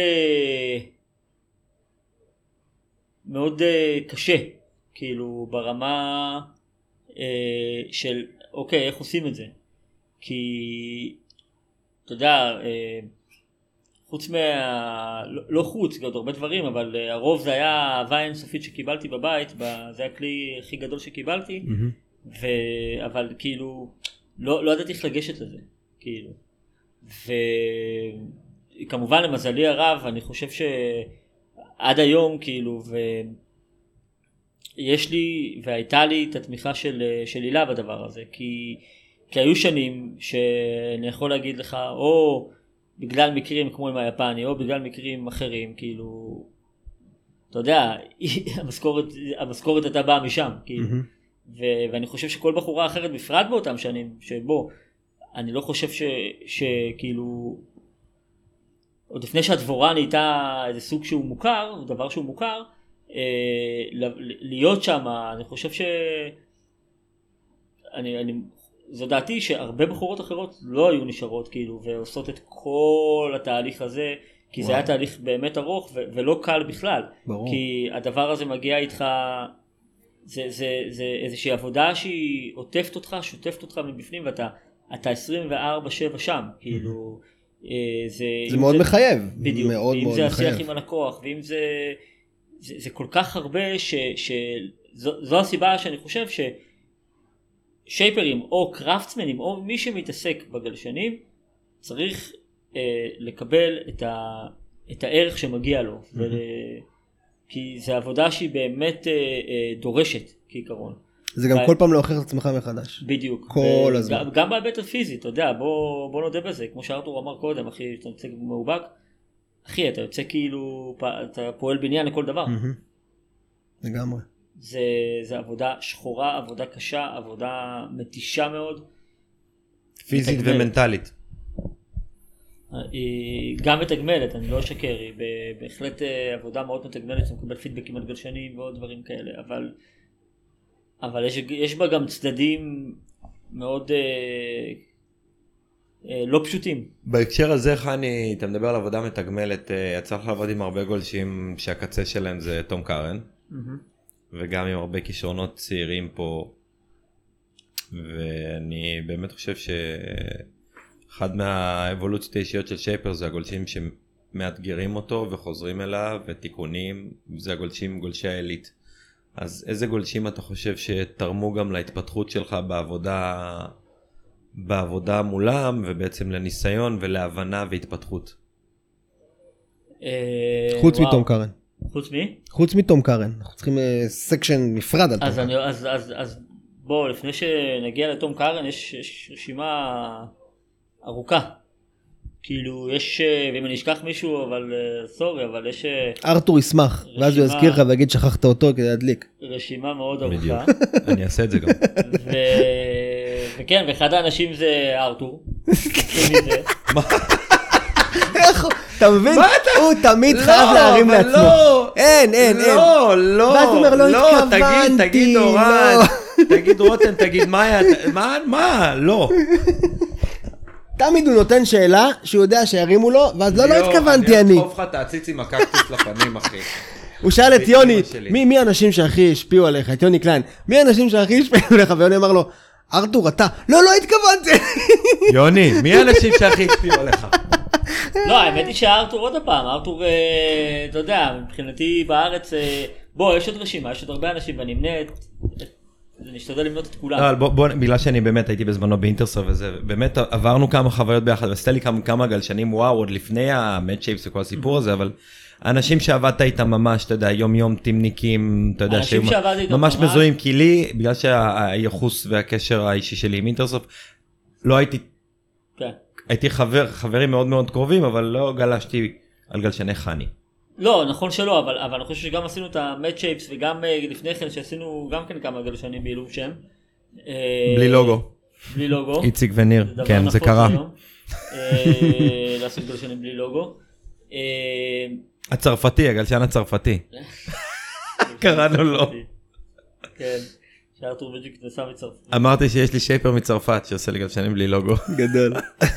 מאוד קשה, כאילו, ברמה... של אוקיי, איך עושים את זה? כי אתה יודע, חוץ מה... לא חוץ, עוד הרבה דברים, אבל הרוב זה היה אהבה אינסופית שקיבלתי בבית, זה הכלי הכי גדול שקיבלתי, ו... אבל כאילו לא, לא ידעתי איך לגשת לזה, כאילו. וכמובן למזלי הרב, אני חושב שעד היום כאילו, ו... יש לי והייתה לי את התמיכה של, של הילה בדבר הזה, כי, כי היו שנים שאני יכול להגיד לך, או בגלל מקרים כמו עם היפני, או בגלל מקרים אחרים, כאילו, אתה יודע, המשכורת, המשכורת הייתה באה משם, כאילו, ו, ואני חושב שכל בחורה אחרת, בפרט באותם שנים, שבו, אני לא חושב ש, שכאילו, עוד לפני שהדבורה נהייתה איזה סוג שהוא מוכר, דבר שהוא מוכר, להיות שם, אני חושב ש... אני, אני, זו דעתי שהרבה בחורות אחרות לא היו נשארות כאילו, ועושות את כל התהליך הזה, כי וואו. זה היה תהליך באמת ארוך ו- ולא קל בכלל. ברור. כי הדבר הזה מגיע איתך, זה, זה, זה איזושהי עבודה שהיא עוטפת אותך, שוטפת אותך מבפנים, ואתה אתה עשרים וארבע שבע שם, כאילו... זה, זה מאוד זה, מחייב. בדיוק. מאוד ואם מאוד זה מחייב. השיח עם הלקוח, ואם זה... זה, זה כל כך הרבה ש... ש זו, זו הסיבה שאני חושב ששייפרים או קראפטסמנים או מי שמתעסק בגלשנים צריך אה, לקבל את, ה, את הערך שמגיע לו. Mm-hmm. ול... כי זה עבודה שהיא באמת אה, אה, דורשת כעיקרון. זה גם ו... כל פעם להוכיח את עצמך מחדש. בדיוק. כל ו... הזמן. גם, גם בהיבט הפיזי, אתה יודע, בוא, בוא נודה בזה. כמו שארתור אמר קודם, אחי, אתה נמצא מאובק. אחי, אתה יוצא כאילו, אתה פועל בניין לכל דבר. לגמרי. זה, זה עבודה שחורה, עבודה קשה, עבודה מתישה מאוד. פיזית ומנטלית. היא גם מתגמלת, אני לא אשקר, היא בהחלט עבודה מאוד מתגמלת, אתה מקבל פידבקים על גלשנים ועוד דברים כאלה, אבל, אבל יש, יש בה גם צדדים מאוד... לא פשוטים. בהקשר הזה, חני, אתה מדבר על עבודה מתגמלת, יצא לך לעבוד עם הרבה גולשים שהקצה שלהם זה תום קארן, mm-hmm. וגם עם הרבה כישרונות צעירים פה, ואני באמת חושב שאחד מהאבולוציות האישיות של שייפר זה הגולשים שמאתגרים אותו וחוזרים אליו ותיקונים, זה הגולשים, גולשי העילית. אז איזה גולשים אתה חושב שתרמו גם להתפתחות שלך בעבודה... בעבודה מולם ובעצם לניסיון ולהבנה והתפתחות. חוץ מתום קארן. חוץ מי? חוץ מתום קארן. אנחנו צריכים סקשן נפרד על תום קארן. אז בואו, לפני שנגיע לתום קארן יש רשימה ארוכה. כאילו יש, ואם אני אשכח מישהו, אבל סורי, אבל יש... ארתור ישמח, ואז הוא יזכיר לך ויגיד שכחת אותו כדי להדליק. רשימה מאוד ארוכה. בדיוק, אני אעשה את זה גם. וכן, ואחד האנשים זה ארתור. אתה מבין? הוא תמיד חייב להרים לעצמו. אין, אין, אין. לא, לא, ואז הוא אומר, לא התכוונתי. תגיד אורן, תגיד רותם, תגיד מאיה, מה, לא. תמיד הוא נותן שאלה שהוא יודע שירימו לו, ואז לא, לא התכוונתי אני. אני אתחוף לך תעציץ עם הקקטוס לפנים, אחי. הוא שאל את יוני, מי האנשים שהכי השפיעו עליך, את יוני קליין, מי האנשים שהכי השפיעו עליך, ויוני אמר לו, ארתור, אתה, לא, לא התכוונתי. יוני, מי האנשים שהכי השפיעו עליך? לא, האמת היא שארתור עוד הפעם, ארתור, אתה יודע, מבחינתי בארץ, בוא, יש עוד רשימה, יש עוד הרבה אנשים, ואני אמנה את... נשתדל למנות את כולם. לא, בוא, בוא, בגלל שאני באמת הייתי בזמנו באינטרסר וזה, באמת עברנו כמה חוויות ביחד, ועשתה לי כמה, כמה גלשנים, וואו, עוד לפני המאט שייפס וכל הסיפור הזה, אבל אנשים שעבדת איתם ממש, אתה יודע, יום יום תמניקים, אתה יודע, אנשים שעבדתי איתם ממש מזוהים, כי לי, בגלל שהייחוס והקשר האישי שלי עם אינטרסר, לא הייתי, כן. הייתי חבר, חברים מאוד מאוד קרובים, אבל לא גלשתי על גלשני חני. לא, נכון שלא, אבל, אבל אני חושב שגם עשינו את המאט שייפס, וגם לפני כן שעשינו גם כן כמה גלשנים בעילום שם. בלי לוגו. בלי לוגו. איציק וניר, כן, זה קרה. לעשות גלשנים בלי לוגו. הצרפתי, הגלשן הצרפתי. קראנו לו. כן, שארתור בדיוק נסע מצרפת. אמרתי שיש לי שייפר מצרפת שעושה לי גלשנים בלי לוגו. גדול.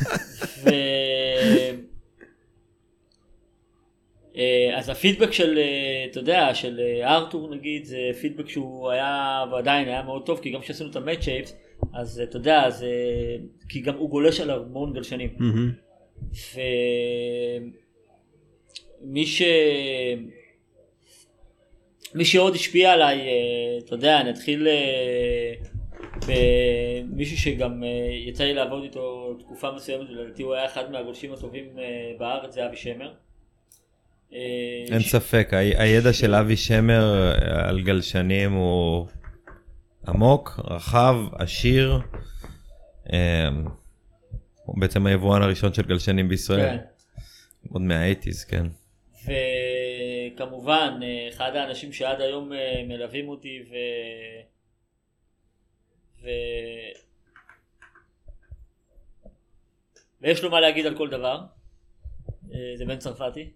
אז הפידבק של, אתה יודע, של ארתור נגיד, זה פידבק שהוא היה, ועדיין היה מאוד טוב, כי גם כשעשינו את המאט שייפס, אז אתה יודע, זה, כי גם הוא גולש על המון גלשנים. ומי ש... מי שעוד השפיע עליי, אתה יודע, נתחיל במישהו שגם יצא לי לעבוד איתו תקופה מסוימת, ולדעתי הוא היה אחד מהגולשים הטובים בארץ, זה אבי שמר. אין ספק, הידע של אבי שמר על גלשנים הוא עמוק, רחב, עשיר. הוא בעצם היבואן הראשון של גלשנים בישראל. עוד מה-שמונים, כן. וכמובן, אחד האנשים שעד היום מלווים אותי ו... ו... ויש לו מה להגיד על כל דבר, זה בן צרפתי.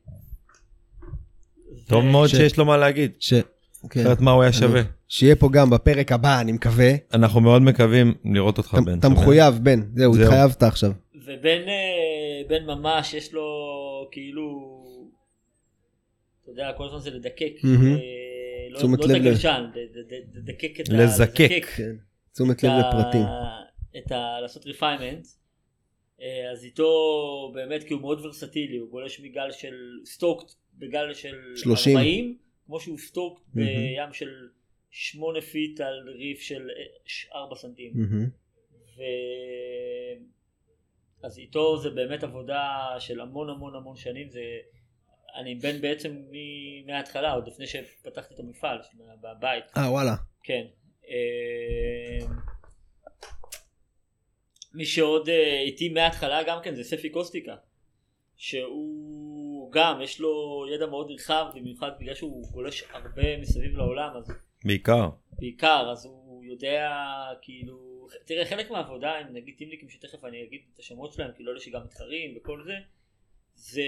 טוב מאוד שיש לו מה להגיד. אחרת מה הוא היה שווה. שיהיה פה גם בפרק הבא, אני מקווה. אנחנו מאוד מקווים לראות אותך בן. אתה מחויב, בן. זהו, התחייבת עכשיו. ובן ממש יש לו כאילו, אתה יודע, כל הזמן זה לדקק. לא את הגלשן, לדקק את ה... לזקק. תשומת לב לפרטים. לעשות ריפיימנט. אז איתו באמת, כי הוא מאוד ורסטילי, הוא גולש מגל של סטוקט בגל של ארבעים, כמו שהוא סטוקט בים של שמונה פיט על ריף של ארבע סנטים. אז איתו זה באמת עבודה של המון המון המון שנים. זה אני בן בעצם מההתחלה, עוד לפני שפתחתי את המפעל בבית. אה וואלה. כן. מי שעוד איתי מההתחלה גם כן זה ספי קוסטיקה, שהוא גם יש לו ידע מאוד רחב, במיוחד בגלל שהוא גולש הרבה מסביב לעולם. אז בעיקר בעיקר אז הוא יודע כאילו, תראה, חלק מהעבודה הם נגיד טימליקים שתכף אני אגיד את השמות שלהם, כאילו אלה שגם מתחרים וכל זה, זה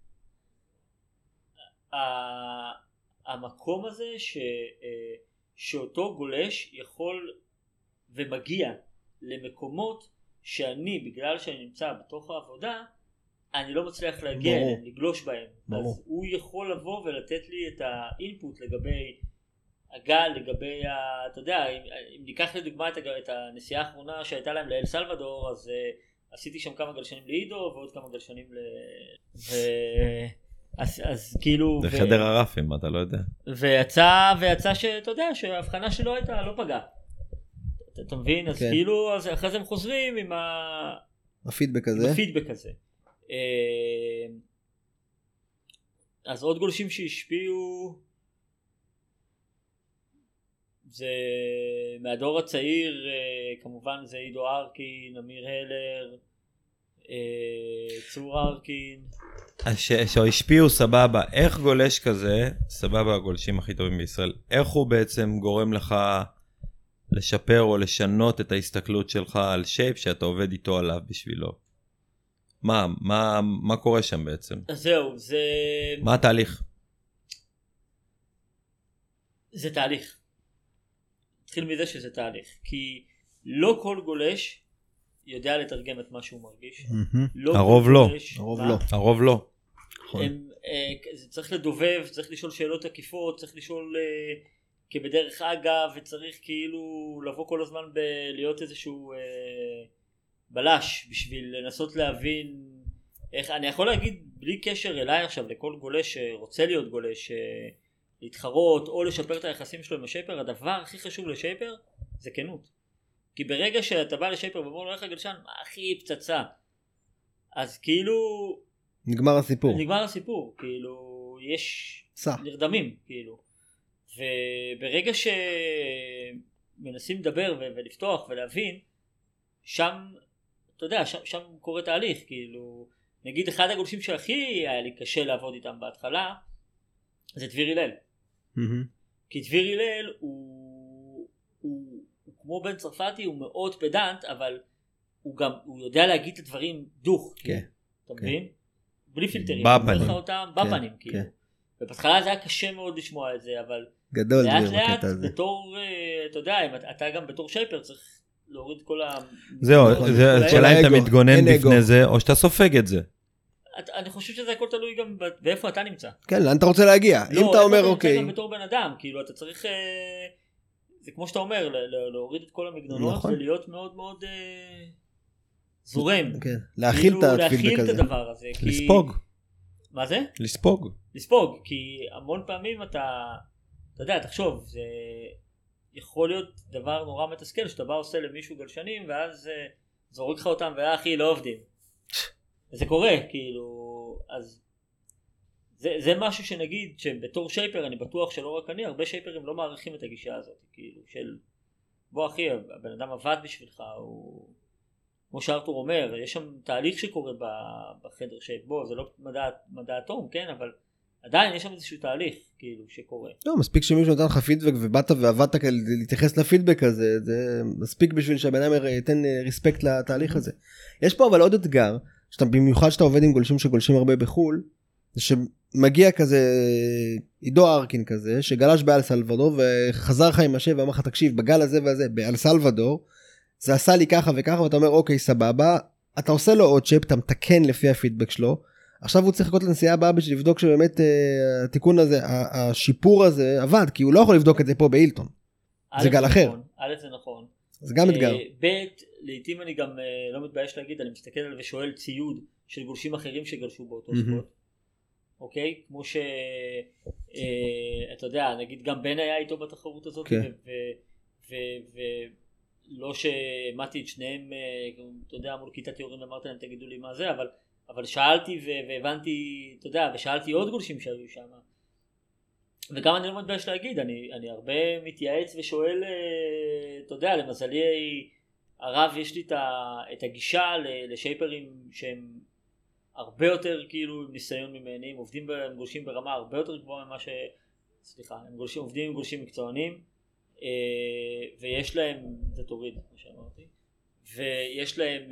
המקום הזה ש, שאותו גולש יכול ומגיע למקומות שאני, בגלל שאני נמצא בתוך העבודה, אני לא מצליח להגיע אליהם, לגלוש בהם. ברור. אז הוא יכול לבוא ולתת לי את האינפוט לגבי הגל, לגבי, ה, אתה יודע, אם, אם ניקח לדוגמה את, את הנסיעה האחרונה שהייתה להם לאל סלבדור, אז uh, עשיתי שם כמה גלשנים לאידו ועוד כמה גלשנים ל... ו... אז, אז כאילו... זה ו... חדר הרפים, אתה לא יודע. ויצא, ויצא שאתה יודע, שההבחנה שלו הייתה לא פגע. אתה, אתה מבין? אז כן. כאילו, אז אחרי זה הם חוזרים עם ה... הפידבק הזה. הפידבק הזה. אז עוד גולשים שהשפיעו, זה מהדור הצעיר, כמובן זה עידו ארקין, אמיר הלר, צור ארקין. שהשפיעו סבבה, איך גולש כזה, סבבה הגולשים הכי טובים בישראל, איך הוא בעצם גורם לך לשפר או לשנות את ההסתכלות שלך על שייפ שאתה עובד איתו עליו בשבילו? מה, מה, מה קורה שם בעצם? אז זהו, זה... מה התהליך? זה תהליך. התחיל מזה שזה תהליך, כי לא כל גולש יודע לתרגם את מה שהוא מרגיש. לא הרוב לא. גולש, הרוב לא. הרוב לא. הם, אה, זה צריך לדובב, צריך לשאול שאלות עקיפות, צריך לשאול אה, כבדרך אגב, וצריך כאילו לבוא כל הזמן בלהיות איזשהו... אה, בלש בשביל לנסות להבין איך, אני יכול להגיד בלי קשר אליי עכשיו לכל גולש שרוצה להיות גולש, להתחרות או לשפר את היחסים שלו עם השייפר, הדבר הכי חשוב לשייפר זה כנות. כי ברגע שאתה בא לשייפר ואומר לו איך הגלשן, מה הכי פצצה, אז כאילו נגמר הסיפור. נגמר הסיפור, כאילו יש סע. נרדמים כאילו. וברגע שמנסים לדבר ולפתוח ולהבין, שם אתה יודע, שם, שם קורה תהליך, כאילו, נגיד אחד הגולשים שהכי היה לי קשה לעבוד איתם בהתחלה, זה דביר הלל. Mm-hmm. כי דביר הלל הוא, הוא, הוא כמו בן צרפתי, הוא מאוד פדנט, אבל הוא גם, הוא יודע להגיד את הדברים דוך, כן. כאילו, אתה מבין? בלי פילטרים. בפנים. הוא אותם בפנים, כאילו. ובהתחלה זה היה קשה מאוד לשמוע את זה, אבל גדול לאט לאט, בתור, אתה יודע, אתה גם בתור שייפר צריך להוריד כל ה... זהו, השאלה אם אתה מתגונן בפני זה, או שאתה סופג את זה. אני חושב שזה הכל תלוי גם באיפה אתה נמצא. כן, לאן אתה רוצה להגיע? אם אתה אומר אוקיי. גם בתור בן אדם, כאילו אתה צריך, זה כמו שאתה אומר, להוריד את כל המגנונות ולהיות מאוד מאוד זורם. להכיל את הפידבק הזה. להכיל את הדבר הזה. לספוג. מה זה? לספוג. לספוג, כי המון פעמים אתה, אתה יודע, תחשוב, זה... יכול להיות דבר נורא מתסכל שאתה בא עושה למישהו גלשנים ואז uh, זורק לך אותם ואחי לא עובדים. זה קורה כאילו, אז זה, זה משהו שנגיד שבתור שייפר אני בטוח שלא רק אני, הרבה שייפרים לא מעריכים את הגישה הזאת, כאילו של בוא אחי, הבן אדם עבד בשבילך, הוא כמו שארתור אומר, יש שם תהליך שקורה בחדר שייפ, בוא זה לא מדע, מדע אטום, כן, אבל עדיין יש שם איזשהו תהליך כאילו שקורה. לא, מספיק שמישהו נתן לך פידבק ובאת ועבדת כדי להתייחס לפידבק הזה, זה מספיק בשביל שהבן אדם ייתן ריספקט לתהליך הזה. יש פה אבל עוד אתגר, שאתה, במיוחד שאתה עובד עם גולשים שגולשים הרבה בחול, זה שמגיע כזה עידו ארקין כזה, שגלש באל סלבדור וחזר לך עם השב ואמר לך תקשיב, בגל הזה והזה, באל סלבדור, זה עשה לי ככה וככה, ואתה אומר אוקיי סבבה, אתה עושה לו עוד שייפ, אתה מתקן לפי הפידבק שלו, עכשיו הוא צריך לחכות לנסיעה הבאה בשביל לבדוק שבאמת אה, התיקון הזה, השיפור הזה עבד, כי הוא לא יכול לבדוק את זה פה באילטון. זה גל אחר. נכון, א' זה נכון. זה גם אתגר. ב', לעתים אני גם אה, לא מתבייש להגיד, אני מסתכל על ושואל ציוד של גולשים אחרים שגלשו באותו ספורט. אוקיי? כמו ש... אה, אתה יודע, נגיד גם בן היה איתו בתחרות הזאת, ולא שמעתי את שניהם, אתה יודע, מול כיתת יורים, אמרתי להם תגידו לי מה זה, אבל אבל שאלתי והבנתי, אתה יודע, ושאלתי עוד גולשים שהיו שם. וגם אני לא מתבייש להגיד, אני, אני הרבה מתייעץ ושואל, אתה יודע, למזלי הרב יש לי את הגישה לשייפרים שהם הרבה יותר כאילו ניסיון ממני, הם עובדים, הם גולשים ברמה הרבה יותר גבוהה ממה ש... סליחה, הם גולשים, עובדים עם גולשים מקצוענים, ויש להם, זה תוריד, כמו שאמרתי, ויש להם...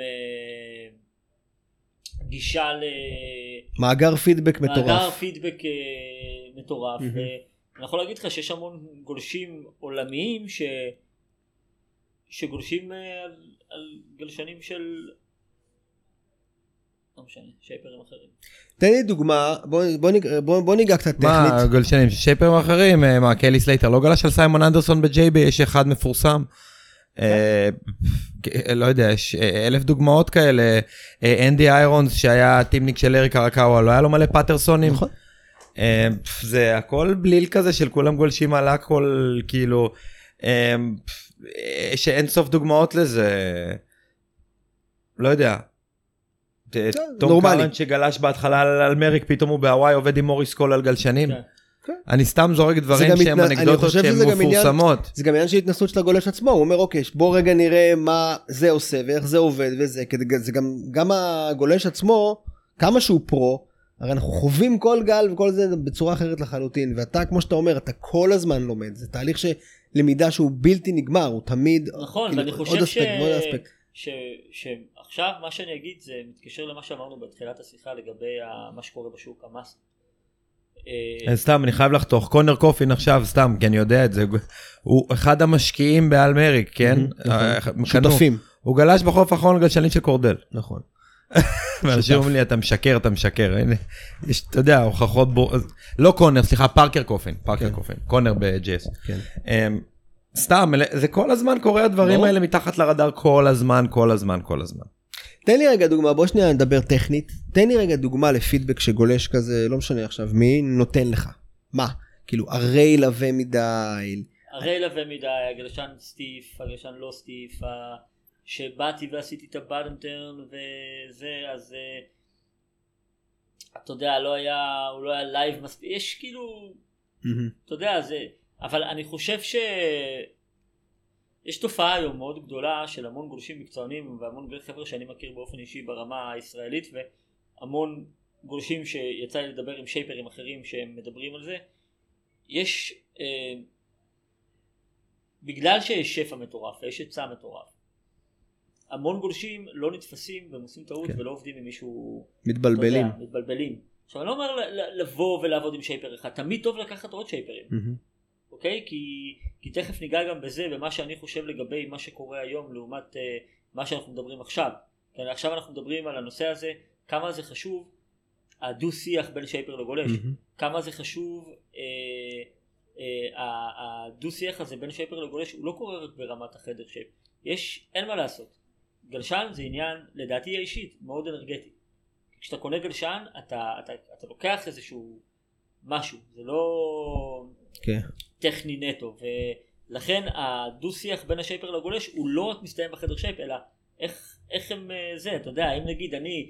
גישה ל... מאגר פידבק מטורף. מאגר פידבק מטורף. ואני יכול להגיד לך שיש המון גולשים עולמיים ש... שגולשים על, על גלשנים של... לא משנה, שייפרים אחרים. תן לי דוגמה, בוא, בוא, ניגע, בוא, בוא ניגע קצת טכנית. מה, גולשנים שייפרים אחרים? מה, קלי סלייטר לא גלש על סיימון אנדרסון בג'יי בי? יש אחד מפורסם. לא יודע, יש אלף דוגמאות כאלה. אנדי איירונס שהיה טימניק של אריק קרקאווה, לא היה לו מלא פטרסונים. נכון. זה הכל בליל כזה של כולם גולשים על הכל, כאילו, שאין סוף דוגמאות לזה. לא יודע. תום קארן שגלש בהתחלה על מריק, פתאום הוא בהוואי עובד עם מוריס קול על גלשנים. אני סתם זורק דברים שהם אנקדוטות שהן מפורסמות. זה גם עניין של התנסות של הגולש עצמו, הוא אומר אוקיי, בוא רגע נראה מה זה עושה ואיך זה עובד וזה, זה גם, גם הגולש עצמו, כמה שהוא פרו, הרי אנחנו חווים כל גל וכל זה בצורה אחרת לחלוטין, ואתה כמו שאתה אומר, אתה כל הזמן לומד, זה תהליך שלמידה שהוא בלתי נגמר, הוא תמיד, נכון, כאילו, ואני חושב עוד ש... אספקט, עוד אספקט. ש... שעכשיו מה שאני אגיד זה מתקשר למה שאמרנו בתחילת השיחה לגבי מה שקורה בשוק, המס. סתם, אני חייב לחתוך, קונר קופין עכשיו, סתם, כי אני יודע את זה, הוא אחד המשקיעים באל מריק, כן? שותפים. הוא גלש בחוף האחרון גלשנים של קורדל. נכון. ואנשים אומרים לי, אתה משקר, אתה משקר. יש, אתה יודע, הוכחות בו, לא קונר, סליחה, פארקר קופין, פארקר קופין, קונר בג'ס. סתם, זה כל הזמן קורה הדברים האלה מתחת לרדאר, כל הזמן, כל הזמן, כל הזמן. תן לי רגע דוגמה, בוא שנייה נדבר טכנית, תן לי רגע דוגמה לפידבק שגולש כזה, לא משנה עכשיו, מי נותן לך? מה? כאילו, הרי לווה מדי. הרי לווה מדי, הגלשן סטיף, הגלשן לא סטיף, שבאתי ועשיתי את הבאדם טרן וזה, אז אתה יודע, לא היה, הוא לא היה לייב מספיק, יש כאילו, אתה יודע, זה, אבל אני חושב ש... יש תופעה היום מאוד גדולה של המון גולשים מקצוענים והמון חבר'ה שאני מכיר באופן אישי ברמה הישראלית, והמון גולשים שיצא לי לדבר עם שייפרים אחרים שהם מדברים על זה. יש, אה, בגלל שיש שפע מטורף, יש היצע מטורף, המון גולשים לא נתפסים והם עושים טעות, כן. ולא עובדים עם מישהו... מתבלבלים. יודע, מתבלבלים. עכשיו אני לא אומר לבוא ולעבוד עם שייפר אחד, תמיד טוב לקחת עוד שייפרים. Mm-hmm. אוקיי? כי, כי תכף ניגע גם בזה, ומה שאני חושב לגבי מה שקורה היום, לעומת uh, מה שאנחנו מדברים עכשיו. כי עכשיו אנחנו מדברים על הנושא הזה, כמה זה חשוב, הדו-שיח בין שייפר לגולש. Mm-hmm. כמה זה חשוב, uh, uh, הדו-שיח הזה בין שייפר לגולש, הוא לא קורה רק ברמת החדר שייפ. יש, אין מה לעשות. גלשן זה עניין, לדעתי האישית, מאוד אנרגטי. כשאתה קונה גלשן, אתה, אתה, אתה לוקח איזשהו משהו. זה לא... כן. טכני נטו, ולכן הדו-שיח בין השייפר לגולש הוא לא רק מסתיים בחדר שייפ, אלא איך, איך הם זה, אתה יודע, אם נגיד אני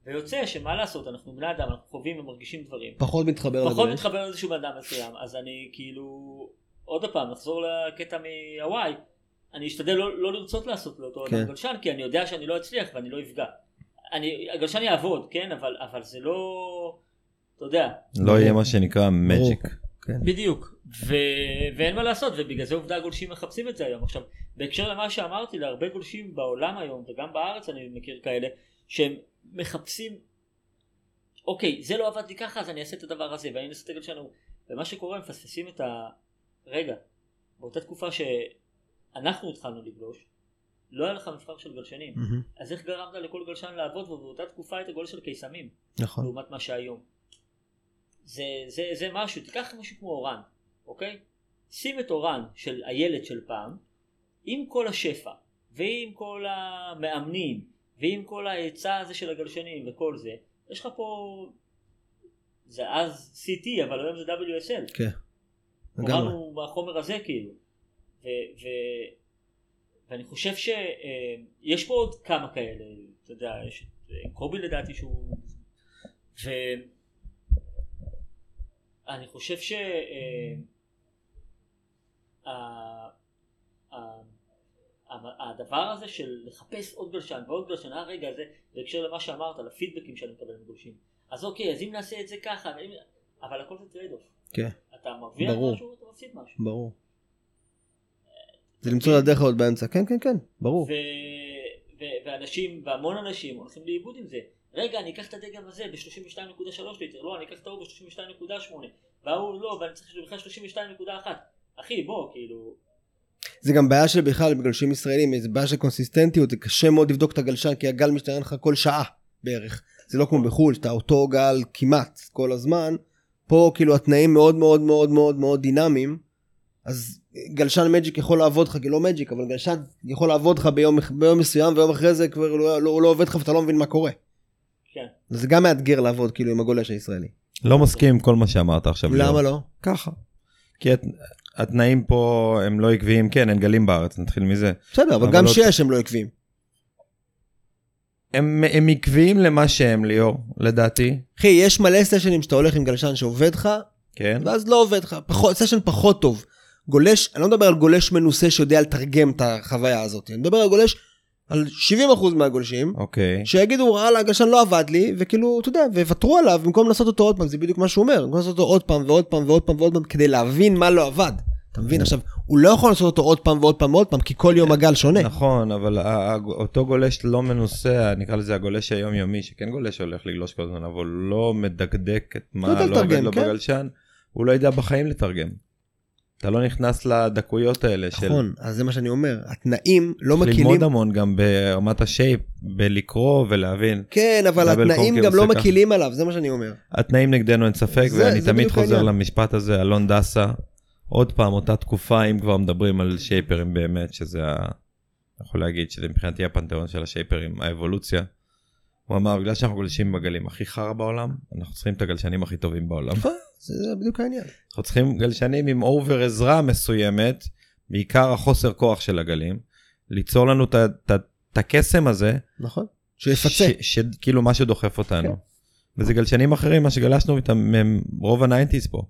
ויוצא שמה לעשות, אנחנו בני אדם, אנחנו חווים ומרגישים דברים. פחות מתחבר פחות לגולש. מתחבר לאיזשהו בן אדם מסוים, אז אני כאילו, עוד פעם, נחזור לקטע מהוואי, אני אשתדל לא, לא לרצות לעשות לאותו כן. אדם גלשן, כי אני יודע שאני לא אצליח ואני לא אפגע. אני, הגלשן יעבוד, כן, אבל, אבל זה לא, אתה יודע. לא יהיה מה שנקרא מג'יק. כן. בדיוק, ו... ואין מה לעשות, ובגלל זה עובדה הגולשים מחפשים את זה היום. עכשיו, בהקשר למה שאמרתי, להרבה גולשים בעולם היום, וגם בארץ אני מכיר כאלה, שהם מחפשים, אוקיי, זה לא עבד לי ככה, אז אני אעשה את הדבר הזה, ואני אעשה את הגלשן, ומה שקורה, הם מפספסים את ה... רגע, באותה תקופה שאנחנו התחלנו לגלוש, לא היה לך מבחר של גלשנים, Mm-hmm. אז איך גרמת לכל גלשן לעבוד, ובאותה תקופה היית גולש של קיסמים, נכון. לעומת מה שהיום. זה, זה, זה משהו, תיקח משהו כמו אורן, אוקיי? שים את אורן של הילד של פעם, עם כל השפע, ועם כל המאמנים, ועם כל ההיצע הזה של הגלשנים וכל זה, יש לך פה, זה אז סי טי, אבל היום זה דאבליו אס אל. כן. קראנו בחומר הזה כאילו. ו, ו, ואני חושב שיש פה עוד כמה כאלה, אתה יודע, יש קובי לדעתי שהוא, ו... אני חושב ש... הדבר הזה של לחפש עוד גלשן ועוד גלשן, אה רגע, זה בהקשר למה שאמרת, לפידבקים שאני מקבל מגולשים. אז אוקיי, אז אם נעשה את זה ככה, אבל הכל זה טרייד אוף. כן. אתה מרוויח משהו, אתה מפסיד משהו. ברור. זה למצוא לדרך עוד באמצע, כן, כן, כן, ברור. ואנשים, והמון אנשים הולכים לאיבוד עם זה. רגע, אני אקח את הדגם הזה ב-שלושים ושתיים נקודה שלוש ליטר, לא, אני אקח את ההוא ב-שלושים ושתיים נקודה שמונה, והוא לא, ואני צריך בכלל שלושים ושתיים נקודה אחת. אחי, בוא, כאילו... זה גם בעיה של בכלל בגלשים ישראלים, זה בעיה של קונסיסטנטיות, זה קשה מאוד לבדוק את הגלשן, כי הגל משתנה לך כל שעה בערך. זה לא כמו בחול, שאתה אותו גל כמעט כל הזמן, פה כאילו התנאים מאוד מאוד מאוד מאוד מאוד דינמיים, אז גלשן מג'יק יכול לעבוד לך, כי לא מג'יק, אבל גלשן יכול לעבוד לך ביום, ביום מסוים, ויום אחרי זה כבר לא, לא, לא עובד לך ואתה לא מבין מה קורה. כן. זה גם מאתגר לעבוד כאילו עם הגולש הישראלי. לא מסכים עם כל מה שאמרת עכשיו. למה לא? ככה. כי התנאים פה הם לא עקביים, כן, אין גלים בארץ, נתחיל מזה. בסדר, אבל גם שיש הם לא עקביים. הם, הם עקביים למה שהם, ליאור, לדעתי. אחי, יש מלא סשנים שאתה הולך עם גלשן שעובד לך, כן. ואז לא עובד לך, פחות, סשן פחות טוב. גולש, אני לא מדבר על גולש מנוסה שיודע לתרגם את החוויה הזאת, אני מדבר על גולש, על שבעים אחוז מהגולשים, אוקיי. שיגידו, וואלה, הגלשן לא עבד לי, וכאילו, אתה יודע, וותרו עליו, במקום לעשות אותו עוד פעם, זה בדיוק מה שהוא אומר, במקום לעשות אותו עוד פעם ועוד פעם ועוד פעם ועוד פעם, כדי להבין מה לא עבד. אתה מבין? עכשיו, הוא לא יכול לעשות אותו עוד פעם ועוד פעם ועוד פעם, כי כל יום הגל שונה. נכון, אבל אותו גולש לא מנוסה, נקרא לזה הגולש היומיומי, שכן גולש הולך לגלוש כל הזמן, אבל לא מדקדק את מה לא עובד לו בגלשן, הוא לא ידע בחיים לתרגם. אתה לא נכנס לדקויות האלה של... נכון, אז זה מה שאני אומר, התנאים לא מקילים... ללמוד המון גם ברמת השייפ, בלקרוא ולהבין. כן, אבל התנאים גם לא מקילים עליו, זה מה שאני אומר. התנאים נגדנו אין ספק, ואני תמיד חוזר למשפט הזה, אלון דסה, עוד פעם, אותה תקופה, אם כבר מדברים על שייפרים באמת, שזה, אני יכול להגיד שזה מבחינתי הפנתיאון של השייפרים, האבולוציה. הוא אמר, בגלל שאנחנו גולשים בגלים הכי חרא בעולם, אנחנו צריכים את הגלשנים הכי טובים בעולם. זה בדיוק העניין. אנחנו צריכים גלשנים עם אובר עזרה מסוימת, בעיקר החוסר כוח של הגלים, ליצור לנו את הקסם הזה. נכון. שיפצה. שכאילו מה שדוחף אותנו. וזה גלשנים אחרים, מה שגלשנו איתם, הם רוב הניינטיז פה.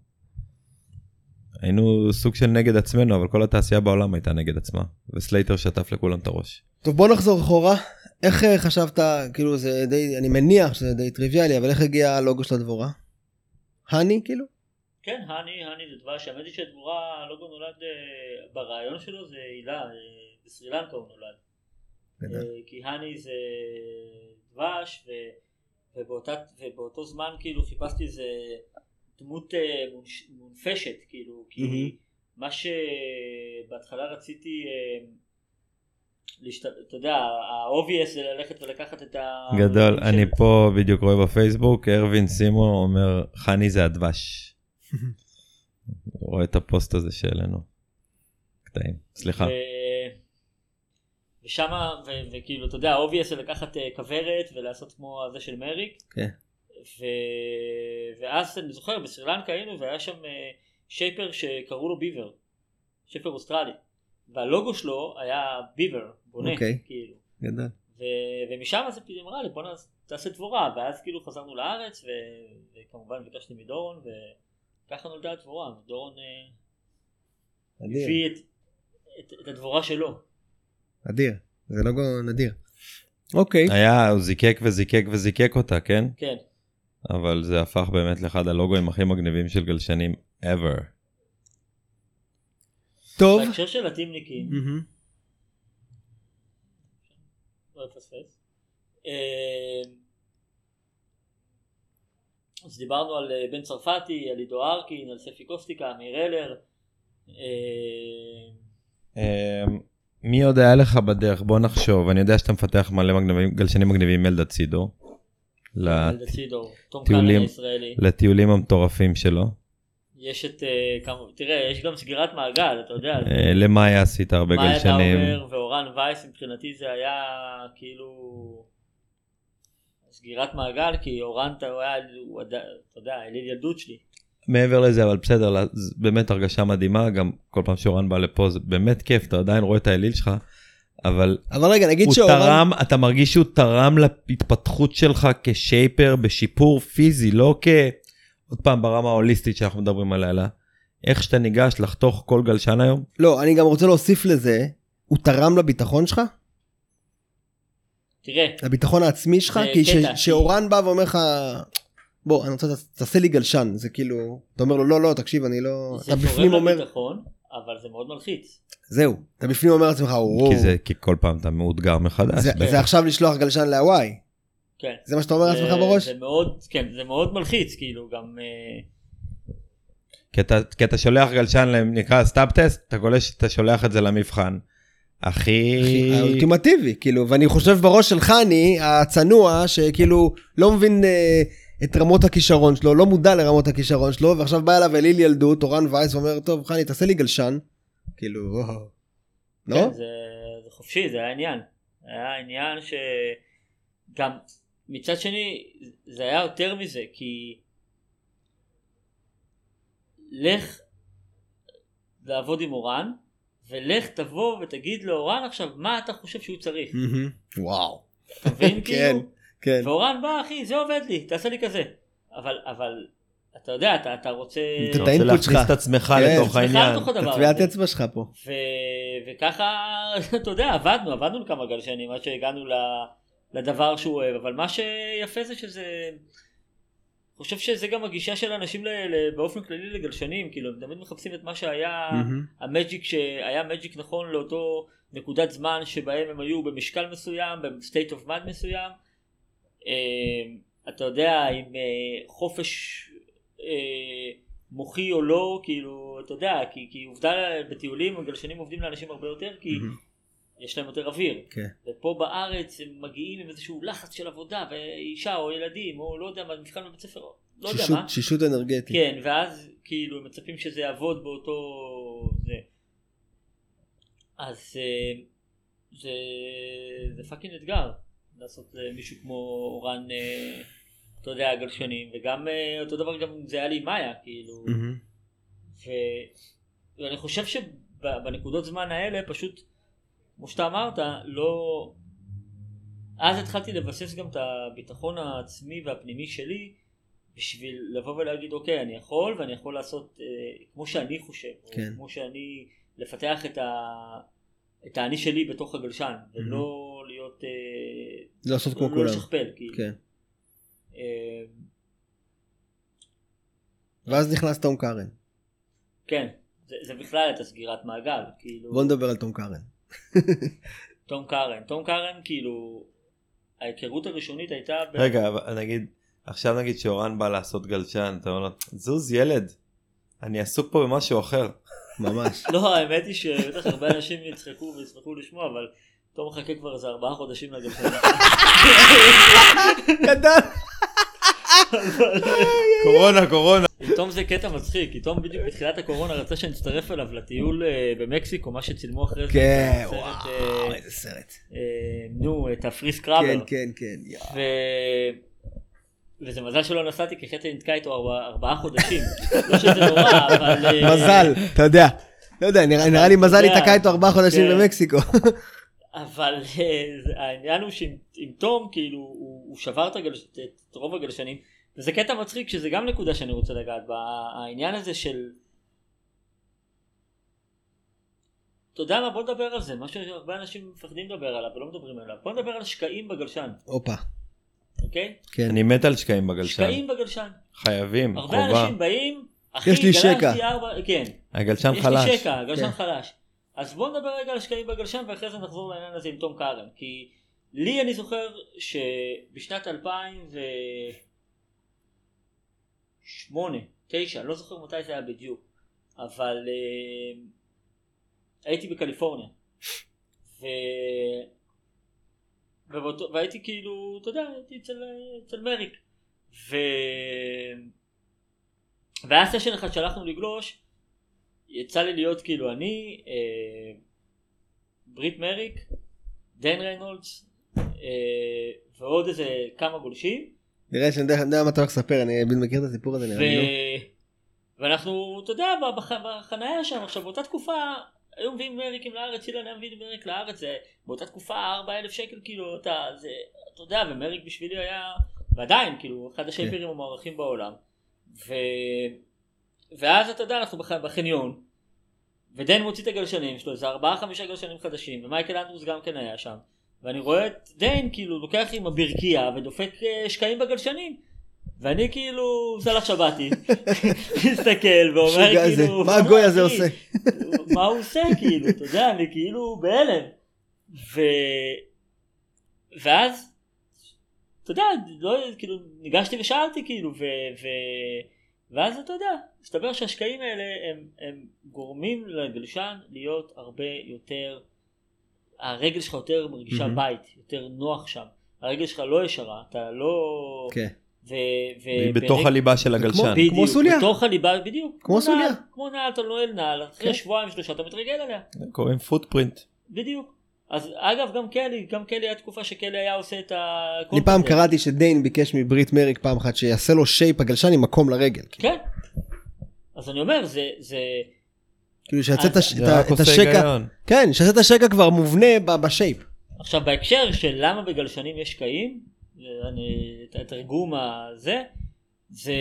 היינו סוג של נגד עצמנו, אבל כל התעשייה בעולם הייתה נגד עצמה. וסלייטר שטף לכולם את הראש. טוב, בוא נחזור אחורה. איך חשבת, כאילו זה די, אני מניח שזה די טריוויאלי, אבל איך הגיע הלוגו של הדבורה? הני, כאילו? כן, הני, הני זה דבש. האמת היא שהדבורה, הלוגו נולד ברעיון שלו, זה הילה, בסרילנקה הוא נולד. כי הני זה דבש, ובאותו זמן כאילו חיפשתי איזה דמות מונפשת, כאילו, כי מה שבהתחלה רציתי... אתה יודע, ה-obvious זה ללכת ולקחת את ה... גדול, אני פה בדיוק רואה בפייסבוק, ארווין סימו אומר, חני זה הדבש. רואה את הפוסט הזה שאלינו. קטעים, סליחה. ושמה, וכאילו, אתה יודע, ה-obvious זה לקחת כוורת ולעשות כמו הזה של מריק. כן. ואז אני זוכר, בסרילנקה היינו, והיה שם שייפר שקראו לו ביבר. שייפר אוסטרלי. והלוגו שלו היה ביבר, בונה, okay. כאילו. גדל. ו- ומשם זה פתאום אמרה לי, בוא נעשה, תעשה דבורה, ואז כאילו חזרנו לארץ, ו- וכמובן ביקשתי מדורון, וככה נולדה הדבורה, ודורון אה, אדיר. הביא את, את, את הדבורה שלו. אדיר, זה לוגו נדיר. אוקיי. היה, הוא זיקק וזיקק וזיקק אותה, כן? כן. אבל זה הפך באמת לאחד הלוגוים הכי מגניבים של גלשנים ever. טוב. בהקשר של הטימניקים, מהמם. לא אפספס. אה, אז דיברנו על אה, בן צרפתי, על עידו ארקין, על ספי קוסטיקה, אמיר אלר. אה, מי עוד היה לך בדרך? בוא נחשוב. אני יודע שאתה מפתח מלא מגניבים, גלשנים מגניבים אלדד סידור. אלדד סידור, תום טיולים- קאנן הישראלי. לטיולים המטורפים שלו. יש את, אה, כמה, תראה, יש גם סגירת מעגל, אתה יודע. זה- אה, למאיה עשית הרבה מאיה גלשנים. טאובר ואורן וייס, מבחינתי זה היה כאילו סגירת מעגל, כי אורן הוא היה, הוא עד- אתה יודע, יליד ילדות שלי. מעבר לזה, אבל בסדר, זה באמת הרגשה מדהימה, גם כל פעם שאורן בא לפה, זה באמת כיף, אתה עדיין רואה את האליל שלך, אבל אבל רגע, נגיד הוא שאורן... תרם, אתה מרגיש שהוא תרם להתפתחות שלך כשייפר, בשיפור פיזי, לא כ... עוד פעם ברמה ההוליסטית שאנחנו מדברים עליה, אלא איך שאתה ניגש לחתוך כל גלשן היום? לא, אני גם רוצה להוסיף לזה, הוא תרם לביטחון שלך? תראה, לביטחון העצמי שלך? זה כי ש- קטע, כי- שאורן בא ואומר לך, בוא, אני רוצה, תעשה לי גלשן, זה כאילו, אתה אומר לו, לא, לא, תקשיב, אני לא... זה אתה בפנים תורם אומר, לביטחון, אבל זה מאוד מלחיץ. זהו, אתה בפנים אומר לעצמך, וואו, כי זה, כי כל פעם אתה מאותגר מחדש. זה- בטח. זה עכשיו לשלוח גלשן להוואי. כן. זה מה שאתה אומר לעצמך בראש? זה מאוד, כן, זה מאוד מלחיץ, כאילו, גם... אה, כי אתה, כי אתה שולח גלשן, להם, נקרא סטאפ טסט, אתה גולש, אתה שולח את זה למבחן. הכי... האולטימטיבי, כאילו, ואני חושב בראש של חני, הצנוע, שכאילו לא מבין אה, את רמות הכישרון שלו, לא מודע לרמות הכישרון שלו, ועכשיו בא אליו אליל ילדות, אורן וייס, ואומר, טוב, חני, תעשה לי גלשן. כאילו, וואו. לא? כן, זה, זה חופשי, זה היה עניין. היה עניין שגם מצד שני, זה היה יותר מזה, כי לך לעבוד עם אורן, ולך תבוא ותגיד לאורן עכשיו מה אתה חושב שהוא צריך. מהמם. וואו. אתה מבין כן, כאילו? כן. ואורן בא אחי, זה עובד לי, תעשה לי כזה. אבל, אבל, אתה יודע, אתה, אתה רוצה... אתה אתה רוצה האינפוט להכניס שלך. את עצמך כן. לתוך עצמך העניין. לתוך הדבר תטביעת הזה. אצבע שלך פה. ו... וככה, אתה יודע, עבדנו, עבדנו לכמה גלשנים עד שהגענו ל... לדבר שהוא אוהב, אבל מה שיפה זה שזה... אני חושב שזה גם הגישה של אנשים ל... ל... באופן כללי לגלשנים, כאילו הם תמיד מחפשים את מה שהיה מהמם. המג'יק, שהיה מג'יק נכון לאותו נקודת זמן שבהם הם היו במשקל מסוים, בסטייט אוף מד מסוים. אתה יודע, עם חופש מוחי או לא, כאילו, אתה יודע, כי, כי עובדה בטיולים, הגלשנים עובדים לאנשים הרבה יותר, כי מהמם. יש להם יותר אוויר. כן. ופה בארץ הם מגיעים עם איזשהו לחץ של עבודה, ואישה או ילדים, או לא יודע מה, מבחן בבית ספר, לא יודע שישות- מה. שישות אנרגטית. כן, ואז כאילו הם מצפים שזה יעבוד באותו... זה. אז אה, זה, זה פאקינג אתגר לעשות למישהו כמו אורן, אה, אתה יודע, גלשנים, וגם אה, אותו דבר גם זה היה לי עם מאיה, כאילו, מהמם. ו... ואני חושב שבנקודות זמן האלה פשוט, כמו שאתה אמרת, לא... אז התחלתי לבסס גם את הביטחון העצמי והפנימי שלי, בשביל לבוא ולהגיד, אוקיי, אני יכול, ואני יכול לעשות אה, כמו שאני חושב, כן. או כמו שאני, לפתח את, ה... את האני שלי בתוך הגלשן, ולא להיות... אה, לא לעשות כמו לא כולם. לשכפל, כאילו. כן. אה, ואז נכנס תום קארן. כן, זה, זה בכלל את הסגירת מעגל, כאילו... בוא נדבר על תום קארן. תום קארן, תום קארן, כאילו, ההיכרות הראשונית הייתה... ב... רגע, אבל נגיד, עכשיו נגיד שאורן בא לעשות גלשן, אתה אומר לו, זוז ילד, אני עסוק פה במשהו אחר. ממש. לא, האמת היא שבטח הרבה אנשים יצחקו וישמחו לשמוע, אבל תום מחכה כבר איזה ארבעה חודשים לגלשן. גדל. קורונה, קורונה. עם תום זה קטע מצחיק, כי תום בדיוק בתחילת הקורונה רצה שנצטרף אליו לטיול אה, במקסיקו, מה שצילמו אחרי זה. כן, הסרט, וואו, אה, איזה סרט. אה, נו, את הפריס קראבר. כן, כן, כן. יאו. ו... וזה מזל שלא נסעתי, כי חטא נתקע איתו ארבע, ארבעה חודשים. לא שזה נורא, אבל... אה, מזל, אתה יודע. לא יודע, נראה נראה לי מזל אתה יודע, להתקע איתו ארבעה חודשים כן. במקסיקו. אבל העניין הוא שעם תום, כאילו, הוא שבר את רוב הגלשנים, וזה קטע מצחיק, שזה גם נקודה שאני רוצה לגעת בה, העניין הזה של... אתה יודע מה, בוא נדבר על זה, מה שהרבה אנשים מפחדים לדבר עליו ולא מדברים עליו. בוא נדבר על שקעים בגלשן. אופה. אוקיי? כן. אני מת על שקעים בגלשן. שקעים בגלשן. חייבים, חובה. הרבה אנשים באים, אחי, יש לי שקע. ארבע... כן. הגלשן חלש. יש לי שקע, הגלשן כן. חלש. אז בוא נדבר רגע על שקעים בגלשן, ואחרי זה נחזור לעניין הזה עם תום קארן. כי לי אני זוכר שבשנת אלפיים ושמונה, תשע, אני לא זוכר מתי זה היה בדיוק, אבל... הייתי בקליפורניה ו... ובאותו... והייתי כאילו, אתה יודע, הייתי אצל, אצל מריק ו... והיה סשן אחד שהלכנו לגלוש, יצא לי להיות כאילו אני, אה... ברית מריק, דן ריינולדס אה... ועוד איזה כמה גולשים. נראה שאני יודע מה אתה הולך לספר, אני מכיר את הסיפור הזה, נראה לי לא. ואנחנו, אתה יודע, בח... בחנייה שם, עכשיו באותה תקופה, היו מביאים מריקים לארץ, אילן היה מביא מריק לארץ, זה באותה תקופה ארבע אלף שקל, כאילו, אתה, זה, אתה יודע, ומריק בשבילי היה, ועדיין, כאילו, אחד השייפרים המוערכים בעולם, ו... ואז אתה יודע, אנחנו בח... בחניון, ודן מוציא את הגלשנים שלו, זה ארבעה חמישה גלשנים חדשים, ומייקל אנדרוס גם כן היה שם, ואני רואה את דן, כאילו, לוקח עם הברכייה, ודופק שקעים בגלשנים, ואני כאילו, סלח שבתי, מסתכל ואומר כאילו, מה הגוי הזה עושה? מה הוא עושה כאילו, אתה יודע, אני כאילו בהלם. ו... ואז, אתה יודע, לא, כאילו, ניגשתי ושאלתי כאילו, ו... ו... ואז אתה יודע, מסתבר שהשקעים האלה הם, הם גורמים לגלשן להיות הרבה יותר, הרגל שלך יותר מרגישה בית, יותר נוח שם. הרגל שלך לא ישרה, אתה לא... כן. והיא בתוך הליבה של הגלשן. כמו סוליה. בתוך הליבה, בדיוק. כמו סוליה. כמו נעל, אתה נועל נעל, אחרי שבועיים שלושה אתה מתרגל עליה. קוראים פוטפרינט. בדיוק. אז אגב גם קלי, גם קלי היה תקופה שקלי היה עושה את ה... אני פעם קראתי שדיין ביקש מברית מריק פעם אחת שיעשה לו שייפ הגלשן עם מקום לרגל. כן. אז אני אומר, זה... כאילו שיצא את השקע, כן, שיצא את השקע כבר מובנה בשייפ. עכשיו בהקשר של למה בגלשנים יש שקעים, אני, את התרגום הזה, זה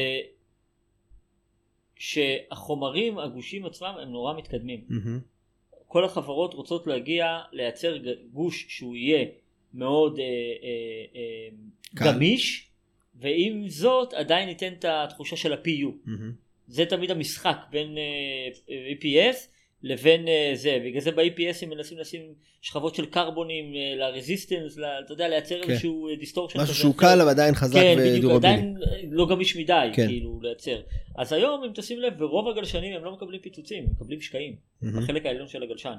שהחומרים הגושים עצמם הם נורא מתקדמים. Mm-hmm. כל החברות רוצות להגיע, לייצר גוש שהוא יהיה מאוד אה, אה, אה, גמיש, ועם זאת עדיין ניתן את התחושה של ה-פי יו. Mm-hmm. זה תמיד המשחק בין אה, אי פי אס לבין זה, בגלל זה ב-אי פי אס הם מנסים לשים שכבות של קרבונים לרזיסטנס, אתה יודע, לייצר איזשהו דיסטורשן. משהו שהוא קל אבל עדיין חזק ודורבילי. כן, עדיין לא גמיש מדי, כאילו, לייצר. אז היום, אם תשים לב, ברוב הגלשנים הם לא מקבלים פיצוצים, הם מקבלים שקעים, בחלק העליון של הגלשן.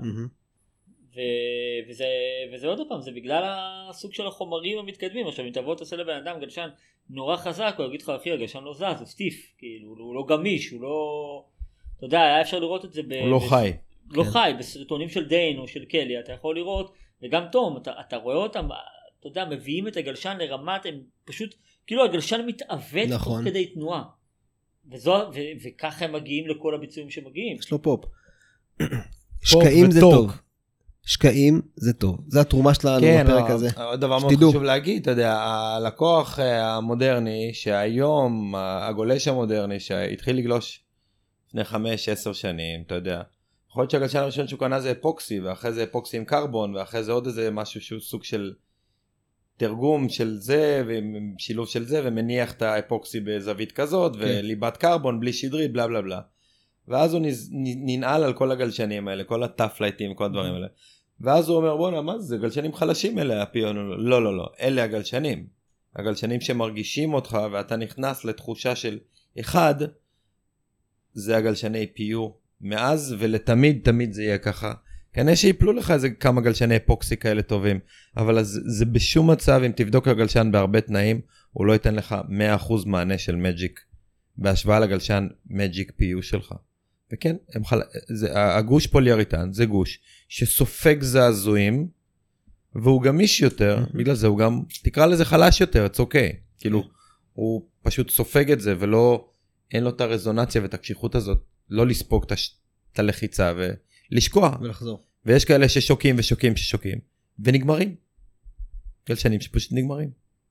וזה עוד פעם, זה בגלל הסוג של החומרים המתקדמים. עכשיו, אם תבוא תעשה לבן אדם גלשן נורא חזק, הוא יגיד לך, אחי, הגלשן לא זז, הוא סטיף, כאילו, הוא לא גמיש, הוא לא... אתה יודע, היה אפשר לראות את זה ב... הוא לא חי. לא חי, בסרטונים של דיין או של קלי, אתה יכול לראות, וגם תום, אתה, אתה רואה אותם, אתה יודע, מביאים את הגלשן לרמת, הם פשוט, כאילו הגלשן מתעוות תוך כדי תנועה. וזו, ו, וככה הם מגיעים לכל הביצועים שמגיעים. יש לו פופ. שקעים זה טוב. שקעים זה טוב. זה התרומה שלנו בפרק הזה. כן, עוד דבר מאוד חשוב להגיד, אתה יודע, הלקוח המודרני, שהיום, הגולש המודרני, שהתחיל לגלוש לפני חמש, עשר שנים, אתה יודע. יכול להיות שהגלשן הראשון שהוא קנה זה אפוקסי, ואחרי זה אפוקסי עם קרבון, ואחרי זה עוד איזה משהו שהוא סוג של תרגום של זה, ושילוב של זה, ומניח את האפוקסי בזווית כזאת, וליבת קרבון בלי שדרית, בלה בלה בלה. ואז הוא ננעל על כל הגלשנים האלה, כל הטאפלייטים, כל הדברים האלה. ואז הוא אומר, בוא'נה, מה זה? גלשנים חלשים אלה, הפיון. לא, לא, לא. אלה הגלשנים. הגלשנים שמרגישים אותך, ואתה נכנס לתחושה של אחד, זה הגלשני פי יו. מאז ולתמיד, תמיד זה יהיה ככה. כנראה שיפלו לך איזה כמה גלשני אפוקסי כאלה טובים. אבל אז, זה בשום מצב, אם תבדוק הגלשן בהרבה תנאים, הוא לא ייתן לך מאה אחוז מענה של מג'יק. בהשוואה לגלשן מג'יק פי יו שלך. וכן, חל... זה, הגוש פוליאריטן זה גוש שסופג זעזועים, והוא גמיש יותר, mm-hmm. בגלל זה הוא גם, תקרא לזה חלש יותר, it's okay. כאילו, mm-hmm. הוא פשוט סופג את זה, ולא, אין לו את הרזונציה ואת הקשיחות הזאת, לא לספוג את, הש... את הלחיצה ולשקוע. ולחזור. ויש כאלה ששוקים ושוקים ששוקים, ונגמרים. גלשנים שפשוט נגמרים.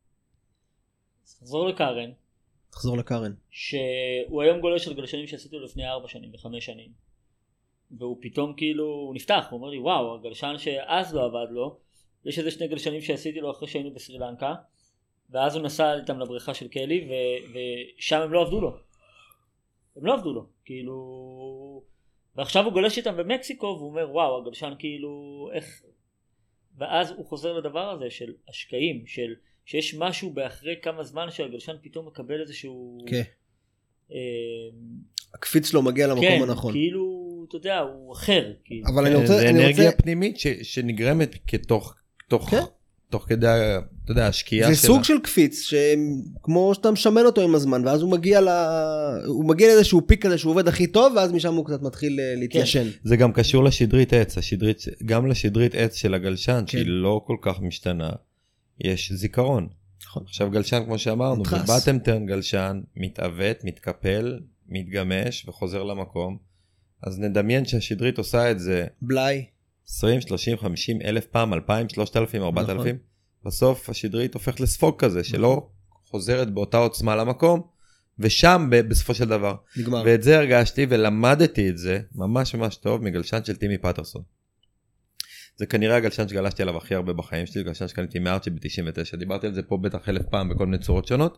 תחזור לקארן, תחזור לקארן. שהוא היום גולש של גלשנים שעשיתי לו לפני ארבע שנים וחמש שנים. והוא פתאום כאילו, הוא נפתח, הוא אומר לי, וואו, הגלשן שאז לא עבד לו, יש איזה שני גלשנים שעשיתי לו אחרי שהיינו בסרילנקה, ואז הוא נסע איתם לבריכה של קלי, ו- ושם הם לא עבדו לו. הם לא עבדו לו, כאילו... ועכשיו הוא גולש איתם במקסיקו, והוא אומר, וואו, הגלשן כאילו, איך... ואז הוא חוזר לדבר הזה של השקעים, של שיש משהו באחרי כמה זמן שהגלשן פתאום מקבל איזשהו... כן. אה, הקפיץ שלו מגיע למקום כן, הנכון. כאילו, אתה יודע, הוא אחר. כאילו. אבל אני רוצה... זה אני אנרגיה רוצה... פנימית ש- שנגרמת כתוך, תוך, כן. תוך כדי, אתה יודע, השקיעה זה שלה. סוג של קפיץ, שכמו שאתה משמן אותו עם הזמן, ואז הוא מגיע ל... הוא מגיע לאיזשהו פיק כזה שהוא עובד הכי טוב, ואז משם הוא קצת מתחיל אה, להתיישן. זה גם קשור לשדרית עץ, השדרית, גם לשדרית עץ של הגלשן, כן. שהיא לא כל כך משתנה, יש זיכרון. נכון. עכשיו גלשן, כמו שאמרנו, נדחס. בבטם טרן גלשן, מתעוות, מתקפל, מתגמש וחוזר למקום. אז נדמיין שהשדרית עושה את זה בלי. עשרים, שלושים, חמישים אלף פעם, אלפיים, שלושת אלפים, ארבעת אלפים. בסוף השדרית הופכת לספוג כזה, שלא חוזרת באותה עוצמה למקום, ושם ב- בסופו של דבר. נגמר. ואת זה הרגשתי ולמדתי את זה ממש ממש טוב מגלשן של טימי פטרסון. זה כנראה הגלשן שגלשתי עליו הכי הרבה בחיים שלי, גלשן שקניתי מארצ'י ב-תשעים ותשע, דיברתי על זה פה בטח אלף פעם בכל מיני צורות שונות.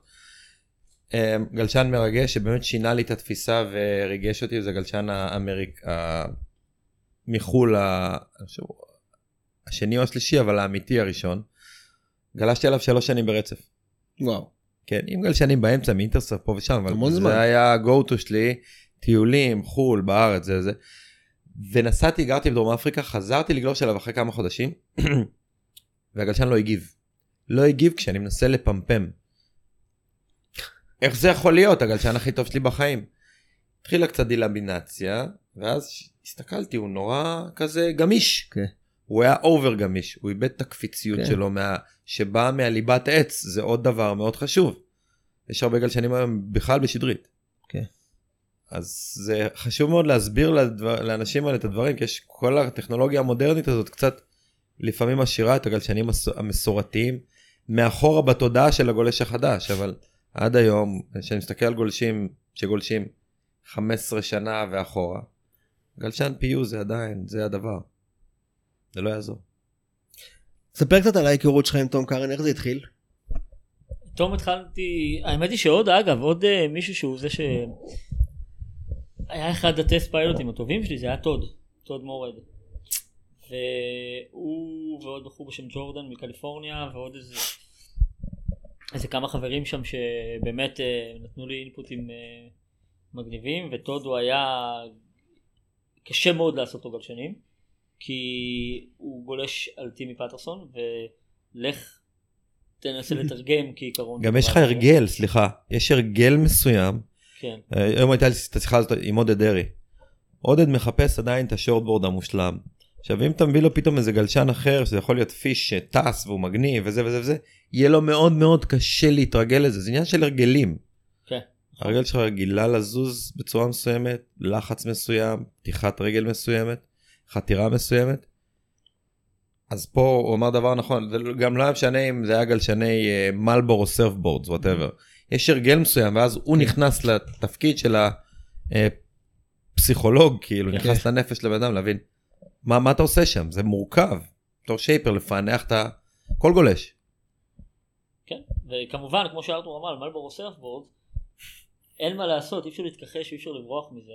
גלשן מרגש שבאמת שינה לי את התפיסה וריגש אותי, זה גלשן האמריק, מחול, השני או השלישי, אבל האמיתי הראשון. גלשתי עליו שלוש שנים ברצף. וואו. כן, עם גלשנים באמצע, מאינטרסף פה ושם, המון אבל זמן. זה היה ה-go-to שלי, טיולים, חול, בארץ, זה זה. ונסעתי, גרתי בדרום אפריקה, חזרתי לגלוש עליו אחרי כמה חודשים, והגלשן לא הגיב. לא הגיב כשאני מנסה לפמפם. איך זה יכול להיות? הגלשן הכי טוב שלי בחיים. התחילה קצת דילמינציה, ואז הסתכלתי, הוא נורא כזה גמיש. כן. הוא היה אובר גמיש, הוא איבד את הקפיציות כן. שלו, מה, שבאה מהליבת עץ, זה עוד דבר מאוד חשוב. יש הרבה גלשנים היום בכלל בשדרית. כן. אז זה חשוב מאוד להסביר לדבר, לאנשים האלה את הדברים, כי יש כל הטכנולוגיה המודרנית הזאת קצת לפעמים משאירה את הגלשנים המסורתיים מאחורה בתודעה של הגולש החדש, אבל עד היום, כשאני מסתכל על גולשים שגולשים חמש עשרה שנה ואחורה, גלשן פיו זה עדיין, זה הדבר. זה לא יעזור. ספר קצת על ההיכרות שלך עם תום קארן, איך זה התחיל? תום התחלתי, האמת היא שעוד אגב, עוד uh, מישהו שהוא זה ש... היה אחד הטסט פיילוטים הטובים שלי, זה היה טוד, טוד מורד. והוא ועוד בחור בשם ג'ורדן מקליפורניה, ועוד איזה, איזה כמה חברים שם שבאמת uh, נתנו לי אינפוטים uh, מגניבים, וטוד הוא היה קשה מאוד לעשות אותו גלשנים, כי הוא גולש על טימי פטרסון, ולך תנסה לתרגם כעיקרון. גם יש לך הרגל, סליחה, יש הרגל מסוים. כן. היום הייתה לי את השיחה הזאת עם עודד דרי. עודד מחפש עדיין את השורטבורד המושלם. עכשיו אם אתה מביא לו פתאום איזה גלשן אחר, שזה יכול להיות פיש שטס והוא מגניב וזה וזה וזה, יהיה לו מאוד מאוד קשה להתרגל לזה. זה עניין של הרגלים. כן. הרגל שלך רגילה לזוז בצורה מסוימת, לחץ מסוים, פתיחת רגל מסוימת, חתירה מסוימת. אז פה הוא אמר דבר נכון, זה גם לא היה משנה אם זה היה גלשני מלבור או סרפבורדס, whatever. יש הרגל מסוים, ואז הוא נכנס לתפקיד של הפסיכולוג, כאילו, נכנס לנפש לבן אדם, להבין, מה, מה אתה עושה שם? זה מורכב. בתור שייפר לפענח את כל גולש. כן, וכמובן, כמו שארתור אמר, מלבור או סרפבורדס, אין מה לעשות, אי אפשר להתכחש, אי אפשר לברוח מזה.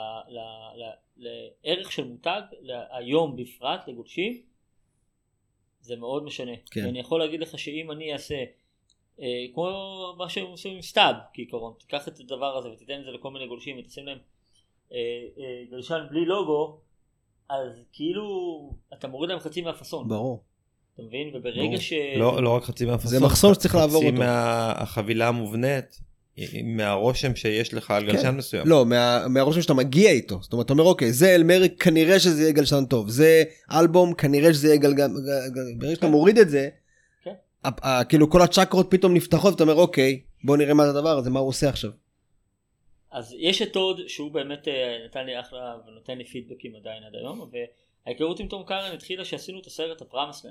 לערך של מותג, היום בפרט, לגולשים, זה מאוד משנה. כן. ואני יכול להגיד לך שאם אני אעשה, אה, כמו מה שהם עושים עם סטאב, כעיקרון, תיקח את הדבר הזה ותיתן את זה לכל מיני גולשים, ותשים להם אה, אה, גלשן בלי לוגו, אז כאילו אתה מוריד להם חצי מהפסון. ברור. אתה מבין? וברגע ברור. ש... לא, לא רק חצי מהפסון. זה מחסום שצריך לעבור אותו. חצי מהחבילה המובנית, מהרושם שיש לך על גלשן מסוים. לא, מה, מהרושם שאתה מגיע איתו. זאת אומרת, אתה אומר, אוקיי, זה אלמריק, כנראה שזה יהיה גלשן טוב. זה אלבום, כנראה שזה יהיה גלגל... ברגע שאתה מוריד את זה, כן. כאילו כל הצ'קרות פתאום נפתחות, ואתה אומר, אוקיי, בוא נראה מה זה הדבר הזה, מה הוא עושה עכשיו. אז יש את טוד, שהוא באמת נתן לי אחלה, ונותן לי פידבקים עדיין עד היום, וההיכרות עם תום קארן התחילה שעשינו את הסרט הפרמסלנד.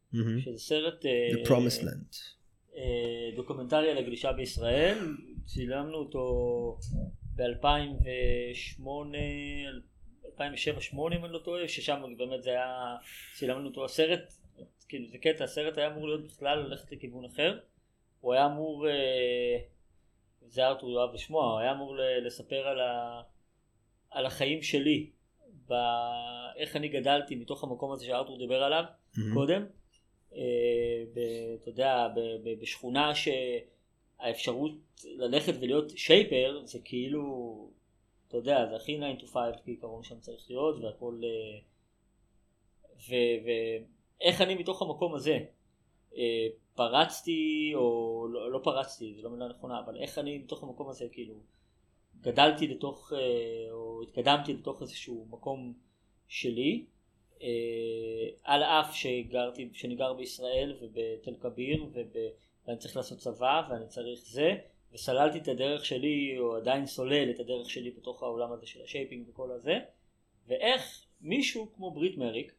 מהמם. שזה סרט The Promised Land. אה, דוקומנטרי על הגלישה בישראל. צילמנו אותו ב-אלפיים ושמונה, אלפיים ושבע שמונה אם אני לא טועה, ששם באמת זה היה, צילמנו אותו. הסרט, כאילו זה קטע, הסרט היה אמור להיות בכלל ללכת לכיוון אחר. הוא היה אמור, אה, זה ארתור יואב לשמוע, הוא היה אמור לספר על, ה, על החיים שלי, באיך אני גדלתי מתוך המקום הזה שארתור דיבר עליו mm-hmm. קודם. אה, ב, אתה יודע, ב, ב, בשכונה שהאפשרות ללכת ולהיות שייפר זה כאילו, אתה יודע, זה הכי nine to five כעיקרון שם צריך להיות והכל, אה, ו, ואיך אני מתוך המקום הזה אה, פרצתי או לא, לא פרצתי, זה לא מילה נכונה, אבל איך אני מתוך המקום הזה כאילו גדלתי לתוך או התקדמתי לתוך איזשהו מקום שלי, על אף שגרתי, שאני גר בישראל ובתל כביר ואני צריך לעשות צבא ואני צריך זה, וסללתי את הדרך שלי או עדיין סולל את הדרך שלי בתוך העולם הזה של השייפינג וכל הזה, ואיך מישהו כמו ברית מריק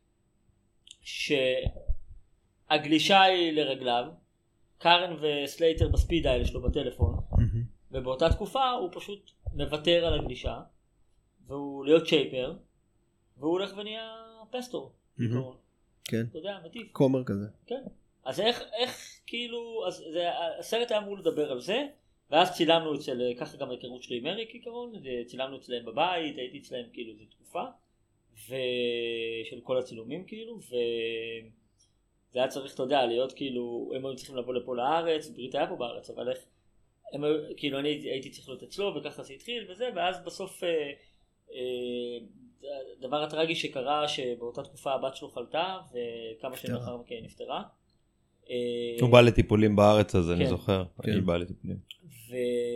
שהגלישה היא לרגליו, קארן וסלייטר בספיד האלה שלו בטלפון, ובאותה תקופה הוא פשוט מוותר על הגלישה והוא להיות שייפר והוא הולך ונהיה פסטור. כן. אתה יודע, מטיף. קומר כזה. כן. אז איך, איך כאילו, אז זה, הסרט היה אמור לדבר על זה, ואז צילמנו אצל, ככה גם ההיכרות שלי עם אריק עיקרון, צילמנו אצלם בבית, הייתי אצלם כאילו זו תקופה, ושל כל הצילומים כאילו, ו... זה היה צריך, אתה יודע, להיות כאילו, הם היו צריכים לבוא לפה לארץ, ברית היה פה בארץ, אבל איך, הם, כאילו אני הייתי צריך להיות אצלו וככה זה התחיל וזה, ואז בסוף אה, אה, הדבר הטרגי שקרה שבאותה תקופה הבת שלו חלתה וכמה שנים לאחר מכן נפטרה. אה, הוא בא לטיפולים בארץ אז אני כן. זוכר, כן. אני בא לטיפולים. ו...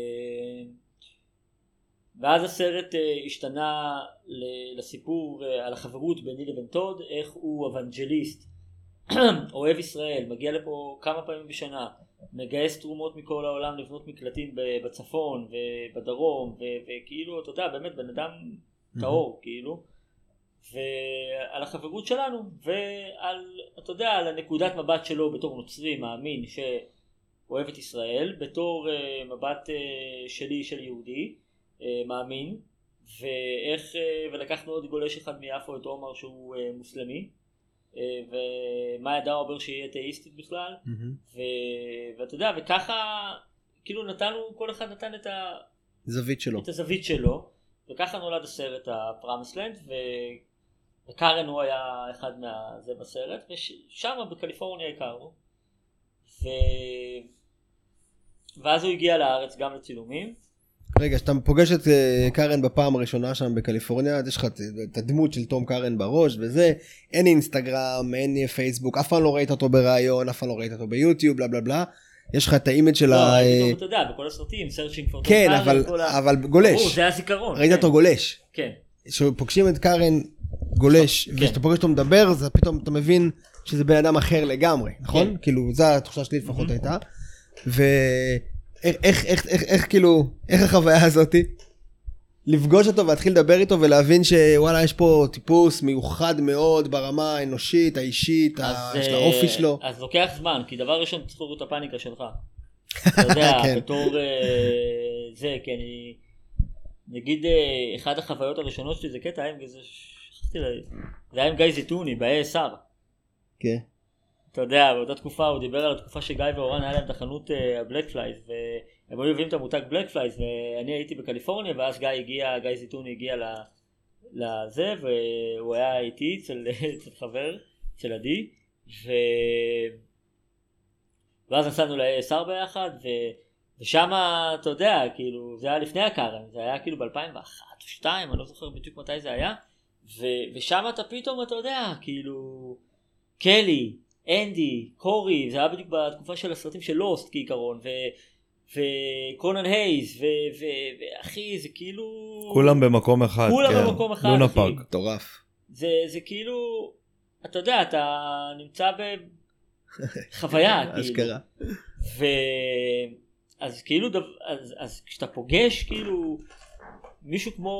ואז הסרט אה, השתנה לסיפור אה, על החברות ביני לבין טוד, איך הוא אבנג'ליסט אוהב ישראל, מגיע לפה כמה פעמים בשנה, מגייס תרומות מכל העולם לבנות מקלטים בצפון ובדרום, וכאילו, אתה יודע, באמת בן אדם טהור, כאילו, ועל החברות שלנו, ועל, אתה יודע, על הנקודת מבט שלו בתור נוצרי, מאמין, שאוהב את ישראל, בתור uh, מבט uh, שלי, של יהודי, uh, מאמין, ואיך, uh, ולקחנו עוד גולש אחד מיפו, את עומר שהוא uh, מוסלמי, ומה ידע אומר שיהיה אתאיסטית בכלל, ואתה יודע, וככה כאילו נתנו, כל אחד נתן את הזווית שלו, את הזווית שלו, וככה נולד הסרט הפרמיסלנד, וקארן הוא היה אחד מהזה בסרט, ושם בקליפורניה הכרנו, ואז הוא הגיע לארץ גם לצילומים. רגע, כשאתה פוגש את קארן בפעם הראשונה שם בקליפורניה, יש לך את הדמות של תום קארן בראש וזה, אין אינסטגרם, אין פייסבוק, אף פעם לא ראית אותו ברעיון, אף פעם לא ראית אותו ביוטיוב, בלה בלה בלה, יש לך את האימג' של ה... לא, אתה יודע, בכל הסרטים, searching for Tom כן, Curren, אבל גולש. זה הזיכרון. ראית אותו גולש. כן. כשפוגשים את קארן גולש, וכשאתה פוגש אותו מדבר, אז פתאום אתה מבין שזה בן אדם אחר לגמרי, נכון? כאילו, זו התחושה שלי לפחות הייתה. ו... איך, איך, איך, איך, איך, כאילו, איך החוויה הזאתי? לפגוש אותו ולהתחיל לדבר איתו ולהבין שוואלה, יש פה טיפוס מיוחד מאוד ברמה האנושית, האישית, של האופי שלו. אז לוקח זמן, כי דבר ראשון צריך לראות את הפאניקה שלך. אתה יודע, בתור זה, כי אני, נגיד, אחד החוויות הראשונות שלי זה קטע, זה היה עם גיא זיתוני, ב-איי אס אר. כן. אתה יודע, באותה תקופה הוא דיבר על התקופה שגיא ואורן היה להם תחנות הבלק פלייז, והם היו מביאים את המותג בלק פלייז, ואני הייתי בקליפורניה, ואז גיא הגיע, גיא זיתוני הגיע לזה, והוא היה איתי אצל חבר, אצל עדי, ואז נסענו ל-איי אס אר ביחד, ושם, אתה יודע, כאילו, זה היה לפני הקארן, זה היה כאילו ב-אלפיים ואחת או שתיים, אני לא זוכר בדיוק מתי זה היה, ושם אתה פתאום, אתה יודע, כאילו, קלי, אנדי, קורי, זה היה בדיוק בתקופה של הסרטים של לוסט כעיקרון, וקונן הייז, ואחי, זה כאילו... כולם במקום אחד, כולם במקום אחד, לונה אחי. פארק. מטורף. זה כאילו, אתה יודע, אתה נמצא בחוויה, כאילו. אשכרה. אז כאילו, אז, אז כשאתה פוגש, כאילו, מישהו כמו,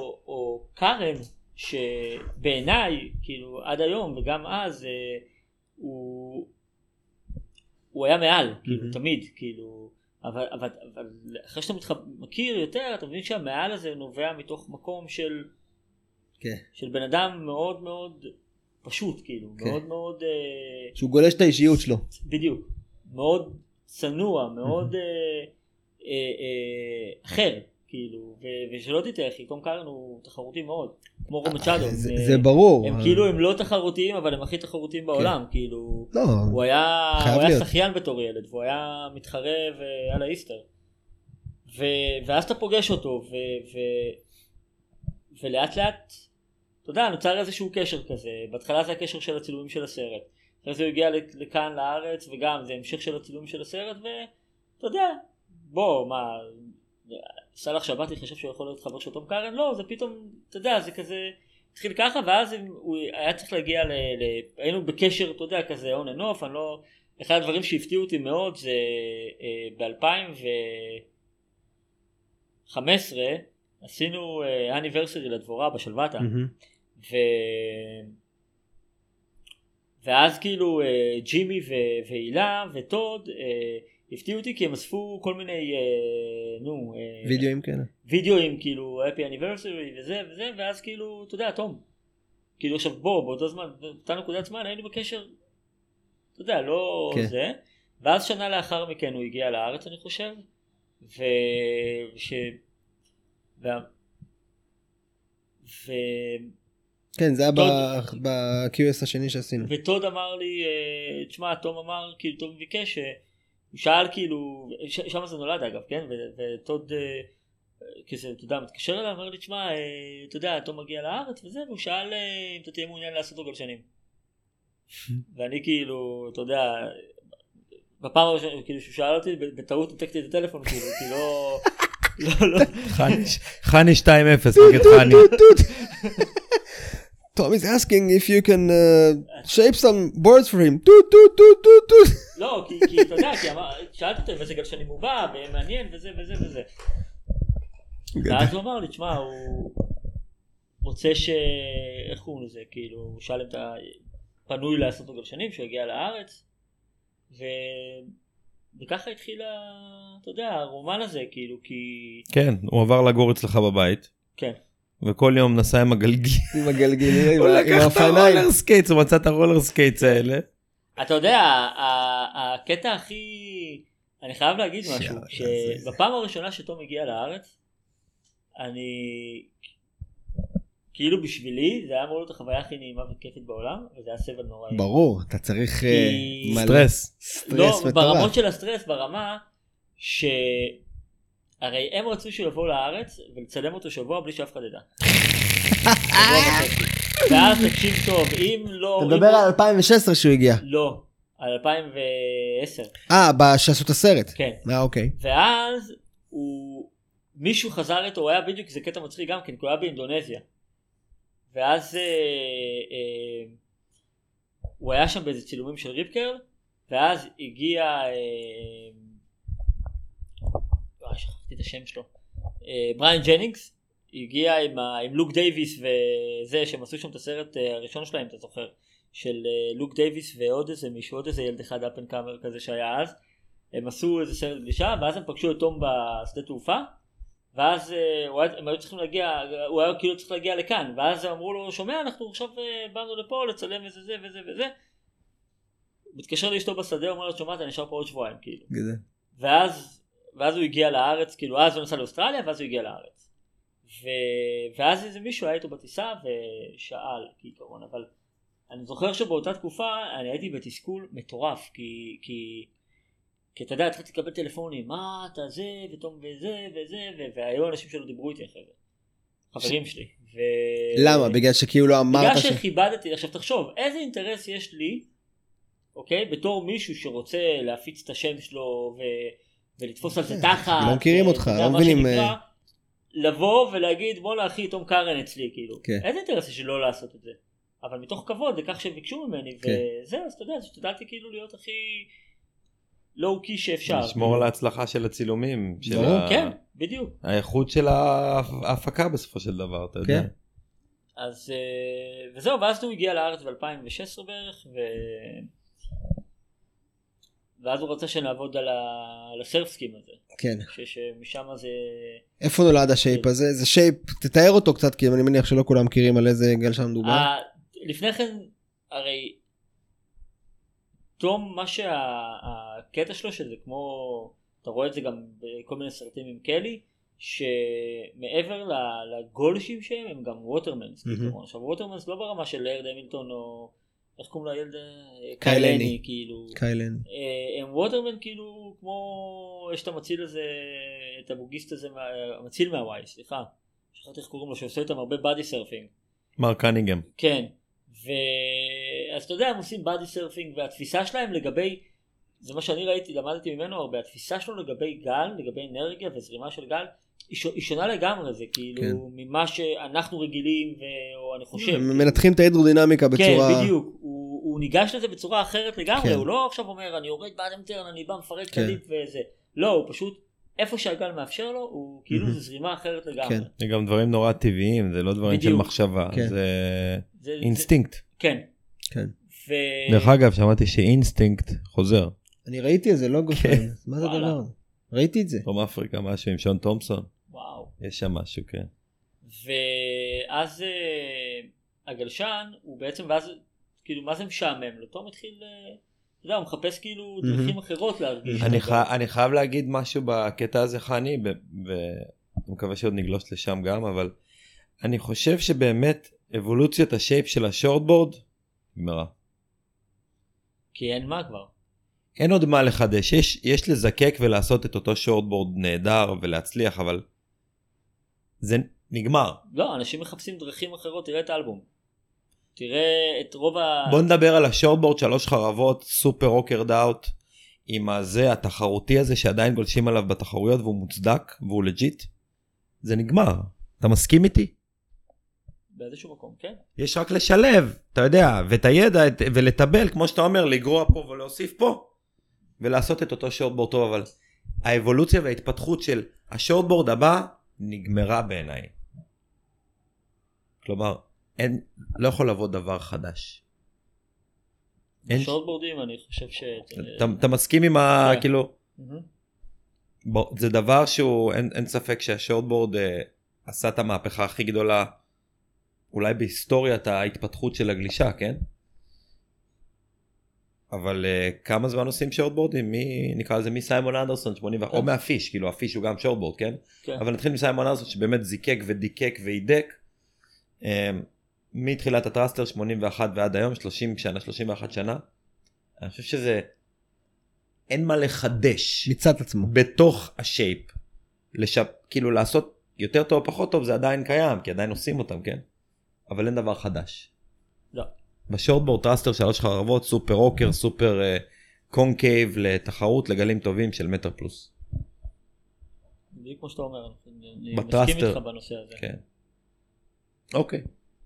או קארן, שבעיניי, כאילו, עד היום, וגם אז, הוא, הוא היה מעל, כאילו, תמיד, כאילו, אבל, אבל, אבל אחרי שאתה מתח... מכיר יותר, אתה מבין שהמעל הזה נובע מתוך מקום של, כן. של בן אדם מאוד מאוד פשוט, כאילו, כן. מאוד מאוד... שהוא גולש את האישיות שלו. בדיוק. מאוד צנוע, מאוד אה, אה, אה, אחר, כאילו, ו- ושלא תתאר, כי תום קארן הוא תחרותי מאוד, כמו רומצ'אדו. זה, הם, זה ברור. הם כאילו הם לא תחרותיים, אבל הם הכי תחרותיים בעולם, כאילו. לא, הוא היה, חייב הוא היה להיות. שחיין בתור ילד, והוא היה מתחרה ועל האיסטר. ו- ואז אתה פוגש אותו, ו- ו- ולאט לאט, אתה יודע, נוצר איזשהו קשר כזה. בהתחלה זה הקשר של הצילומים של הסרט. אחרי זה הוא הגיע לכאן לארץ, וגם זה המשך של הצילומים של הסרט, ואתה יודע, בוא, מה, סלח שבתי חשב שהוא יכול להיות חבר של תום קארן? לא, זה פתאום, אתה יודע, זה כזה, התחיל ככה, ואז הוא היה צריך להגיע ל... ל... היינו בקשר, אתה יודע, כזה on and off, אני לא... אחד הדברים שהפתיעו אותי מאוד, זה ב-אלפיים וחמש עשרה, עשינו אניברסרי לדבורה בשלוותה, ו... ואז כאילו ג'ימי ו- והילה וטוד הפתיעו אותי כי הם אספו כל מיני נו וידאוים כאלה. וידאוים כאילו happy anniversary וזה וזה, ואז כאילו אתה יודע, תום כאילו עכשיו בוא באותו זמן, באותה נקודת זמן היינו בקשר, אתה יודע, לא כן. זה, ואז שנה לאחר מכן הוא הגיע לארץ אני חושב, ו... ש... ו... ו... כן, זה היה ב-קיו אס השני שעשינו. וטוד אמר לי, תשמע, תום אמר, כאילו, תום ביקש, הוא שאל כאילו, שם זה נולד אגב, כן? וטוד, כזה, אתה יודע, מתקשר אליו, אמר לי, תשמע, אתה יודע, תום מגיע לארץ וזה, והוא שאל אם אתה תהיה מעוניין לעשות לו גלשנים. ואני כאילו, אתה יודע, בפעם הראשונה, כאילו, שהוא שאל אותי, בטעות נתקתי את הטלפון, כאילו, כי לא, לא, לא. חני שתיים אפס, נגד חני. Tom is asking if you can uh, shape some boards for him. טוט טוט טוט טוט טוט. לא, כי, כי אתה יודע, כי אמר, שאלתי אותו איזה גלשנים הוא בא, ומעניין וזה וזה וזה. ואז הוא אמר לי, תשמע, הוא רוצה ש... איך הוא לזה? כאילו, הוא שאל אם אתה פנוי לעשות לו גלשנים, שהוא הגיע לארץ, ו... וככה התחיל, אתה יודע, הרומן הזה, כאילו, כי... כן, הוא עבר לגור אצלך בבית. כן. וכל יום נסע עם הגלגל. עם הגלגלים, הוא עם לקח את האופניים. הרולר סקייטס, הוא מצא את הרולר סקייטס האלה. אתה יודע, הקטע הכי... אני חייב להגיד משהו, שבפעם הראשונה שתום הגיע לארץ, אני... כאילו בשבילי, זה היה אמור להיות החוויה הכי נעימה וכיפית בעולם, וזה היה סבל נוראי. ברור, אתה צריך כי- מלא- סטרס. סטרס לא, מטורף. ברמות של הסטרס, ברמה ש... הרי הם רצו שהוא יבוא לארץ ולצלם אותו שבוע בלי שאף אחד ידע. שבוע וחצי. ואז תקשיב טוב, אם לא... אתה אם מדבר הוא- על אלפיים ושש עשרה שהוא הגיע. לא, על אלפיים ועשר. אה, שעשו את הסרט. כן. אה, אוקיי. ואז הוא... מישהו חזר איתו, הוא היה בדיוק, זה קטע מצחיק גם כן, כי הוא היה באינדונזיה. ואז אה, אה, הוא היה שם באיזה צילומים של ריפקרל, ואז הגיע... אה, וואי, שכחתי את השם שלו. אה, בריין ג'נינגס, הגיע עם, ה, עם לוק דייביס וזה, שהם עשו שם את הסרט אה, הראשון שלהם, אתה זוכר, של אה, לוק דייביס ועוד איזה מישהו, עוד איזה ילד אחד אפן קאמר כזה שהיה אז. הם עשו איזה סרט גלישה, ואז הם פגשו את תום בשדה תעופה, ואז אה, הוא היה, הם היו צריכים להגיע, הוא היה כאילו צריך להגיע לכאן, ואז אמרו לו, שומע, אנחנו עכשיו אה, באנו לפה לצלם איזה זה וזה וזה. מתקשר לאשתו בשדה, אומר לו, שומע, אתה נשאר פה עוד שבועיים, כאילו. גזה. ואז, ואז הוא הגיע לארץ, כאילו, אז הוא נסע לאוסטרליה, ואז הוא הגיע לארץ. ו... ואז איזה מישהו היה איתו בטיסה ושאל, כעיקרון, אבל אני זוכר שבאותה תקופה אני הייתי בתסכול מטורף, כי, כי, כי אתה יודע, התחלתי לקבל טלפונים, מה אתה זה, ותום וזה וזה, ו... והיו אנשים שלא דיברו איתי אחרי זה. חברים שלי. ו... למה? בגלל שכאילו לא אמרת בגלל ש... שכיבדתי, עכשיו תחשוב, איזה אינטרס יש לי, אוקיי, בתור מישהו שרוצה להפיץ את השם שלו ו... ולתפוס על זה תחת. לא מכירים אותך, לא מבינים. לבוא ולהגיד, בוא אחי, תום קארן אצלי, כאילו. כן. איזה אינטרס יש שלא לעשות את זה? אבל מתוך כבוד, לכך שהם ביקשו ממני, כן. וזה, אז אתה יודע, השתדלתי כאילו להיות הכי לואו-קי שאפשר. לשמור על ההצלחה של הצילומים. של ברור, ה- כן, בדיוק. האיכות של ההפקה בסופו של דבר, אתה יודע. כן. אז, אה, וזהו, ואז הוא הגיע לארץ ב-אלפיים ושש עשרה בערך, ו... ואז הוא רצה שנעבוד על, ה... על הסרפסקים הזה. כן. שמשם זה... איפה נולד השייפ הזה? זה שייפ, תתאר אותו קצת, כי אני מניח שלא כולם מכירים על איזה גלשן מדובר. לפני כן, הרי, תום, מה שהקטע שלו, שזה כמו, אתה רואה את זה גם בכל מיני סרטים עם קלי, שמעבר לגולשים שהם, הם גם ווטרמנס. עכשיו, ווטרמנס לא ברמה של לארד המילטון, או איך קוראים לה ילד? קיילני, כאילו. קיילני. הם ווטרמן, כאילו, כמו, יש את המציל הזה, את הבוגיסט הזה, המציל מהוואי, סליחה. שכחתי איך קוראים לו, שעושה איתם הרבה בדי סרפינג. מרק קניגהם. כן. ואז אתה יודע, הם עושים בדי סרפינג, והתפיסה שלהם לגבי, זה מה שאני ראיתי, למדתי ממנו הרבה, התפיסה שלו לגבי גל, לגבי אנרגיה וזרימה של גל, היא שונה לגמרי, זה כאילו כן. ממה שאנחנו רגילים, או אני חושב. הם מנתחים את ההידרודינמיקה בצורה... כן, בדיוק. הוא, הוא ניגש לזה בצורה אחרת לגמרי, כן. הוא לא עכשיו אומר, אני יורד באדם טרן, אני בא מפרק כן. קדיף וזה. לא, הוא פשוט, איפה שהגל מאפשר לו, הוא כאילו זה זרימה אחרת לגמרי. כן. זה גם דברים נורא טבעיים, זה לא דברים בדיוק. של מחשבה, כן. זה זה, אינסטינקט. זה, כן. כן. ו... דרך אגב, שמעתי שאינסטינקט חוזר. אני ראיתי איזה לוגו שלהם, מה זה וואלה. דבר? ראיתי את זה. דרום אפריקה, משהו עם שון תומפסון. וואו. יש שם משהו, כן. ואז uh, הגלשן, הוא בעצם, ואז, כאילו, מה זה משעמם לו? תום התחיל, uh, אתה יודע, הוא מחפש כאילו דרכים אחרות להרגיש. אני, ח... אני חייב להגיד משהו בקטע הזה, חני, ואני מקווה שעוד נגלוש לשם גם, אבל אני חושב שבאמת אבולוציית השייפ של השורטבורד, נגמרה. כי אין מה כבר. אין עוד מה לחדש, יש, יש לזקק ולעשות את אותו שורטבורד נהדר ולהצליח, אבל זה נגמר. לא, אנשים מחפשים דרכים אחרות, תראה את האלבום. תראה את רוב ה... בוא נדבר על השורטבורד, שלוש חרבות, סופר רוקר דאוט, עם הזה, התחרותי הזה שעדיין גולשים עליו בתחרויות, והוא מוצדק, והוא לג'יט. זה נגמר. אתה מסכים איתי? באיזשהו מקום, כן. יש רק לשלב, אתה יודע, ואת הידע, ולטבל, כמו שאתה אומר, לגרוע פה ולהוסיף פה, ולעשות את אותו שורטבורד טוב, אבל האבולוציה וההתפתחות של השורטבורד הבא, נגמרה בעיניי. כלומר, אין, לא יכול לבוא דבר חדש. שורטבורדים, אני חושב ש... אתה, אתה מסכים עם ה... כן. כאילו... בוא, זה דבר שהוא, אין, אין ספק שהשורטבורד אה, עשה את המהפכה הכי גדולה, אולי בהיסטוריית ההתפתחות של הגלישה, כן? אבל uh, כמה זמן עושים שורטבורדים? מי, נקרא לזה, מי סיימון אנדרסון, שמונים ואחת, או מהפיש, כאילו הפיש הוא גם שורטבורד, כן? כן. אבל נתחיל מסיימון אנדרסון שבאמת זיקק ודיקק וידק, um, מתחילת הטרסטר שמונים ואחת ועד היום, שלושים שנה, שלושים ואחת שנה, אני חושב שזה, אין מה לחדש. מצד עצמו. בתוך השייפ, לשפ, כאילו לעשות יותר טוב או פחות טוב, זה עדיין קיים, כי עדיין עושים אותם, כן? אבל אין דבר חדש. לא. בשורטבורד טרסטר שלוש חרבות, סופר רוקר, סופר uh, קונקייב לתחרות, לגלים טובים של מטר פלוס. בדיוק כמו שאתה אומר, אני בטרסטר. מסכים איתך בנושא הזה. כן. אוקיי.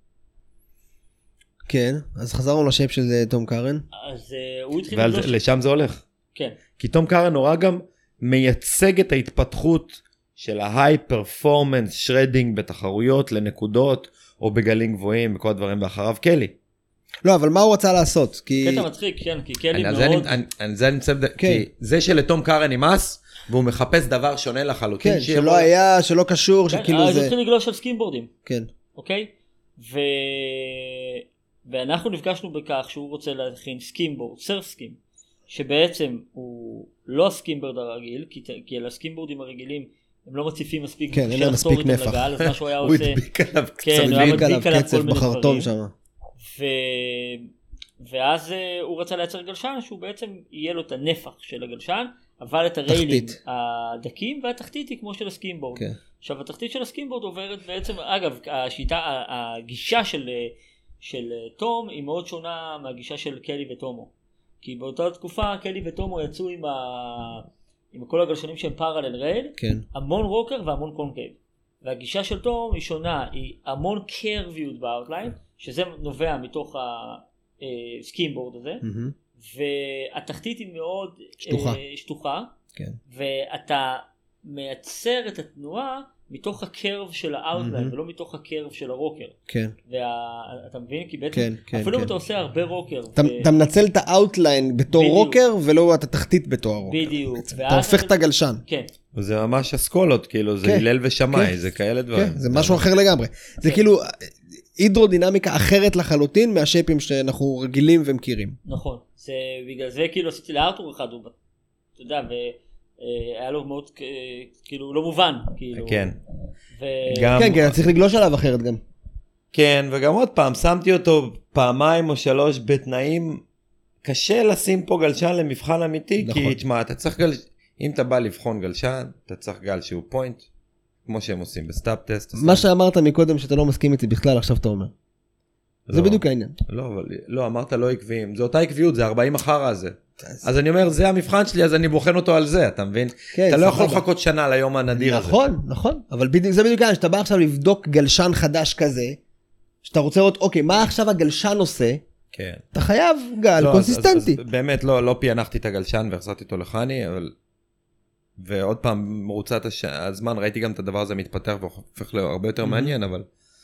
כן, אז חזרנו לשייפ של תום קארן. אז uh, הוא התחיל לגלוש... ולשם זה הולך. כן. כי תום קארן נורא גם מייצג את ההתפתחות של ההיי פרפורמנס שרדינג בתחרויות לנקודות או בגלים גבוהים וכל הדברים באחריו קלי. לא, אבל מה הוא רצה לעשות? כי... קטע מצחיק, כן, כי קלי אני, מאוד... אני, אני, זה אני מצב... כן. כי זה שלתום קארן נמאס, והוא מחפש דבר שונה לחלוטין. כן, שיבוא... שלא היה, שלא קשור, כן, שכאילו אז זה... הוא התחיל לגלוש על סקינבורדים. כן. אוקיי? ו... ואנחנו נפגשנו בכך שהוא רוצה להכין סקינבורד, סרף סקים, שבעצם הוא לא הסקינבורד הרגיל, כי, כי על הסקינבורדים הרגילים הם לא מציפים מספיק, כן, אין להם מספיק נפח. לגל, אז מה שהוא היה הוא עושה... הדביק עליו כן, קצת. הוא היה מדביק עליו מדביק עליו כל קצב מיני בחרטום דברים. שם. ו... ואז uh, הוא רצה לייצר גלשן שהוא בעצם יהיה לו את הנפח של הגלשן, אבל את הריילים תחתית. הדקים, והתחתית היא כמו של הסקינבורד. כן. עכשיו התחתית של הסקינבורד עוברת בעצם, אגב, השיטה, הגישה של, של תום היא מאוד שונה מהגישה של קלי וטומו. כי באותה תקופה קלי וטומו יצאו עם, ה... עם כל הגלשנים שהם פרלל רייל, כן. המון רוקר והמון קונקייב. והגישה של תום היא שונה, היא המון קרביות באוטליין, שזה נובע מתוך הסקינבורד הזה, מהמם. והתחתית היא מאוד שטוחה. אה, שטוחה, כן. ואתה מייצר את התנועה מתוך הקרב של האוטליין, ולא מתוך הקרב של הרוקר. כן. ואתה מבין? כי בעצם, כן, כן, אפילו אם כן. אתה עושה הרבה רוקר. אתה, ו... אתה מנצל את האוטליין בתור בדיוק. רוקר, ולא את התחתית בתור הרוקר. בדיוק. אתה הופך את הגלשן. כן. זה ממש אסכולות, כאילו, זה כן, הלל ושמאי, כן. זה כאלה דברים. כן, זה משהו אחר לגמרי. זה כאילו הידרודינמיקה אחרת לחלוטין מהשייפים שאנחנו רגילים ומכירים. נכון. זה, בגלל זה כאילו עשיתי לארתור אחד, הוא, אתה יודע, והיה לו מאוד כאילו לא מובן. כאילו, כן. ו... גם... כן, כן, צריך לגלוש עליו אחרת גם. כן, וגם עוד פעם, שמתי אותו פעמיים או שלוש בתנאים, קשה לשים פה גלשן למבחן אמיתי, נכון. כי תשמע, אתה צריך גל... אם אתה בא לבחון גלשן, אתה צריך גל שהוא פוינט, כמו שהם עושים בסטאפ טסט. מה שאמרת מקודם שאתה לא מסכים איתי בכלל, עכשיו אתה אומר. זה לא, בדיוק העניין. לא, אבל, לא, אמרת לא עקביים, זה אותה עקביות, זה ארבעים אחר הזה. אז אני אומר, זה המבחן שלי, אז אני בוחן אותו על זה, אתה מבין? כן, אתה לא יכול סבבה. לחכות שנה ליום הנדיר הזה. נכון, נכון, אבל בדיוק, זה בדיוק העניין, שאתה בא עכשיו לבדוק גלשן חדש כזה, שאתה רוצה לראות, אוקיי, מה עכשיו הגלשן עושה? כן. אתה חייב גל לא, קונסיסטנטי. אז, אז, אז באמת לא, לא פענחתי את הגלשן והחזרתי אותו לחני, אבל... ועוד פעם, מרוצת הש... הזמן, ראיתי גם את הדבר הזה מתפתח והופך להרבה יותר מעניין, אבל...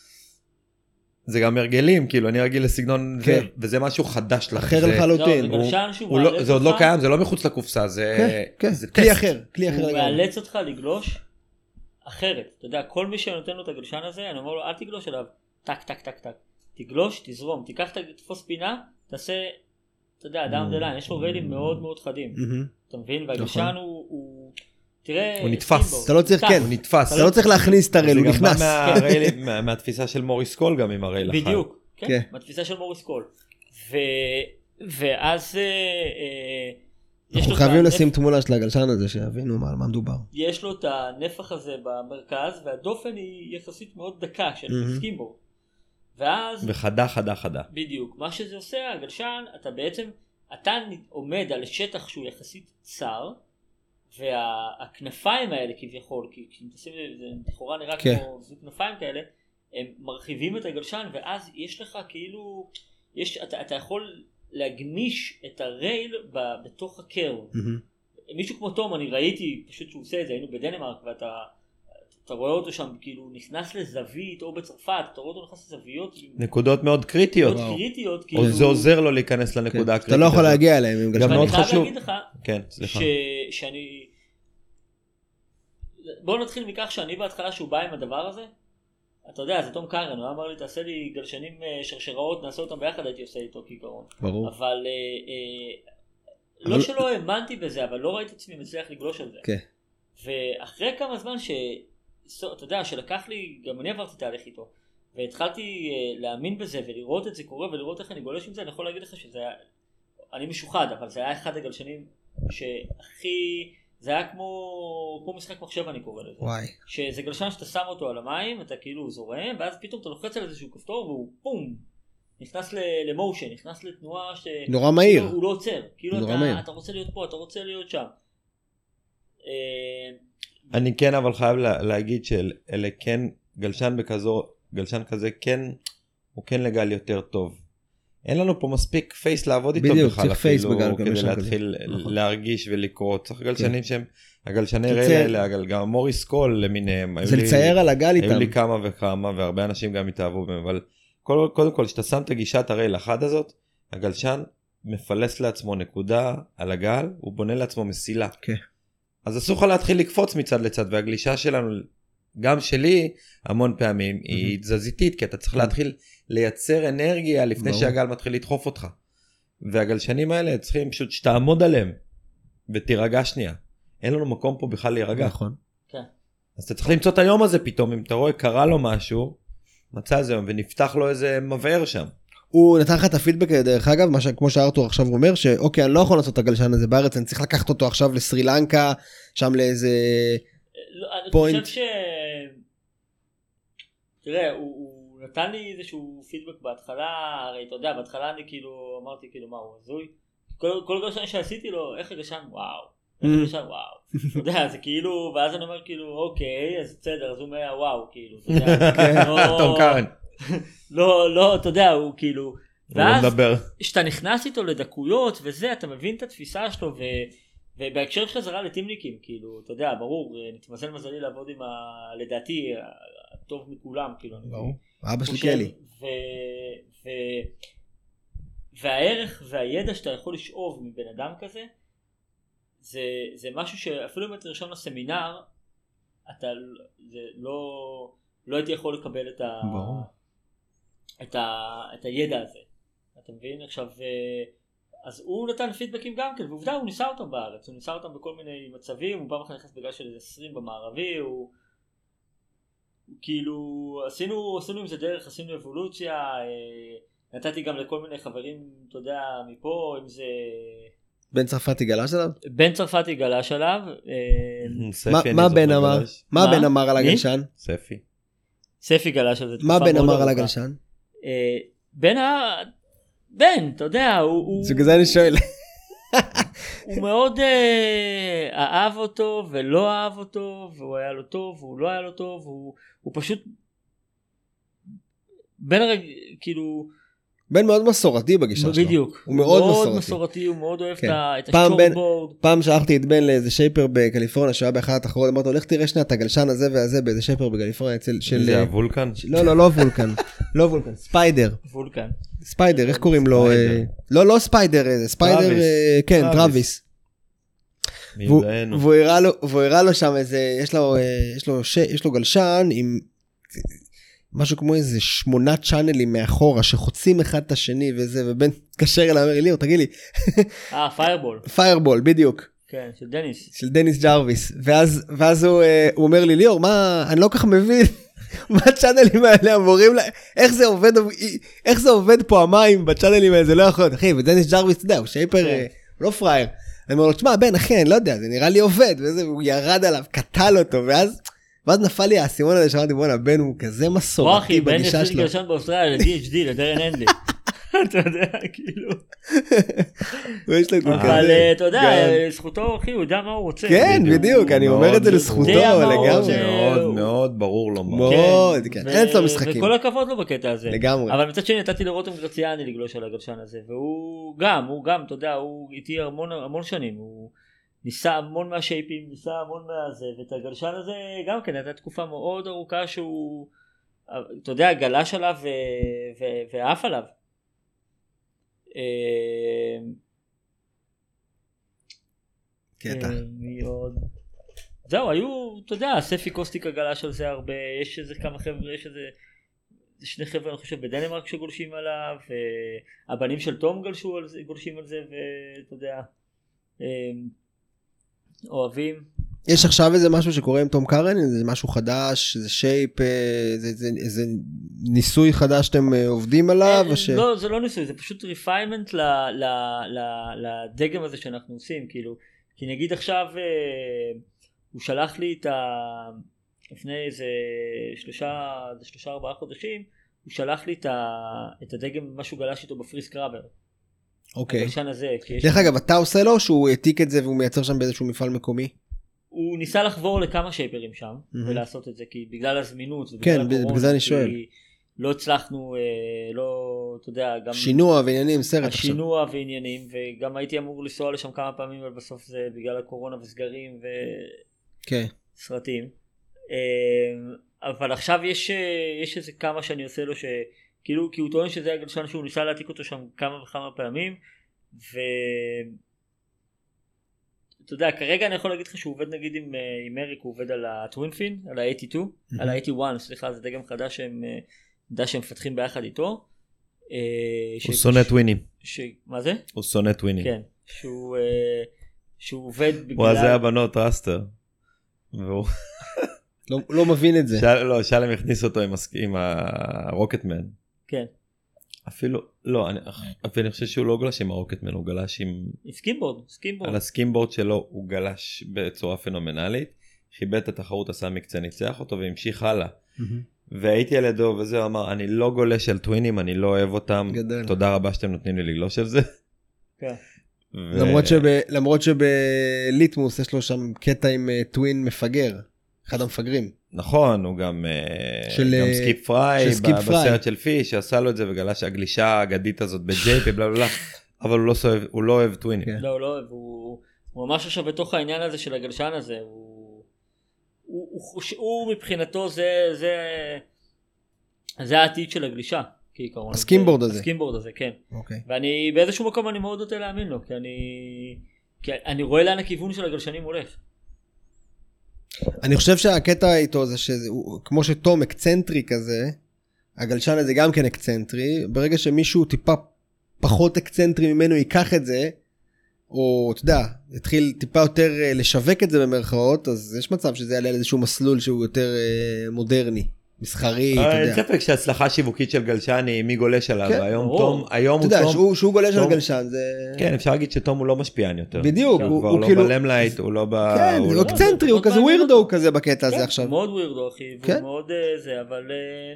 זה גם הרגלים, כאילו, אני רגיל לסגנון, כן. ו... וזה משהו חדש לך. אחר זה... לחלוטין. לא, זה גלשן שהוא הוא לא, מאלץ זה עוד לא אותך- קיים, זה לא מחוץ לקופסה, זה, כן, כן, זה כלי טסט. אחר, כלי אחר הוא לגמרי. מאלץ אותך לגלוש אחרת. אתה יודע, כל מי שנותן לו את הגלשן הזה, אני אומר לו, אל תגלוש עליו. טק, טק, טק, טק. תגלוש, תזרום. תיקח, תתפוס פינה, תעשה, אתה יודע, אדם דליין. יש לו ריילים מאוד מאוד חדים. מהמם. אתה מבין? והגלשן הוא, הוא, תראה, הוא נתפס. סימבו. אתה לא צריך, טס. כן. הוא נתפס. אתה לא צריך להכניס את הרייל, הוא נכנס. זה גם בא מהרייל- מה- מהתפיסה של מוריס קול גם עם הרייל החד. בדיוק. כן. כן, בתפיסה של מוריס קול. ו... ואז... אה, אה, יש אנחנו לו את חייבים הנפ- לשים תמונה של הגלשן הזה, שיבינו מה על מה מדובר. יש לו את הנפח הזה במרכז, והדופן היא יחסית מאוד דקה, מהמם. שמתעסקים בו. ואז, וחדה חדה חדה. בדיוק, מה שזה עושה, הגלשן, אתה בעצם, אתה עומד על שטח שהוא יחסית צר, והכנפיים האלה כביכול, כי כשתשים לב, זה לכאורה נראה כן. כמו זוג כנפיים כאלה, הם מרחיבים את הגלשן, ואז יש לך כאילו, יש, אתה, אתה יכול להגמיש את הרייל ב, בתוך הקרב. מהמם. מישהו כמו תום, אני ראיתי פשוט שהוא עושה את זה, היינו בדנמרק, ואתה אתה רואה אותו שם, כאילו נכנס לזווית, או בצרפת, אתה רואה אותו נכנס לזוויות, נקודות מאוד קריטיות. מאוד קריטיות, כאילו, זה עוזר לו להיכנס כן. לנקודה הקריטית. אתה לא יכול הזאת. להגיע אליהם עם גם גלשן. ואני מאוד חייב חשוב. להגיד לך, כן, סליחה. ש... שאני... בואו נתחיל מכך שאני בהתחלה שהוא בא עם הדבר הזה, אתה יודע, זה תום קיירן, הוא אמר לי, תעשה לי גלשנים אה, שרשראות, נעשה אותם ביחד, הייתי עושה איתו כעיקרון. ברור. אבל אה, אה, אבל- לא שלא האמנתי בזה, אבל לא ראיתי את עצמי מצליח לגלוש על זה. כן. ואחרי כמה זמן ש... אתה יודע, שלקח לי, גם אני עברתי תהליך איתו, והתחלתי אה, להאמין בזה ולראות את זה קורה ולראות איך אני גולש עם זה, אני יכול להגיד לך שזה היה, אני משוחד, אבל זה היה אחד הגלשנים שהכי, זה היה כמו, כמו משחק מחשב אני קורא לזה. וואי. שזה גלשן שאתה שם אותו על המים, אתה כאילו זורם, ואז פתאום אתה לוחץ על איזשהו כפתור והוא פום, נכנס ל- למושן, נכנס לתנועה ש... נורא מהיר. כאילו, הוא לא עוצר, כאילו נורא אתה, מהיר. אתה רוצה להיות פה, אתה רוצה להיות שם. אה, אני כן אבל חייב לה, להגיד שאלה כן, גלשן בכזו, גלשן כזה כן, הוא כן לגל יותר טוב. אין לנו פה מספיק פייס לעבוד איתו בדיוק, בכלל צריך פייס אפילו, בגל- כדי גלשן להתחיל כזה. נכון. להרגיש ולקרוא. צריך גלשנים שהם, הגלשני תצא- רייל האלה, הגל- גם מוריס קול למיניהם. היו זה לי- לצייר על הגל היו איתם. לי כמה וכמה, והרבה אנשים גם התאהבו בהם, אבל קודם, קודם כל, כשאתה שם את הגישת הרייל החד הזאת, הגלשן מפלס לעצמו נקודה על הגל, הוא בונה לעצמו מסילה. כן. אז אסור לך להתחיל לקפוץ מצד לצד, והגלישה שלנו, גם שלי, המון פעמים, היא תזזיתית, כי אתה צריך להתחיל לייצר אנרגיה לפני ברור. שהגל מתחיל לדחוף אותך. והגלשנים האלה צריכים פשוט שתעמוד עליהם, ותירגע שנייה. אין לנו מקום פה בכלל להירגע. נכון. כן. אז אתה צריך למצוא את היום הזה פתאום, אם אתה רואה קרה לו משהו, מצא איזה יום, ונפתח לו איזה מבאר שם. הוא נתן לך את הפידבק דרך אגב, מה ש... כמו שארתור עכשיו אומר, שאוקיי, אני לא יכול לעשות את הגלשן הזה בארץ, אני צריך לקחת אותו עכשיו לסרי לנקה, שם לאיזה... לא, אני פוינט. חושב ש... תראה, הוא, הוא נתן לי איזשהו פידבק בהתחלה, הרי אתה יודע, בהתחלה אני כאילו, אמרתי כאילו מה הוא הזוי, כל, כל גלשן שעשיתי לו, איך הגלשן, וואו, איך הגלשן, וואו, אתה יודע, זה כאילו, ואז אני אומר כאילו, אוקיי, אז בסדר, אז הוא אומר, וואו, כאילו, אתה יודע, לא, תום קארן, לא, לא, אתה יודע, הוא כאילו, הוא לא ואז מדבר. כשאתה נכנס איתו לדקויות וזה, אתה מבין את התפיסה שלו, ו... ובהקשר של חזרה לטימניקים, כאילו, אתה יודע, ברור, נתמזל מזלי לעבוד עם ה... לדעתי, הטוב מכולם, כאילו. ברור, אבא של קלי. ו... ו... והערך והידע שאתה יכול לשאוב מבן אדם כזה, זה, זה משהו שאפילו אם אתה נרשום לסמינר, אתה זה לא, לא הייתי יכול לקבל את, ה, את, ה, את הידע הזה. אתה מבין? עכשיו, אז הוא נתן פידבקים גם כן, ועובדה הוא ניסה אותם בארץ, הוא ניסה אותם בכל מיני מצבים, הוא פעם אחת נכנס בגלל של איזה עשרים במערבי, הוא... כאילו, עשינו, עשינו עם זה דרך, עשינו אבולוציה, נתתי גם לכל מיני חברים, אתה יודע, מפה, אם זה... בן צרפתי גלש עליו? בן צרפתי גלש עליו. מה בן אמר? מה בן אמר על הגלשן? ספי. ספי גלש על זה. מה בן אמר על הגלשן? בן ה... בן, אתה יודע, הוא... זה כזה אני שואל. הוא מאוד אהב אותו ולא אהב אותו, והוא היה לו טוב והוא לא היה לו טוב, הוא פשוט... בן הרג... כאילו... בן מאוד מסורתי בגישה שלו. בדיוק. הוא מאוד מסורתי. מאוד מסורתי, הוא מאוד אוהב את השורטבורד. פעם שלחתי את בן לאיזה שייפר בקליפורניה, שהיה באחת התחרות, אמרתי, הולך תראה שנייה את הגלשן הזה והזה באיזה שייפר בקליפורניה. זה הוולקן? לא, לא, לא וולקן. לא וולקן, ספיידר. וולקן. ספיידר, איך קוראים לו? לא, לא ספיידר, ספיידר, כן, טרוויס. והוא הראה לו שם איזה, יש לו גלשן עם... משהו כמו איזה שמונה צ'אנלים מאחורה שחוצים אחד את השני וזה, ובן תקשר אליי, אומר לי, ליאור, תגיד לי. אה, פיירבול. פיירבול, בדיוק. כן, של דניס. של דניס ג'רוויס. ואז, ואז הוא, הוא אומר לי, ליאור, מה, אני לא כך מבין, מה הצ'אנלים האלה אמורים, איך זה עובד, איך זה עובד פה המים בצ'אנלים האלה, זה לא יכול להיות, אחי, ודניס ג'רוויס, אתה יודע, הוא שייפר, לא פרייר. אני אומר לו, תשמע, בן, אחי, אני לא יודע, זה נראה לי עובד, וזה, הוא ירד עליו, קטל אותו, ואז ואז נפל לי האסימון הזה, שאמרתי, בוא'נה, בן הוא כזה מסורתי בגישה שלו. בן יש לי גרשן באוסטרליה, ל-די אייץ' די, לדרן הנדלי. אתה יודע, כאילו. אבל אתה יודע, זכותו, אחי, הוא יודע מה הוא רוצה. כן, בדיוק, אני אומר את זה לזכותו לגמרי. מאוד מאוד ברור לו. מאוד, כן, אין אצלו משחקים. וכל הכבוד לו בקטע הזה. לגמרי. אבל מצד שני, נתתי לרותם גרציאני לגלוש על הגרשן הזה, והוא גם, הוא גם, אתה יודע, הוא איתי המון שנים, הוא... ניסה המון מהשייפים, ניסה המון מהזה, ואת הגלשן הזה גם כן, הייתה תקופה מאוד ארוכה שהוא, אתה יודע, גלש עליו ועף עליו. קטע. זהו, היו, אתה יודע, ספי קוסטיקה גלש על זה הרבה, יש איזה כמה חבר'ה, יש איזה, שני חבר'ה, אני חושב, בדנמרק שגולשים עליו, הבנים של תום גולשים על זה, ואתה יודע, אוהבים. יש עכשיו איזה משהו שקורה עם תום קארן, זה משהו חדש, זה שייפ, זה, זה, זה ניסוי חדש שאתם עובדים עליו? לא, ש... זה לא ניסוי, זה פשוט ריפיימנט ל, ל, ל, לדגם הזה שאנחנו עושים, כאילו, כי נגיד עכשיו, הוא שלח לי את ה... לפני איזה שלושה, שלושה ארבעה חודשים, הוא שלח לי את, ה, את הדגם, משהו גלש איתו בפריס קראבר. אוקיי. הגלשן הזה. דרך אגב, אתה עושה לו שהוא העתיק את זה והוא מייצר שם באיזשהו מפעל מקומי? הוא ניסה לחבור לכמה שייפרים שם, mm-hmm. ולעשות את זה, כי בגלל הזמינות, כן, בגלל זה אני שואל. לא הצלחנו, לא, אתה יודע, גם... שינוע ועניינים, סרט עכשיו. שינוע ועניינים, וגם הייתי אמור לנסוע לשם כמה פעמים, אבל בסוף זה בגלל הקורונה וסגרים וסרטים. אבל עכשיו יש, יש איזה כמה שאני עושה לו, שכאילו, כי הוא טוען שזה הגלשן שהוא ניסה להעתיק אותו שם כמה וכמה פעמים, ו... אתה יודע, כרגע אני יכול להגיד לך שהוא עובד נגיד עם, עם אריק, הוא עובד על הטווינפין, על ה-שמונים ושתיים, mm-hmm. על ה-שמונים ואחת, סליחה, זה דגם חדש שהם, דע שהם מפתחים ביחד איתו. הוא שונא טווינים. ש... מה זה? הוא שונא טווינים. כן, שהוא, שהוא עובד בגלל... הוא הזה הבנות רסטר. והוא... לא, לא מבין את זה. של, לא, שלם הכניס אותו עם, עם הרוקטמן. כן. אפילו, לא, אני, אפילו אני חושב שהוא לא גלש עם הרוקטמן, הוא גלש עם... סקימבורד, סקימבורד. על הסקימבורד שלו הוא גלש בצורה פנומנלית, חיבד את התחרות, עשה מקצה, ניצח אותו והמשיך הלאה. Mm-hmm. והייתי על ידו וזה, אמר, אני לא גולש על טווינים, אני לא אוהב אותם, גדל. תודה רבה שאתם נותנים לי לגלוש על זה. כן. ו... למרות, שב, למרות שבליטמוס יש לו שם קטע עם טווין מפגר, אחד המפגרים. נכון, הוא גם, של, גם סקיפ פריי, סקיפ בסרט של פיש, שעשה לו את זה וגלש הגלישה האגדית הזאת בג'יי פי, בלה בלה, אבל הוא לא, סוהב, הוא לא אוהב טווינים. לא, הוא לא אוהב, הוא, הוא ממש עכשיו בתוך העניין הזה של הגלשן הזה, הוא, הוא, הוא, הוא, הוא מבחינתו זה, זה, זה העתיד של הגלישה, כעיקרון. הסקימבורד הזה. הסקימבורד הזה, כן. אוקיי. ואני באיזשהו מקום אני מאוד נוטה להאמין לו, כי אני, כי אני רואה לאן הכיוון של הגלשנים הולך. אני חושב שהקטע איתו זה שהוא, כמו שתום אקצנטרי כזה, הגלשן הזה גם כן אקצנטרי, ברגע שמישהו טיפה פחות אקצנטרי ממנו ייקח את זה, או אתה יודע, יתחיל טיפה יותר לשווק את זה במרכאות, אז יש מצב שזה יעלה לאיזשהו מסלול שהוא יותר מודרני, מסחרי, אתה יודע. אין ספק שההצלחה שיווקית של גלשן היא מי גולש עליו, היום תום, היום הוא תום. אתה יודע, שהוא גולש על תום, גלשן, זה... כן, אפשר להגיד שתום הוא לא משפיען יותר. בדיוק, הוא הוא כבר לא כאילו... בלמלייט, הוא לא ב... כן, הוא אקצנטרי, הוא כזה ווירדו כזה בקטע הזה עכשיו. מאוד ווירדו, אחי, והוא מאוד זה, אבל...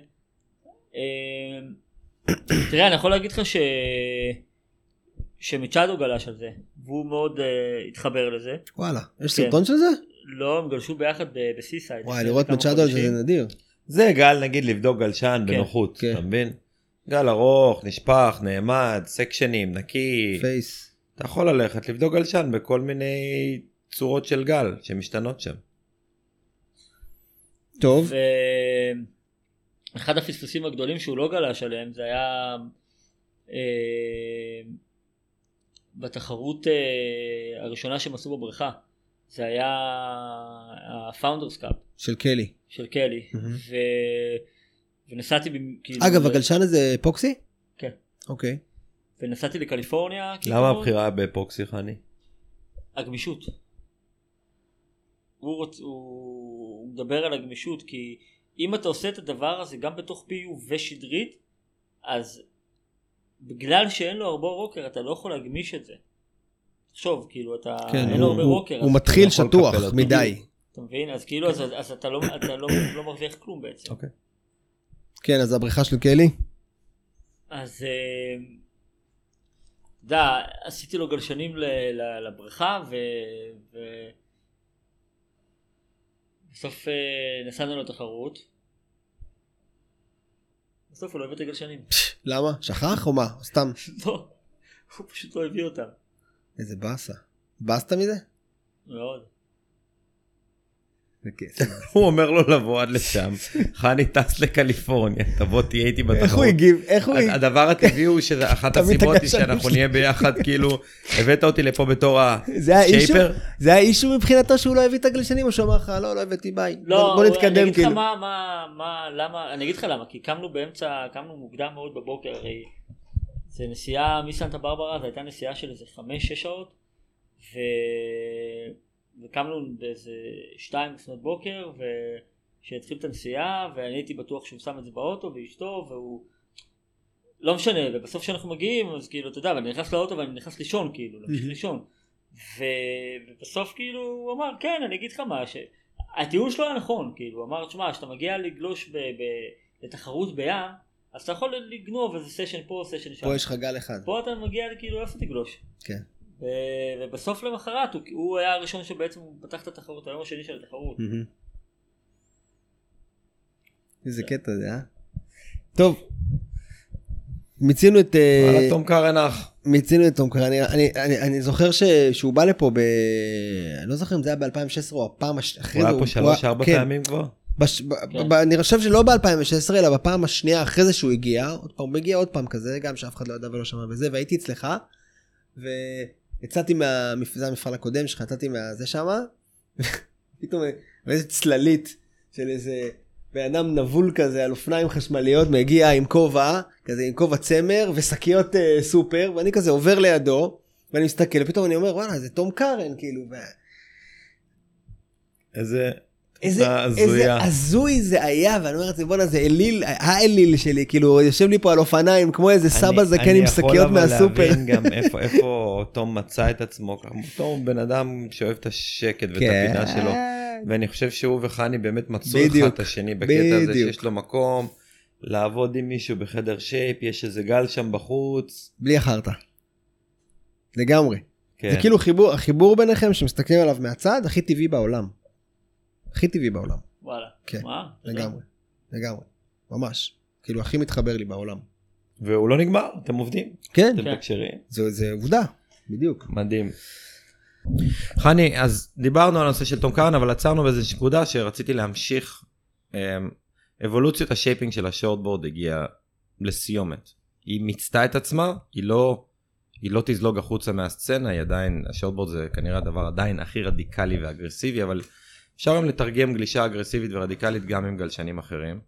תראה, אני יכול להגיד לך ש... שמצ'אדו גלש על זה, והוא מאוד התחבר לזה. וואלה, יש סרטון של זה? לא, הם גלשו ביחד בסיסייד. וואי, לראות מצ'אדו על זה זה נדיר. זה גל, נגיד, לבדוק גלשן בנוחות, אתה מבין? גל ארוך, נשפח, נעמד, סקשנים, נקי. פייס. אתה יכול ללכת לבדוק גלשן בכל מיני צורות של גל שמשתנות שם. טוב. אחד הפספוסים הגדולים שהוא לא גלש עליהם, זה היה בתחרות הראשונה שהם עשו בבריכה. זה היה הפאונדרס קאפ. של קלי. של קלי. ו... ונסעתי... אגב, הגלשן הזה אפוקסי? כן. אוקיי. ונסעתי לקליפורניה. למה הבחירה באפוקסי, חני? הגמישות. הוא, רוצ... הוא מדבר על הגמישות, כי אם אתה עושה את הדבר הזה גם בתוך פי יו ושדרית, אז בגלל שאין לו הרבה רוקר, אתה לא יכול להגמיש את זה. תחשוב, כאילו, אתה... כן, אין לו הרבה הוא, רוקר. הוא מתחיל שטוח מדי. אתה מבין? אז כאילו, אז, אז אתה, לא, אתה לא, לא מרוויח כלום בעצם. אוקיי. כן, אז הבריכה של קלי? אז... דה, עשיתי לו גלשנים לבריכה, ו... ו... בסוף נסענו לו תחרות. בסוף הוא לא הביא את הגלשנים. למה? שכח או מה? סתם? לא, הוא פשוט לא הביא אותם. איזה באסה. באסת מזה? מאוד. הוא אומר לו לבוא עד לשם, חני טס לקליפורניה, תבוא תהיה איתי בתחרות. איך הוא הגיב? איך הוא הגיב? הדבר הטבעי הוא שאחת הסיבות היא שאנחנו נהיה ביחד, כאילו, הבאת אותי לפה בתור השייפר. זה היה אישו מבחינתו שהוא לא הביא את הגלשנים, או שהוא אמר לך, לא, לא הבאתי, ביי. בוא נתקדם כאילו. אני אגיד לך מה, מה, למה, אני אגיד לך למה, כי קמנו באמצע, קמנו מוקדם מאוד בבוקר, הרי זה נסיעה מסנטה ברברה, זו הייתה נסיעה של איזה חמש, שש שעות, ו... וקמנו באיזה שתיים לפנות בוקר, ושהתחיל את הנסיעה, ואני הייתי בטוח שהוא שם את זה באוטו, ואשתו, והוא... לא משנה, ובסוף שאנחנו מגיעים, אז כאילו, אתה יודע, ואני נכנס לאוטו ואני נכנס לישון, כאילו, להמשיך לישון. ו... ובסוף כאילו, הוא אמר, כן, אני אגיד לך מה, שהטיעון שלו היה נכון, כאילו, הוא אמר, תשמע, שאתה מגיע לגלוש ב... ב... לתחרות בים, אז אתה יכול לגנוב איזה סשן פה, סשן שם. פה יש לך גל אחד. פה אתה מגיע כאילו, איפה תגלוש? כן. ובסוף למחרת הוא, הוא היה הראשון שבעצם הוא פתח את התחרות, היום השני של התחרות. איזה קטע זה, אה? טוב, מיצינו את... וואלה, תום קרנח. מיצינו את תום קרנח. אני, אני, אני זוכר שהוא בא לפה ב... אני לא זוכר אם זה היה ב-אלפיים ושש עשרה או הפעם אחרי זה. הוא היה פה שלוש, ארבע פעמים כבר? בש... ב... ב... אני חושב שלא ב-אלפיים ושש עשרה, אלא בפעם השנייה אחרי זה שהוא הגיע, עוד פעם, הוא מגיע עוד פעם כזה, גם שאף אחד לא ידע ולא שמע וזה, והייתי אצלך, ויצאתי מה... זה המפעל הקודם שלך, יצאתי מהזה שמה, פתאום איזה צללית של איזה בן אדם נבול כזה על אופניים חשמליות, מגיע עם כובע, כזה עם כובע צמר ושקיות uh, סופר, ואני כזה עובר לידו, ואני מסתכל, ופתאום אני אומר, וואלה, זה תום קרן, כאילו, ו... איזה... איזה, איזה הזוי זה היה, ואני אומר, בוא'נה, זה אליל, האליל שלי, כאילו, יושב לי פה על אופניים, כמו איזה סבא זקן עם שקיות מהסופר. אני יכול להבין גם איפה, איפה תום מצא את עצמו, תום בן אדם שאוהב את השקט ואת הפינה שלו, ואני חושב שהוא וחני באמת מצאו אחד את השני בקטע הזה, שיש לו מקום לעבוד עם מישהו בחדר שייפ, יש איזה גל שם בחוץ. בלי החרטה. לגמרי. זה כאילו חיבור, החיבור ביניכם שמסתכלים עליו מהצד, הכי טבעי בעולם. הכי טבעי בעולם. וואלה. כן. מה? לגמרי. לגמרי. ממש. כאילו הכי מתחבר לי בעולם. והוא לא נגמר, אתם עובדים. כן. אתם תקשרים. זה, זה עובדה. בדיוק. מדהים. חני, אז דיברנו על הנושא של תום קרן, אבל עצרנו באיזו נקודה שרציתי להמשיך. אבולוציית השייפינג של השורטבורד הגיעה לסיומת. היא מיצתה את עצמה, היא לא, היא לא תזלוג החוצה מהסצנה, היא עדיין, השורטבורד זה כנראה הדבר עדיין הכי רדיקלי ואגרסיבי, אבל אפשר גם לתרגם גלישה אגרסיבית ורדיקלית גם עם גלשנים אחרים.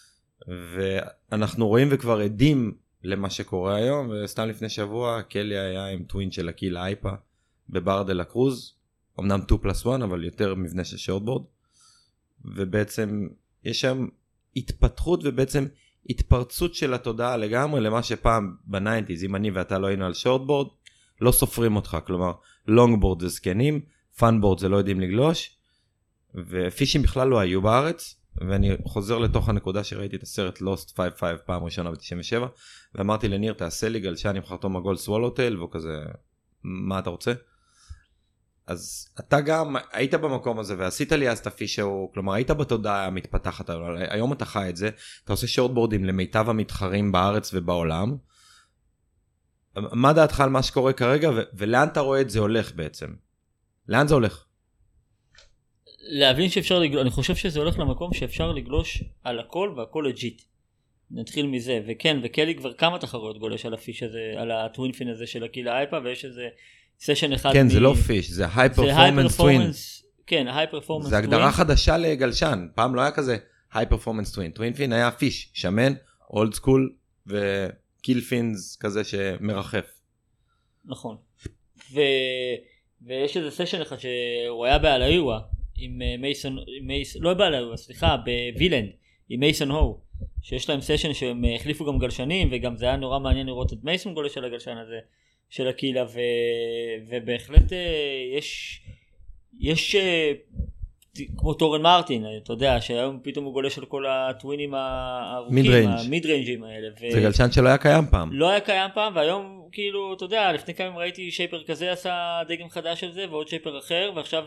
ואנחנו רואים וכבר עדים למה שקורה היום, וסתם לפני שבוע קלי היה עם טווין של הקיל אייפה בבר דה לה קרוז, אמנם שתיים פלוס אחת אבל יותר מבנה של שורטבורד, ובעצם יש שם התפתחות ובעצם התפרצות של התודעה לגמרי למה שפעם בניינטיז, אם אני ואתה לא היינו על שורטבורד, לא סופרים אותך, כלומר לונגבורד זה סקנים, פאנבורד זה לא יודעים לגלוש, ופישים בכלל לא היו בארץ, ואני חוזר לתוך הנקודה שראיתי את הסרט לוסט חמש חמש פעם ראשונה ב-תשעים ושבע, ואמרתי לניר, תעשה לי גלשן עם חרטום עגול סוולוטייל, והוא כזה, מה אתה רוצה? אז אתה גם היית במקום הזה, ועשית לי אז את הפיש שהוא, כלומר היית בתודעה המתפתחת, היום אתה חי את זה, אתה עושה שורטבורדים למיטב המתחרים בארץ ובעולם, מה דעתך על מה שקורה כרגע, ו- ולאן אתה רואה את זה הולך בעצם? לאן זה הולך? להבין שאפשר לגלוש, אני חושב שזה הולך למקום שאפשר לגלוש על הכל והכל לג'יט. נתחיל מזה, וכן, וקלי כבר כמה תחרויות גולש על הפיש הזה, על הטווינפין הזה של הקיל האייפה, ויש איזה סשן אחד כן, מ... זה לא פיש, זה היי פרפורמנס טווין. כן, היי פרפורמנס טווין. זה הגדרה חדשה לגלשן, פעם לא היה כזה היי פרפורמנס טווין. טווינפין היה פיש, שמן, אולד סקול, וקיל פינס כזה שמרחף. נכון. ו... ויש איזה סשן אחד שהוא היה באלאיווה, עם מייסון, מייס... לא באלאיווה, סליחה, בווילנד, עם מייסון הו, שיש להם סשן שהם החליפו גם גלשנים, וגם זה היה נורא מעניין לראות את מייסון גולש של הגלשן הזה, של הקילה, ו... ובהחלט יש, יש כמו טורן מרטין, אתה יודע, שהיום פתאום הוא גולש על כל הטווינים הארוכים, המיד ריינג'ים האלה. ו... זה גלשן שלא היה קיים פעם. לא היה קיים פעם, והיום כאילו, אתה יודע, לפני כמה ראיתי שייפר כזה עשה דגם חדש על זה, ועוד שייפר אחר, ועכשיו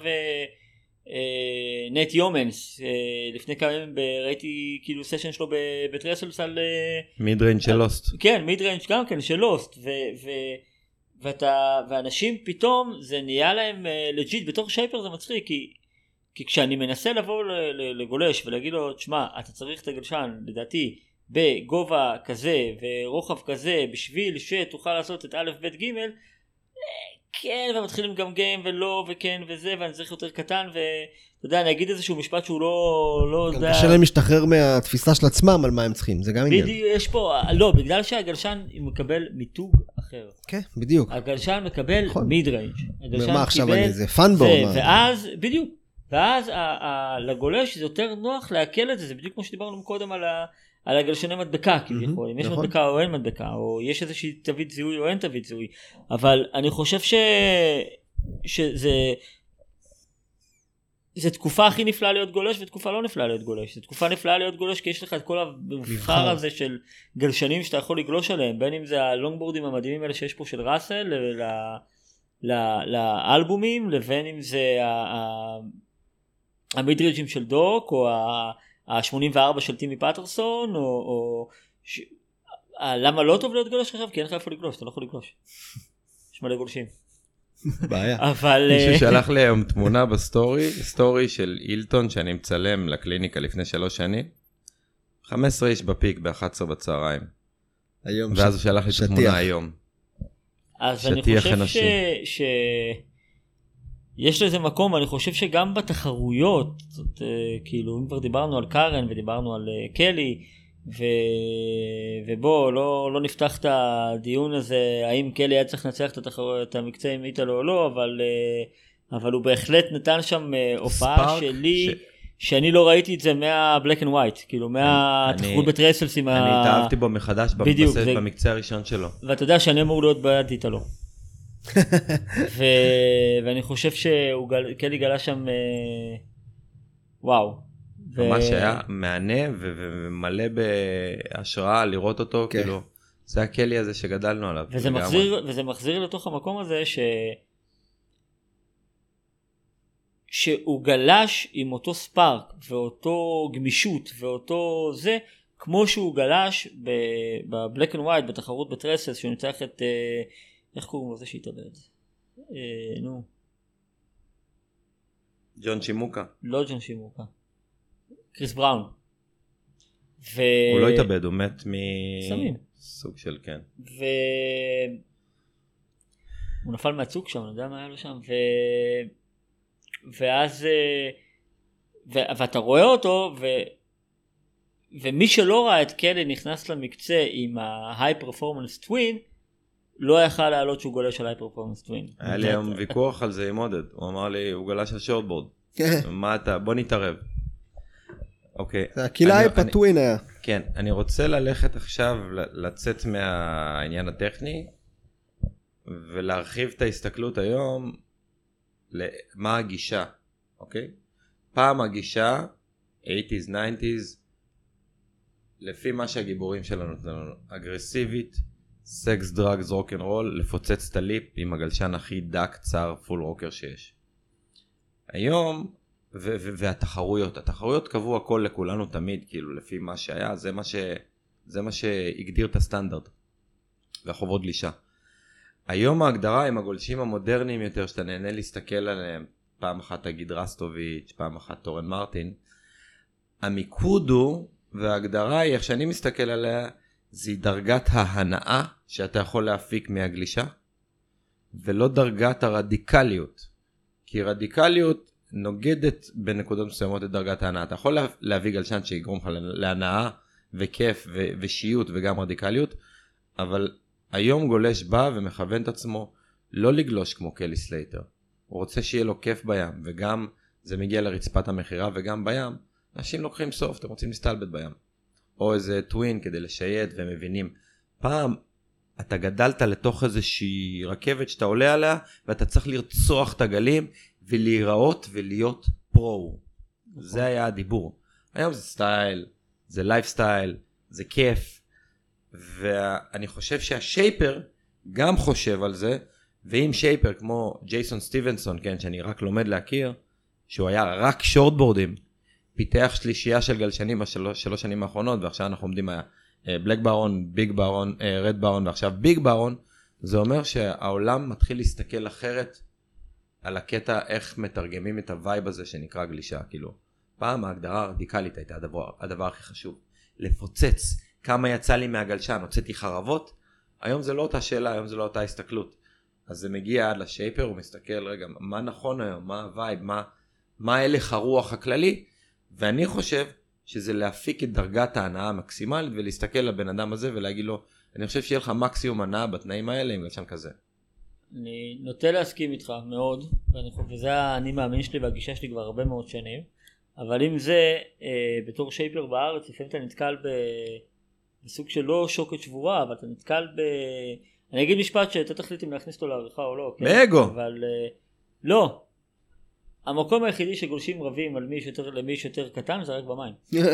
נט יומנס, לפני כמה ימים ראיתי כאילו סשן שלו בטרסלס על... מיד ריינג' של לוסט. כן, מיד ריינג' גם כן, של לוסט, ו... ואתה, ואנשים פתאום זה נהיה להם לג'יט, בתור שייפר זה מצחיק, כי, כי כשאני מנסה לבוא לגולש ולהגיד לו, תשמע, אתה צריך את הגלשן, לדעתי, בגובה כזה ורוחב כזה, בשביל שתוכל לעשות את א' ב' ג', כן, ומתחילים גם גיים ולא, וכן וזה, ואני צריך יותר קטן, ואתה יודע, אני אגיד איזשהו משפט שהוא לא, לא גם קשה להם להשתחרר מהתפיסה של עצמם על מה הם צריכים, זה גם עניין. בדיוק, יש פה, לא, בגלל שהגלשן מקבל מיתוג אחר. כן, בדיוק. הגלשן מקבל מיד ריינג'. מה עכשיו אני, זה פאנבורד. ואז, בדיוק, ואז לגולש זה יותר נוח להקל את זה, זה בדיוק כמו שדיברנו קודם על ה... על הגלשני מדבקה, כביכול, אם יש מדבקה או אין מדבקה, או יש איזושהי תווית זיהוי או אין תווית זיהוי, אבל אני חושב ש... שזה זה תקופה הכי נפלאה להיות גולש, ותקופה לא נפלאה להיות גולש. זה תקופה נפלאה להיות גולש, כי יש לך את כל המבחר הזה של גלשנים שאתה יכול לגלוש עליהם, בין אם זה הלונגבורדים המדהימים האלה שיש פה של ראסל, לאלבומים, לבין אם זה המידריג'ים של דוק, או ה-שמונים וארבע של טימי פטרסון, או, או ש... למה לא טוב להיות גולש עכשיו? כי אין לך איפה לגלוש, אתה לא יכול לגלוש. יש מלא גולשים. בעיה. אבל... מישהו שלח לי היום תמונה בסטורי, סטורי של אילטון שאני מצלם לקליניקה לפני שלוש שנים. חמש עשרה איש בפיק ב-אחת עשרה בצהריים. היום ואז הוא שלח לי את התמונה היום. אז אני חושב ש... ש... יש לזה מקום, אני חושב שגם בתחרויות, זאת, כאילו, אם כבר דיברנו על קארן ודיברנו על קלי, ו... ובוא, לא, לא נפתח את הדיון הזה, האם קלי היה צריך לנצח את התחרויות, את המקצוע עם איטלו או לא, אבל, אבל הוא בהחלט נתן שם הופעה שלי, ש... שאני לא ראיתי את זה מה-black and white, כאילו, מהתחרות בטרסלס עם ה... אני התאהבתי בו מחדש בדיוק, זה... במקצוע הראשון שלו. ואתה יודע שאני אמור להיות ביד איטלו. ו... ואני חושב שקלי גלה שם וואו ממש ו... היה מענה ו... ומלא בהשראה לראות אותו כן. כאילו זה הקלי הזה שגדלנו עליו וזה מחזיר, וזה מחזיר לתוך המקום הזה ש... שהוא גלש עם אותו ספארק ואותו גמישות ואותו זה כמו שהוא גלש בבלק אנד ווייט בתחרות בטרסס שהוא ניצח את איך קוראים לזה שהתאבד? אה, נו. ג'ון שימוקה. לא ג'ון שימוקה. קריס בראון. ו... הוא לא התאבד, הוא מת סמים. מסוג של כן. ו... הוא נפל מהצוק שם, אני יודע מה היה לו שם, ו... ואז, ו... ואתה רואה אותו, ו... ומי שלא ראה את קלי נכנס למקצה עם ה-high performance twin, לא יכל לעלות שהוא גולש על high performance twin. היה לי היום ויכוח על זה עם עודד, הוא אמר לי, הוא גולש על שורטבורד. מה אתה, בוא נתערב. אוקיי. זה הקילאי פטווין היה. כן, אני רוצה ללכת עכשיו, לצאת מהעניין הטכני, ולהרחיב את ההסתכלות היום, למה הגישה, אוקיי? פעם הגישה, שמונים, תשעים, לפי מה שהגיבורים שלנו נותנים לנו, אגרסיבית, סקס, דרגס, רוק'נ'רול, לפוצץ את הליפ עם הגלשן הכי דק, צר, פול רוקר שיש. היום, ו- ו- והתחרויות, התחרויות קבעו הכל לכולנו תמיד, כאילו לפי מה שהיה, זה מה, ש- זה מה שהגדיר את הסטנדרט, והחובות גלישה. היום ההגדרה עם הגולשים המודרניים יותר, שאתה נהנה להסתכל עליהם, פעם אחת תגיד רסטוביץ', פעם אחת טורן מרטין, המיקוד הוא, וההגדרה היא, איך שאני מסתכל עליה, זה דרגת ההנאה שאתה יכול להפיק מהגלישה, ולא דרגת הרדיקליות. כי רדיקליות נוגדת בנקודות מסוימות את דרגת ההנאה. אתה יכול להביא גלשן שיגרום לך להנאה וכיף ו- ושיעות וגם רדיקליות, אבל היום גולש בא ומכוון את עצמו לא לגלוש כמו קלי סלייטר. הוא רוצה שיהיה לו כיף בים, וגם זה מגיע לרצפת המחירה, וגם בים, אנשים לוקחים סוף, אתם רוצים להסתלבט בים. או איזה טווין כדי לשייט והם מבינים. פעם אתה גדלת לתוך איזושהי רכבת שאתה עולה עליה, ואתה צריך לרצוח את הגלים, ולהיראות ולהיות פרו. זה היה הדיבור. היום זה סטייל, זה לייף סטייל, זה כיף. ואני חושב שהשייפר גם חושב על זה, ואם שייפר כמו ג'ייסון סטיבנסון, כן, שאני רק לומד להכיר, שהוא היה רק שורטבורדים, פיתח שלישייה של גלשנים בשלוש שלוש שנים האחרונות, ועכשיו אנחנו עומדים על בלק ברון, ביג ברון, רד ברון, ועכשיו ביג ברון, זה אומר שהעולם מתחיל להסתכל אחרת על הקטע איך מתרגמים את הווייב הזה שנקרא גלישה. כאילו, פעם ההגדרה הרדיקלית הייתה הדבר, הדבר הכי חשוב. לפוצץ כמה יצא לי מהגלשן, הוצאתי חרבות, היום זה לא אותה שאלה, היום זה לא אותה הסתכלות. אז זה מגיע עד לשייפר, הוא מסתכל, רגע, מה נכון היום, מה הווייב, מה, מה הלך הרוח הכללי, ואני חושב שזה להפיק את דרגת ההנאה המקסימלית, ולהסתכל לבן אדם הזה ולהגיד לו, אני חושב שיהיה לך מקסימום הנאה בתנאים האלה עם גלשן כזה. אני נוטה להסכים איתך מאוד, ואני חושב שזה אני מאמין שלי והגישה שלי כבר הרבה מאוד שנים, אבל אם זה אה, בתור שייפר בארץ, לפעמים אתה נתקל ב... בסוג של לא שוקת שבורה, אבל אתה נתקל ב... אני אגיד משפט שאתה תחליט אם להכניס אותו לעריכה או לא. באגו. אבל אה, לא. המקום היחידי שגולשים רבים על מי שיותר, למי שיותר קטן זה רק במים.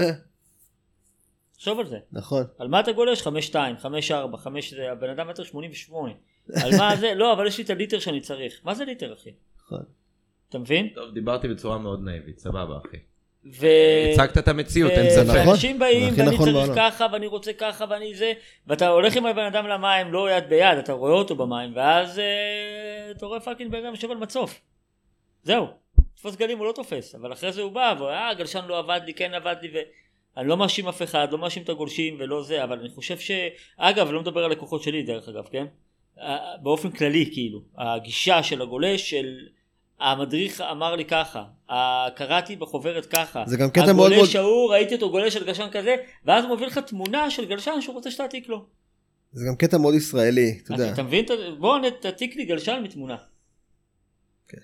חשוב על זה. נכון. על מה אתה גולש? חמש שתיים, חמש ארבע, חמש זה, הבן אדם מטר שמונים ושמונה. על מה זה? לא, אבל יש לי את הליטר שאני צריך. מה זה ליטר, אחי? נכון. אתה מבין? טוב, דיברתי בצורה מאוד נאיבית, סבבה אחי. ו... הצגת את המציאות, אין ספק. ואנשים באים ואני נכון צריך בעולם. ככה ואני רוצה ככה ואני זה, ואתה הולך עם הבן אדם למים לא יד ביד, אתה רואה אותו במים, ואז אה, אתה רואה פאקינג בן אדם יושב על מצוף. זהו, תפוס גלים הוא לא תופס, אבל אחרי זה הוא בא, ואה, גלשן לא עבד לי, כן עבד לי, ואני לא מאשים אף אחד, לא מאשים את הגולשים ולא זה, אבל אני חושב ש... אגב, לא מדבר על לקוחות שלי דרך אגב, כן? באופן כללי, כאילו, הגישה של הגולש, של המדריך אמר לי ככה, קראתי בחוברת ככה, זה גם קטע מאוד מאוד... הגולש ההוא, ראיתי אותו גולש של גלשן כזה, ואז הוא מוביל לך תמונה של גלשן שהוא רוצה שתעתיק לו. זה גם קטע מאוד ישראלי, אתה יודע. אתה מבין? בוא תעתיק לי גלשן מתמונה. כן.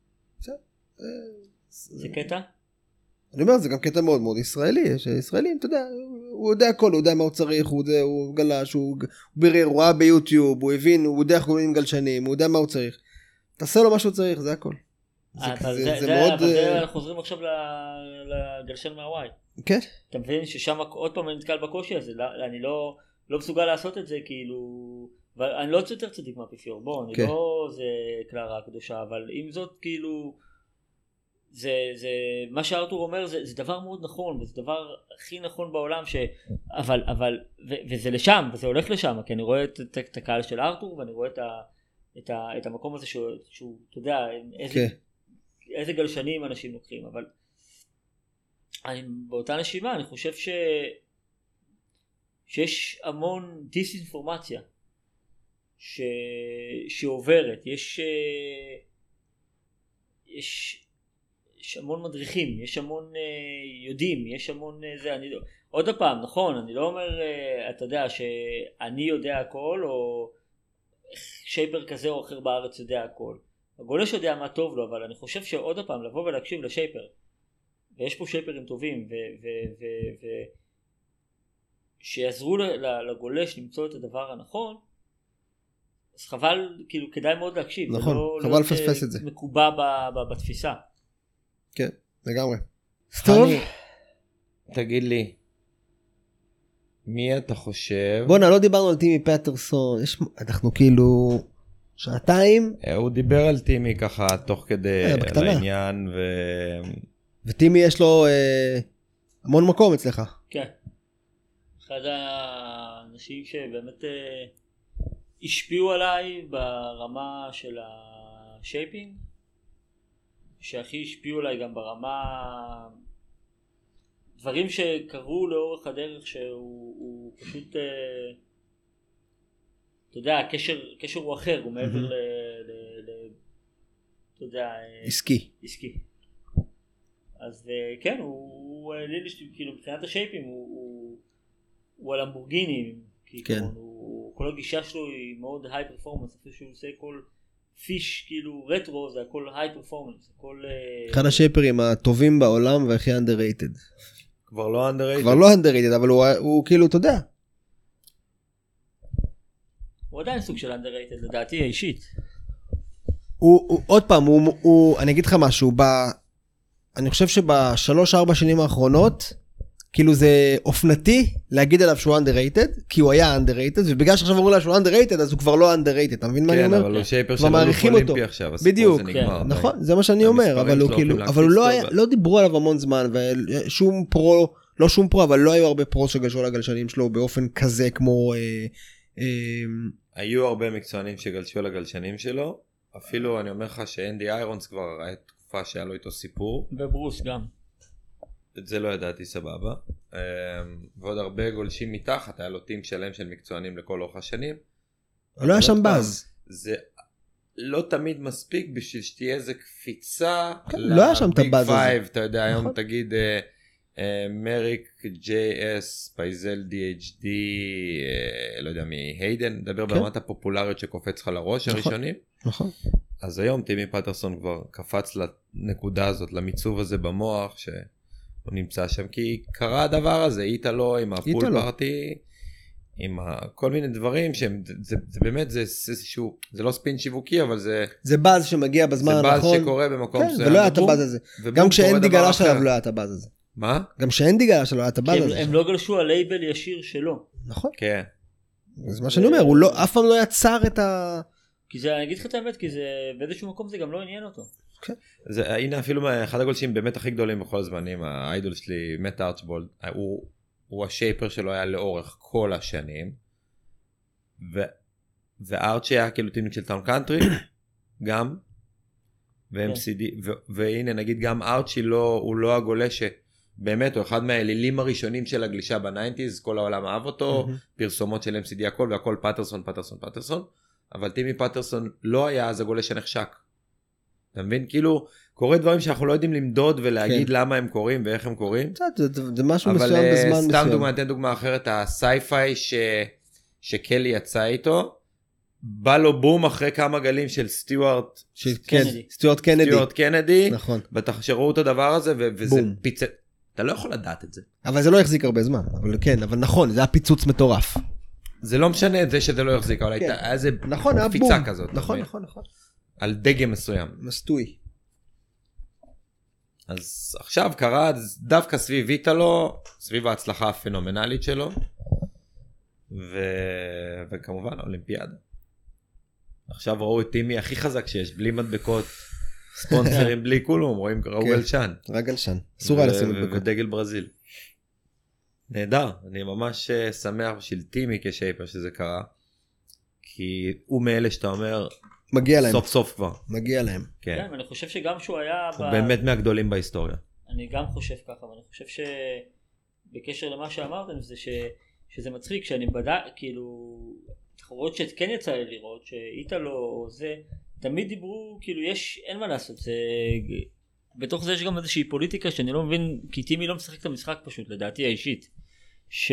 זה קטע? אני אומר, זה גם קטע מאוד מאוד ישראלי, שישראלים, אתה יודע, הוא יודע הכל, הוא יודע מה הוא צריך, הוא, יודע, הוא גלש, הוא בירר, הוא ראה ביוטיוב, הוא הבין, הוא יודע איך גורמים גלשנים, הוא יודע מה הוא צריך. תעשה לו מה שהוא צריך, זה הכל. זה, אבל זה, זה, זה, זה, מאוד... אבל זה, אנחנו חוזרים עכשיו לגלשן מהוואי. כן. אתה מבין ששם עוד פעם אני נתקל בקושי הזה, אני לא, לא מסוגל לעשות את זה, כאילו, אני לא יותר צדיק מהאפיפיור, בוא, אני כן. לא זה קלרה הקדושה, אבל עם זאת, כאילו, זה, זה, מה שארתור אומר, זה, זה דבר מאוד נכון, וזה דבר הכי נכון בעולם, ש, אבל, אבל, ו, וזה לשם, וזה הולך לשם, כי אני רואה את, את, את הקהל של ארתור, ואני רואה את, ה, את, ה, את המקום הזה שהוא, שהוא אתה יודע, איזה, כן. איזה גלשנים אנשים לוקחים, אבל אני, באותה נשימה אני חושב ש... שיש המון דיסאינפורמציה ש... שעוברת, יש, יש, יש המון מדריכים, יש המון יודעים, יש המון זה, אני לא... עוד הפעם, נכון, אני לא אומר, אתה יודע, שאני יודע הכל, או שייפר כזה או אחר בארץ יודע הכל. הגולש יודע מה טוב לו, אבל אני חושב שעוד הפעם, לבוא ולהקשיב לשייפר, ויש פה שייפרים טובים, ו... ו... ו... ו... שיעזרו לגולש למצוא את הדבר הנכון, אז חבל, כאילו, כדאי מאוד להקשיב. נכון, לא, חבל לא לפספס את זה. מקובע ב, ב, בתפיסה. כן, לגמרי. טוב. תגיד לי, מי אתה חושב? בוא'נה, לא דיברנו על טימי פטרסון, יש, אנחנו כאילו שעתיים. הוא דיבר על טימי ככה תוך כדי לעניין, ו... וטימי יש לו אה, המון מקום אצלך. כן. אחד האנשים שבאמת אה, השפיעו עליי ברמה של השייפינג, שהכי השפיעו עליי גם ברמה, דברים שקרו לאורך הדרך שהוא הוא פשוט, אה, אתה יודע, הקשר, הקשר הוא אחר, הוא מעבר ל... ל, ל אתה יודע, עסקי. עסקי. אז אה, כן, הוא, הוא כאילו מבחינת השייפים הוא, הוא הוא על המבורגיני, כן. הוא, כל הגישה שלו היא מאוד היי פרפורמנס, אפילו שהוא עושה כל פיש כאילו רטרו, זה הכל היי פרפורמנס, הכל... אחד השייפרים הטובים בעולם והכי underrated. כבר לא underrated. כבר לא underrated, אבל הוא, הוא כאילו, אתה יודע. הוא עדיין סוג של underrated, לדעתי האישית. הוא, הוא, עוד פעם, הוא, הוא, אני אגיד לך משהו, ב, אני חושב שבשלוש ארבע שנים האחרונות, כאילו זה אופנתי להגיד עליו שהוא underrated, כי הוא היה underrated, ובגלל שעכשיו אומרים לה שהוא underrated, אז הוא כבר לא underrated, אתה מבין מה אני אומר? כן, אבל הוא שייפר של אלוף אולימפי עכשיו, בדיוק, נכון, זה מה שאני אומר, אבל הוא כאילו, אבל הוא לא היה, לא דיברו עליו המון זמן, ושום פרו, לא שום פרו, אבל לא היו הרבה פרו שגלשו לגלשנים שלו באופן כזה כמו... היו הרבה מקצוענים שגלשו לגלשנים שלו, אפילו אני אומר לך שאנדי איירונס כבר היה תקופה שהיה לו איתו סיפור. וברוס גם. את זה לא ידעתי, סבבה. ועוד הרבה גולשים מתחת, היה לו טים שלם של מקצוענים לכל אורך השנים. לא היה שם באז. זה לא תמיד מספיק בשביל שתהיה איזה קפיצה לא היה שם את הבאז הזה. אתה יודע, היום תגיד מריק, ג'יי אס, פייזל, די אייץ' די, לא יודע מי, היידן, דבר ברמת הפופולריות שקופץ לך לראש הראשונים. נכון. אז היום טימי פטרסון כבר קפץ לנקודה הזאת, למיצוב הזה במוח, שהוא נמצא שם, כי קרה הדבר הזה, איתלו עם הפול פארטי, עם כל מיני דברים שהם, זה, זה באמת, זה איזשהו, זה לא ספין שיווקי, אבל זה... זה באז שמגיע בזמן הנכון. זה באז שקורה במקום כן, ולא היה את הבאז הזה. גם כשאנדי גלש עליו לא היה את הבאז הזה. מה? גם כשאנדי גלש עליו לא היה את הבאז הזה. הם לא גלשו על לייבל ישיר שלו. נכון. כן. זה מה שאני אומר, הוא לא, אף פעם לא יצר את ה... כי זה, אני אגיד לך את האמת, כי זה, באיזשהו מקום זה גם לא עניין אותו. זה, הנה אפילו אחד הגולשים באמת הכי גדולים בכל הזמנים, האיידול שלי, מאט ארצ'בולד, הוא, הוא השייפר שלו היה לאורך כל השנים, ו, וארצ'י היה כאילו טימניק של טאון קאנטרי, גם, ו-אם סי די, ו, והנה נגיד גם ארצ'י לא, הוא לא הגולש שבאמת, הוא אחד מהאלילים הראשונים של הגלישה בניינטיז, כל העולם אהב אותו, פרסומות של אם סי די הכל, והכל פטרסון, פטרסון, פטרסון, אבל טימי פטרסון לא היה אז הגולש שנחשק. אתה מבין? כאילו, קורה דברים שאנחנו לא יודעים למדוד ולהגיד כן. למה הם קורים ואיך הם קורים. זה, זה, זה משהו מסוים בזמן מסוים. אבל סתם דוגמה, נתן דוגמה אחרת, הסייפיי ש... שקלי יצא איתו, בא לו בום אחרי כמה גלים של סטיוארט קנדי. סטיוארט קנדי. סטיוארט קנדי. נכון. ותחשרו את הדבר הזה, ו- וזה פיצץ. אתה לא יכול לדעת את זה. אבל זה לא יחזיק הרבה זמן. אבל כן, אבל נכון, זה היה פיצוץ מטורף. זה לא משנה את זה שזה לא יחזיק, אבל כן. היה איזה נכון, קפיצה כזאת. נכון, נכון, נכון. על דגם מסוים. מסטוי. אז עכשיו קרה דווקא סביב איתלו, סביב ההצלחה הפנומנלית שלו, ו... וכמובן האולימפיאדה. עכשיו ראו את טימי הכי חזק שיש, בלי מדבקות, ספונסרים בלי כולום, רואים ראו גלשן. רק גלשן. אסור היה לשים מדבקות. ודגל ברזיל. נהדר, אני ממש שמח בשביל טימי כשייפר שזה קרה, כי הוא מאלה שאתה אומר, מגיע להם. סוף סוף כבר. מגיע להם. כן. כן, אני חושב שגם שהוא היה... הוא באמת מהגדולים בהיסטוריה. אני גם חושב ככה, ואני חושב שבקשר למה שאמרתם זה ש... שזה מצחיק, שאני בדק, כאילו, תחרות שכן יצא לי לראות, שאיטלו או זה, תמיד דיברו, כאילו, יש, אין מה לעשות, זה... בתוך זה יש גם איזושהי פוליטיקה שאני לא מבין, כי טימי לא משחק את המשחק פשוט, לדעתי האישית, ש...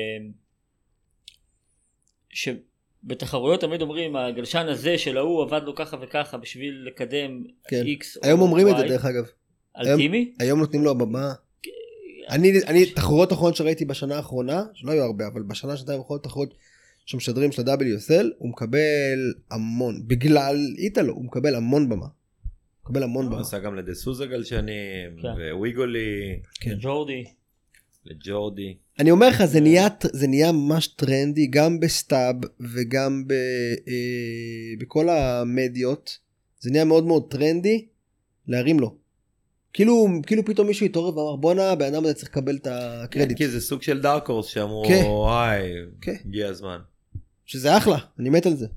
שבתחרויות תמיד אומרים, הגלשן הזה של ההוא עבד לו ככה וככה בשביל לקדם כן. X היום או אומרים Y. את זה דרך אגב. על היום, טימי? היום נותנים לו הבמה. אני, אני, תחרויות אחרונות שראיתי בשנה האחרונה, שלא היו הרבה, אבל בשנה שנתיים האחרונות תחרויות שמשדרים של ה-דאבליו אס אל, הוא מקבל המון, בגלל איטלו, הוא מקבל המון במה. הוא מקבל המון הוא במה. עשה גם לדסוזה גלשנים, כן. וויגולי, כן. ג'ורדי. לג'ורדי. אני אומר לך, זה נהיה, זה נהיה ממש טרנדי, גם בסטאב וגם ב, אה, בכל המדיות, זה נהיה מאוד מאוד טרנדי להרים לו. כאילו, כאילו פתאום מישהו התעורר ואמר, בואנה, הבן אדם הזה צריך לקבל את הקרדיט. כי זה סוג של דארק הורס שאמרו, כן. וואי, כן. הגיע הזמן. שזה אחלה, אני מת על זה.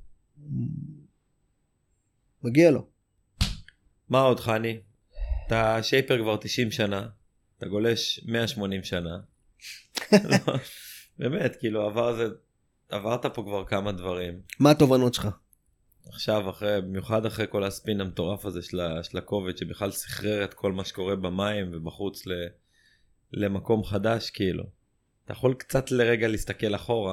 מגיע לו. מה עוד חני? אתה שייפר כבר תשעים שנה, אתה גולש מאה ושמונים שנה. לא, באמת, כאילו עבר זה, עברת פה כבר כמה דברים. מה התובנות שלך? עכשיו, אחרי, במיוחד אחרי כל הספין המטורף הזה של, של הקובץ, שבכלל סחרר את כל מה שקורה במים ובחוץ ל, למקום חדש, כאילו. אתה יכול קצת לרגע להסתכל אחורה,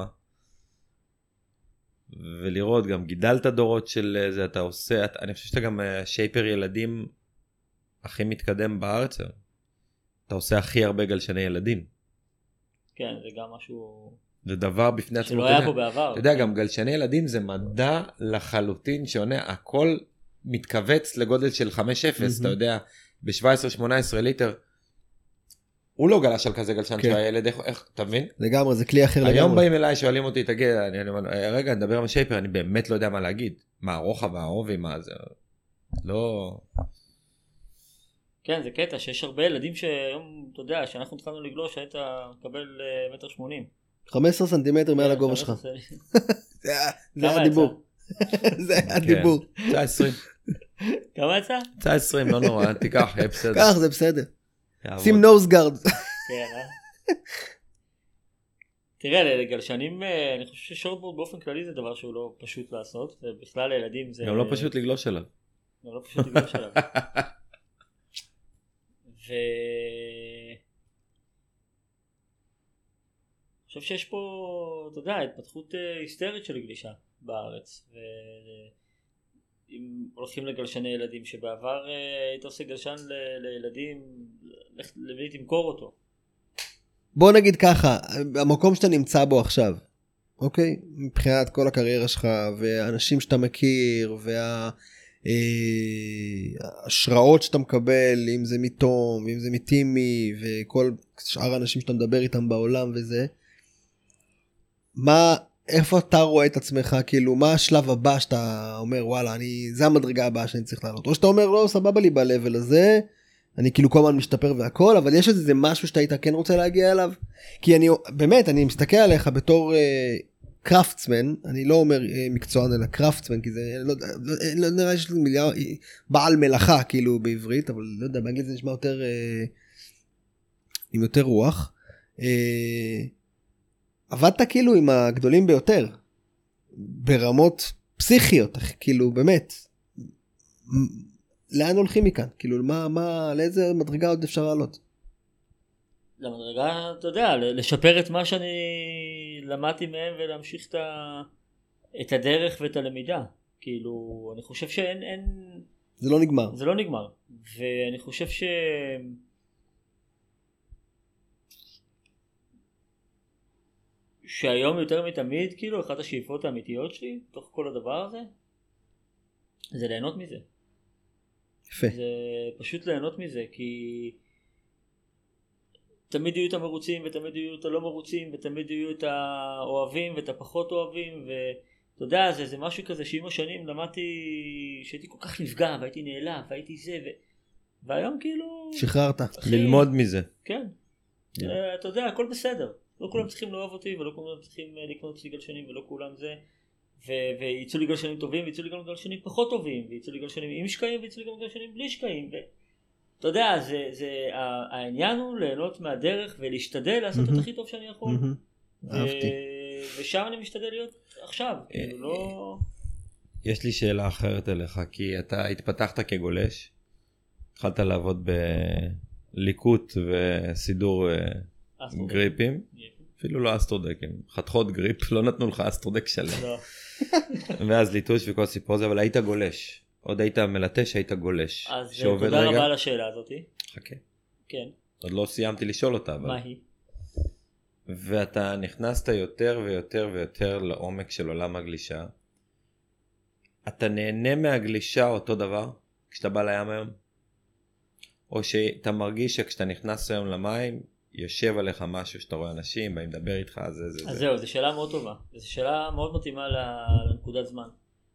ולראות, גם גידלת דורות של זה, אתה עושה, אתה, אני חושב שאתה גם שייפר ילדים הכי מתקדם בארץ. אתה עושה הכי הרבה גלשני ילדים. כן, זה גם משהו... זה דבר בפני עצמו. שלא היה פה בעבר. אתה יודע, גם גלשני ילדים זה מדע לחלוטין שעונה, הכל מתכווץ לגודל של חמש אפס, אתה יודע, ב-שבע עשרה שמונה עשרה ליטר, הוא לא גלש על כזה גלשן של הילד, איך, אתה מבין? לגמרי, זה כלי אחר לגמרי. היום באים אליי, שואלים אותי, תגיד, רגע, נדבר עם השייפר, אני באמת לא יודע מה להגיד. מה הרוחב והעובי, מה זה, לא... כן, זה קטע שיש הרבה ילדים שהיום, אתה יודע, שאנחנו התחלנו לגלוש, היית מקבל מטר שמונים. חמש עשרה סנטימטר מעל הגובה שלך. זה הדיבור. זה הדיבור. תשע עשרה. כמה יצא? תשע עשרה, לא נורא, תיקח, יהיה בסדר. קח, זה בסדר. שים נוז גארד. כן, אה? תראה, לגלשנים, אני חושב ששורטבורד באופן כללי זה דבר שהוא לא פשוט לעשות, ובכלל לילדים זה... גם לא פשוט לגלוש עליו. גם לא פשוט לגלוש עליו. ו... אני חושב שיש פה, אתה יודע, התפתחות היסטרית של גלישה בארץ, ואם הולכים לגלשני ילדים, שבעבר היית עושה גלשן ל... לילדים, למי תמכור אותו. בוא נגיד ככה, המקום שאתה נמצא בו עכשיו, אוקיי? מבחינת כל הקריירה שלך, והאנשים שאתה מכיר, וה... השראות שאתה מקבל, אם זה מתום, אם זה מטימי, וכל שאר האנשים שאתה מדבר איתם בעולם וזה, מה, איפה אתה רואה את עצמך, כאילו, מה השלב הבא שאתה אומר, וואלה, אני, זה המדרגה הבאה שאני צריך לעלות, או שאתה אומר, לא, סבבה לי בלבל הזה, אני כאילו כל הזמן משתפר והכל, אבל יש איזה משהו שאתה היית כן רוצה להגיע אליו, כי אני, באמת, אני מסתכל עליך בתור קראפטסמן, אני לא אומר מקצוען אלא קראפטסמן, כי זה לא, לא, לא נראה שיש לי מיליאר, בעל מלאכה כאילו בעברית, אבל לא יודע, באנגלית זה נשמע יותר, אה, עם יותר רוח. אה, עבדת כאילו עם הגדולים ביותר, ברמות פסיכיות, כאילו באמת, לאן הולכים מכאן? כאילו, מה, מה, לאיזה מדרגה עוד אפשר לעלות? למדרגה, אתה יודע, לשפר את מה שאני למדתי מהם ולהמשיך את, ה... את הדרך ואת הלמידה. כאילו, אני חושב שאין... אין... זה לא נגמר. זה לא נגמר. ואני חושב ש... שהיום יותר מתמיד, כאילו, אחת השאיפות האמיתיות שלי, תוך כל הדבר הזה, זה ליהנות מזה. יפה. זה פשוט ליהנות מזה, כי... תמיד יהיו את המרוצים ותמיד יהיו את הלא מרוצים ותמיד יהיו את האוהבים ואת הפחות אוהבים, ואתה יודע, זה, זה משהו כזה שעם השנים למדתי שהייתי כל כך נפגע והייתי נעלב והייתי זה, ו... והיום כאילו... שחררת. אחי, ללמוד מזה. כן. Yeah. אתה יודע, הכל בסדר. לא כולם צריכים לאהוב אותי ולא כולם צריכים לקנות לי גלשנים ולא כולם זה. ו- ויצאו לי גלשנים טובים, ויצאו לי גם גלשנים פחות טובים, ויצאו לי גלשנים עם שקעים, ויצאו לי גם גלשנים בלי שקעים. ואתה יודע, זה, זה, העניין הוא ליהנות מהדרך ולהשתדל לעשות את הכי טוב שאני יכול. ו- אהבתי. ושם אני משתדל להיות עכשיו, כאילו לא... יש לי שאלה אחרת אליך, כי אתה התפתחת כגולש, התחלת לעבוד בליקוט וסידור אסטרודק. גריפים, אפילו לא אסטרודקים, חתכות גריפ, לא נתנו לך אסטרודק שלם, לא. ואז ליטוש וכל סיפור הזה, אבל היית גולש, עוד היית מלטש, היית גולש. אז שעובד תודה רגע? רבה על השאלה הזאת. חכה, כן. עוד לא סיימתי לשאול אותה, אבל... מה היא? ואתה נכנסת יותר ויותר ויותר לעומק של עולם הגלישה. אתה נהנה מהגלישה אותו דבר כשאתה בא לים היום? או שאתה מרגיש שכשאתה נכנס היום למים, יושב עליך משהו שאתה רואה אנשים, באים לדבר איתך, זה זה אז זה. זהו, זו שאלה מאוד טובה. זו שאלה מאוד מתאימה ל- לנקודת זמן.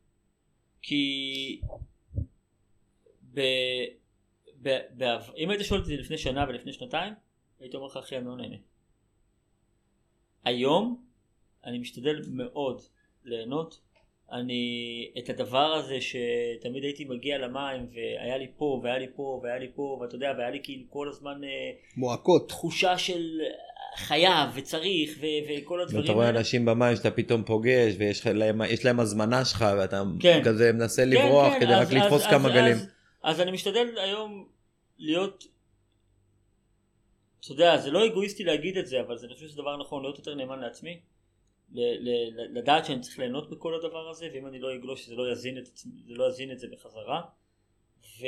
כי ב... ב... ב... אם היית שואל אותי לפני שנה ולפני שנתיים, הייתי אומר לך אחי אני לא נהנה. היום אני משתדל מאוד ליהנות. אני את הדבר הזה שתמיד הייתי מגיע למים והיה לי פה והיה לי פה והיה לי פה ואתה יודע והיה לי כאילו כל הזמן מועקות. תחושה של חייב וצריך ו- וכל הדברים ואתה רואה האלה. אנשים במים שאתה פתאום פוגש ויש להם, יש להם הזמנה שלך ואתה כן. כזה מנסה כן, לברוח כן, כדי אז- רק לתפוס אז- כמה אז- גלים. אז, אז אני משתדל היום להיות, אתה יודע, זה לא אגואיסטי להגיד את זה, אבל זה אני חושב שזה דבר נכון, להיות יותר נאמן לעצמי, ל- ל- לדעת שאני צריך ליהנות בכל הדבר הזה, ואם אני לא אגלוש שזה לא יזין את, עצמי- זה לא יזין את זה בחזרה. ו...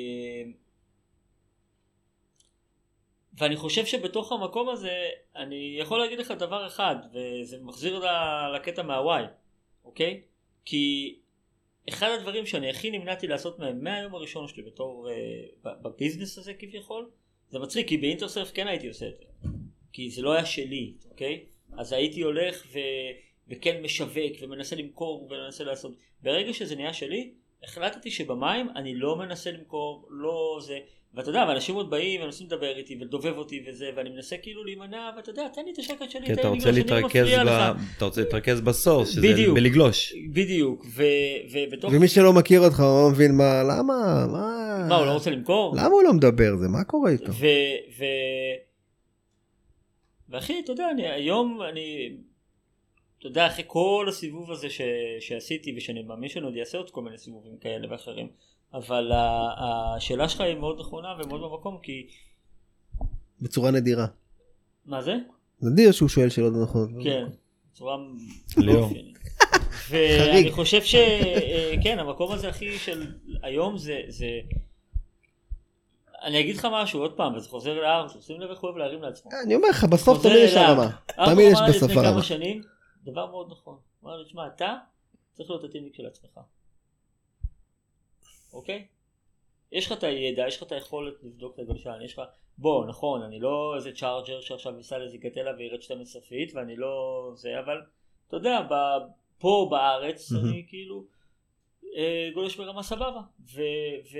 ואני חושב שבתוך המקום הזה אני יכול להגיד לך דבר אחד, וזה מחזיר ל- לקטע מהוואי, אוקיי? כי אחד הדברים שאני הכי נמנעתי לעשות מהם מהיום הראשון שלי בתור uh, בביזנס הזה כביכול, זה מצחיק כי באינטרסרף כן הייתי עושה את זה, כי זה לא היה שלי, אוקיי? אז הייתי הולך ו... וכן משווק ומנסה למכור ומנסה לעשות. ברגע שזה נהיה שלי, החלטתי שבמים אני לא מנסה למכור, לא זה, ואתה יודע, ואנשים עוד באים ומנסים לדבר איתי ולדובב אותי וזה, ואני מנסה כאילו להימנע, ואתה יודע, תן לי את השקט שלי, כי תן אתה לי רוצה לגלוש, אני לא להתרכז מפריע ב... לך. אתה רוצה להתרכז בסורס, שזה בדיוק. בלגלוש. בדיוק, ו... ובתוך... ומי שלא מכיר אותך, הוא לא מבין מה, למה, מה... מה, הוא לא רוצה למכור? למה הוא לא מדבר? זה, מה קורה איתו? ו... ו... ואחי, אתה יודע, אני, היום אני, אתה יודע, אחרי כל הסיבוב הזה ש... שעשיתי, ושאני מאמין שאני עוד אעשה עוד כל מיני סיבובים כאלה ואחרים, אבל ה... השאלה שלך היא מאוד נכונה ומאוד במקום, כי... בצורה נדירה. מה זה? נדיר שהוא שואל שאלות נכונות. כן, בצורה... ליאור. ואני חושב שכן, המקום הזה הכי של היום זה... זה... אני אגיד לך משהו עוד פעם, וזה חוזר לארץ, עושים לב איך אוהב להרים לעצמו. אני אומר לך, בסוף חוזר תמיד יש אליו. הרמה. ארבע תמיד יש אמר לי בסוף לפני הרמה. כמה שנים, דבר מאוד נכון. הוא אמר לי, תשמע, אתה צריך להיות הטינניק של עצמך. אוקיי? יש לך את הידע, יש לך את היכולת לבדוק את הגלשן, יש לך... בוא, נכון, אני לא איזה צ'ארג'ר שעכשיו ניסה לזיגתלה וירד שתים עשרה פיט, ואני לא זה, אבל אתה יודע, ב- פה בארץ אני כאילו אה, גולש ברמה סבבה. ו... ו...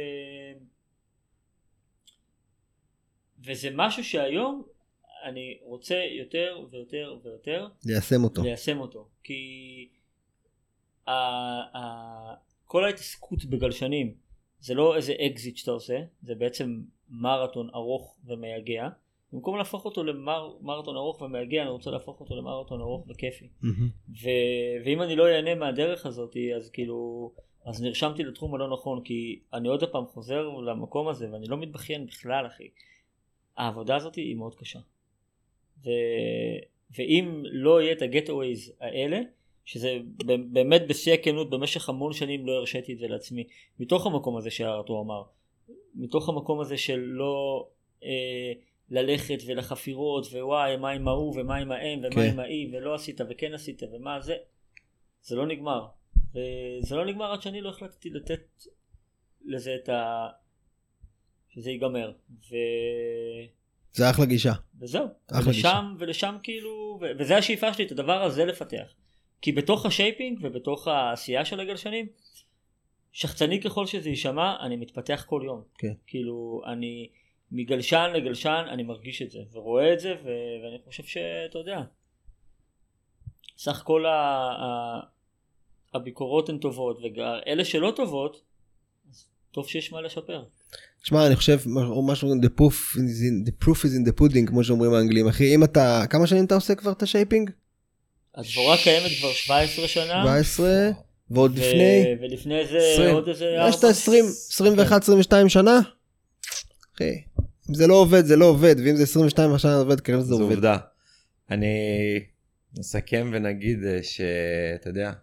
וזה משהו שהיום אני רוצה יותר ויותר ויותר ליישם אותו. ליישם אותו, כי ה, ה, כל ההתעסקות בגלשנים זה לא איזה אקזיט שאתה עושה, זה בעצם מרתון ארוך ומייגע. במקום להפוך אותו למרתון ארוך ומייגע, אני רוצה להפוך אותו למרתון ארוך וכיפי. ו, ואם אני לא אהנה מהדרך הזאת, אז כאילו, אז נרשמתי לתחום הלא נכון, כי אני עוד הפעם חוזר למקום הזה ואני לא מתבכיין בכלל, אחי. העבודה הזאת היא מאוד קשה. ו... ואם לא יהיה את הגט-אווייז האלה, שזה באמת בשיא הכנות, במשך המון שנים לא הרשיתי את זה לעצמי, מתוך המקום הזה שארתור אמר, מתוך המקום הזה של לא אה, ללכת ולחפירות, ווואי, מה עם ההוא ומה עם האם ומה כן. עם האי, ולא עשית וכן עשית ומה זה, זה לא נגמר. וזה לא נגמר עד שאני לא החלטתי לתת לזה את ה... שזה ייגמר. ו... זה אחלה גישה. וזהו. אחלה ולשם, ולשם כאילו, ו... וזה השאיפה שלי, את הדבר הזה לפתח. כי בתוך השייפינג ובתוך העשייה של הגלשנים, שחצני ככל שזה יישמע, אני מתפתח כל יום. כן. כאילו, אני מגלשן לגלשן, אני מרגיש את זה, ורואה את זה, ו... ואני חושב שאתה יודע, סך כל ה... ה... הביקורות הן טובות, ואלה שלא טובות, אז טוב שיש מה לשפר. תשמע, אני חושב, או משהו, the proof is in, the proof is in the pudding, כמו שאומרים האנגלים, אחי, אם אתה, כמה שנים אתה עושה כבר את השייפינג? הדבורה קיימת כבר שבע עשרה שנה. שבע עשרה, ועוד לפני? ולפני זה עוד איזה ארבע. יש את ה-עשרים, עשרים ואחת, עשרים ושתיים שנה? אחי, אם זה לא עובד, זה לא עובד, ואם זה עשרים ושתיים שנה עובד, כנראה זה עובד. זו עובדה. אני נסכם ונגיד שאתה יודע,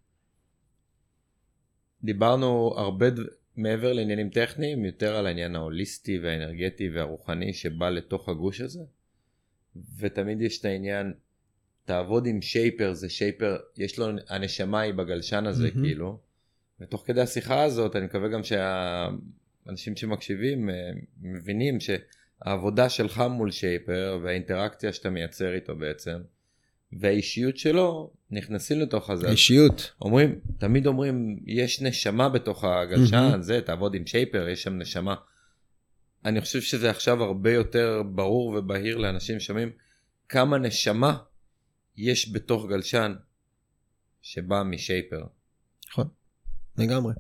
דיברנו הרבה מעבר לעניינים טכניים, יותר על העניין ההוליסטי והאנרגטי והרוחני שבא לתוך הגוש הזה, ותמיד יש את העניין, תעבוד עם שייפר, זה שייפר, יש לו, הנשמה היא בגלשן הזה mm-hmm. כאילו, ותוך כדי השיחה הזאת, אני מקווה גם שהאנשים שמקשיבים מבינים שהעבודה שלך מול שייפר, והאינטראקציה שאתה מייצר איתו בעצם, והאישיות שלו נכנסים לתוך הזה. האישיות. אומרים, תמיד אומרים, יש נשמה בתוך הגלשן, mm-hmm. זה, תעבוד עם שייפר, יש שם נשמה. אני חושב שזה עכשיו הרבה יותר ברור ובהיר לאנשים שומעים, כמה נשמה יש בתוך גלשן שבא משייפר. נכון, לגמרי.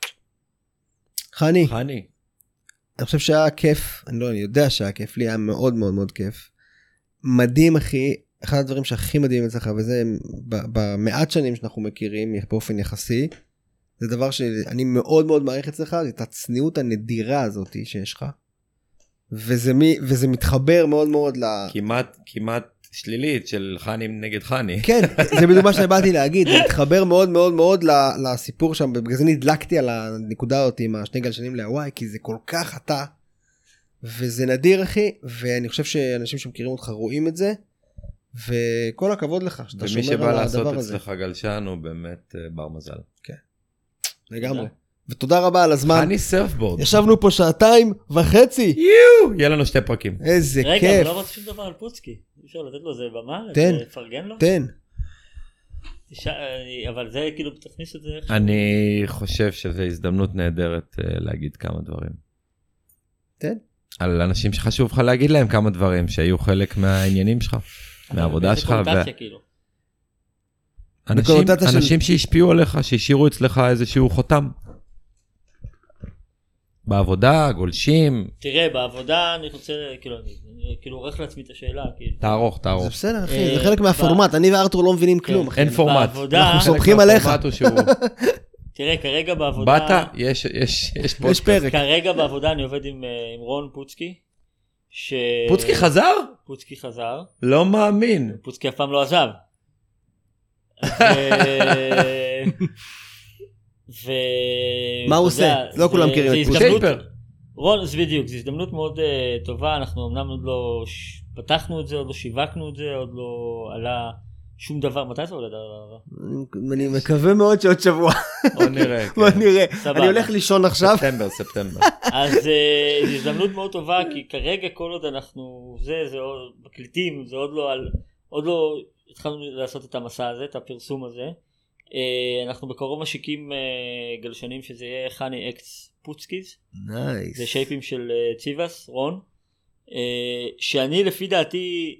חני. חני. אני חושב שהיה כיף, אני לא, אני יודע שהיה כיף, לי היה מאוד מאוד מאוד כיף. מדהים, אחי. אחד הדברים שהכי מדהים אצלך, וזה במעט שנים שאנחנו מכירים באופן יחסי, זה דבר שאני מאוד מאוד מעריך אצלך, זה את הצניעות הנדירה הזאת שיש לך, וזה, מי, וזה מתחבר מאוד מאוד ל... כמעט, כמעט שלילית של חני נגד חני. כן, זה בדיוק מה שבאתי להגיד, זה מתחבר מאוד מאוד מאוד לסיפור שם, בגלל זה נדלקתי על הנקודה הזאת עם השני גלשנים להוואי, כי זה כל כך אתה, וזה נדיר אחי, ואני חושב שאנשים שמכירים אותך רואים את זה, וכל הכבוד לך שאתה שומר על הדבר הזה. ומי שבא לעשות אצלך גלשן הוא באמת בר מזל. כן, לגמרי. ותודה רבה על הזמן. חני סרפבורד. ישבנו פה שעתיים וחצי. יואו, יהיה לנו שתי פרקים. איזה כיף. רגע, אבל לא אמרתי שום דבר על פוצקי. אפשר לתת לו זה במה? תן. לפרגן לו? תן. אבל זה כאילו, תכניס את זה. אני חושב שזו הזדמנות נהדרת להגיד כמה דברים. תן. על אנשים שחשוב לך להגיד להם כמה דברים, שהיו חלק מהעניינים שלך, מהעבודה שלך. אנשים שהשפיעו עליך, שהשאירו אצלך איזשהו חותם. בעבודה, גולשים. תראה, בעבודה אני רוצה, כאילו, אני כאילו עורך לעצמי את השאלה. תערוך, תערוך. זה בסדר, אחי, זה חלק מהפורמט. אני וארתור לא מבינים כלום. אין פורמט. אנחנו סומכים עליך. תראה, כרגע בעבודה... באת, יש, יש, יש יש פרק. כרגע בעבודה אני עובד עם רון פוצקי. פוצקי חזר? פוצקי חזר. לא מאמין. פוצקי אף פעם לא עזב. מה הוא עושה? לא כולם מכירים את פוצקי. רון, זה בדיוק, זו הזדמנות מאוד טובה, אנחנו אמנם עוד לא פתחנו את זה, עוד לא שיווקנו את זה, עוד לא עלה שום דבר. מתי זה עולה דבר? אני מקווה מאוד שעוד שבוע. בוא נראה. בוא נראה. אני הולך לישון עכשיו. ספטמבר, ספטמבר. אז זו הזדמנות מאוד טובה, כי כרגע כל עוד אנחנו, זה, זה עוד מקליטים, זה עוד לא על, עוד לא התחלנו לעשות את המסע הזה, את הפרסום הזה. אנחנו בקרוב משיקים גלשנים שזה יהיה חני אקס פוצקיז. נייס. זה שייפים של ציבס, רון. שאני לפי דעתי,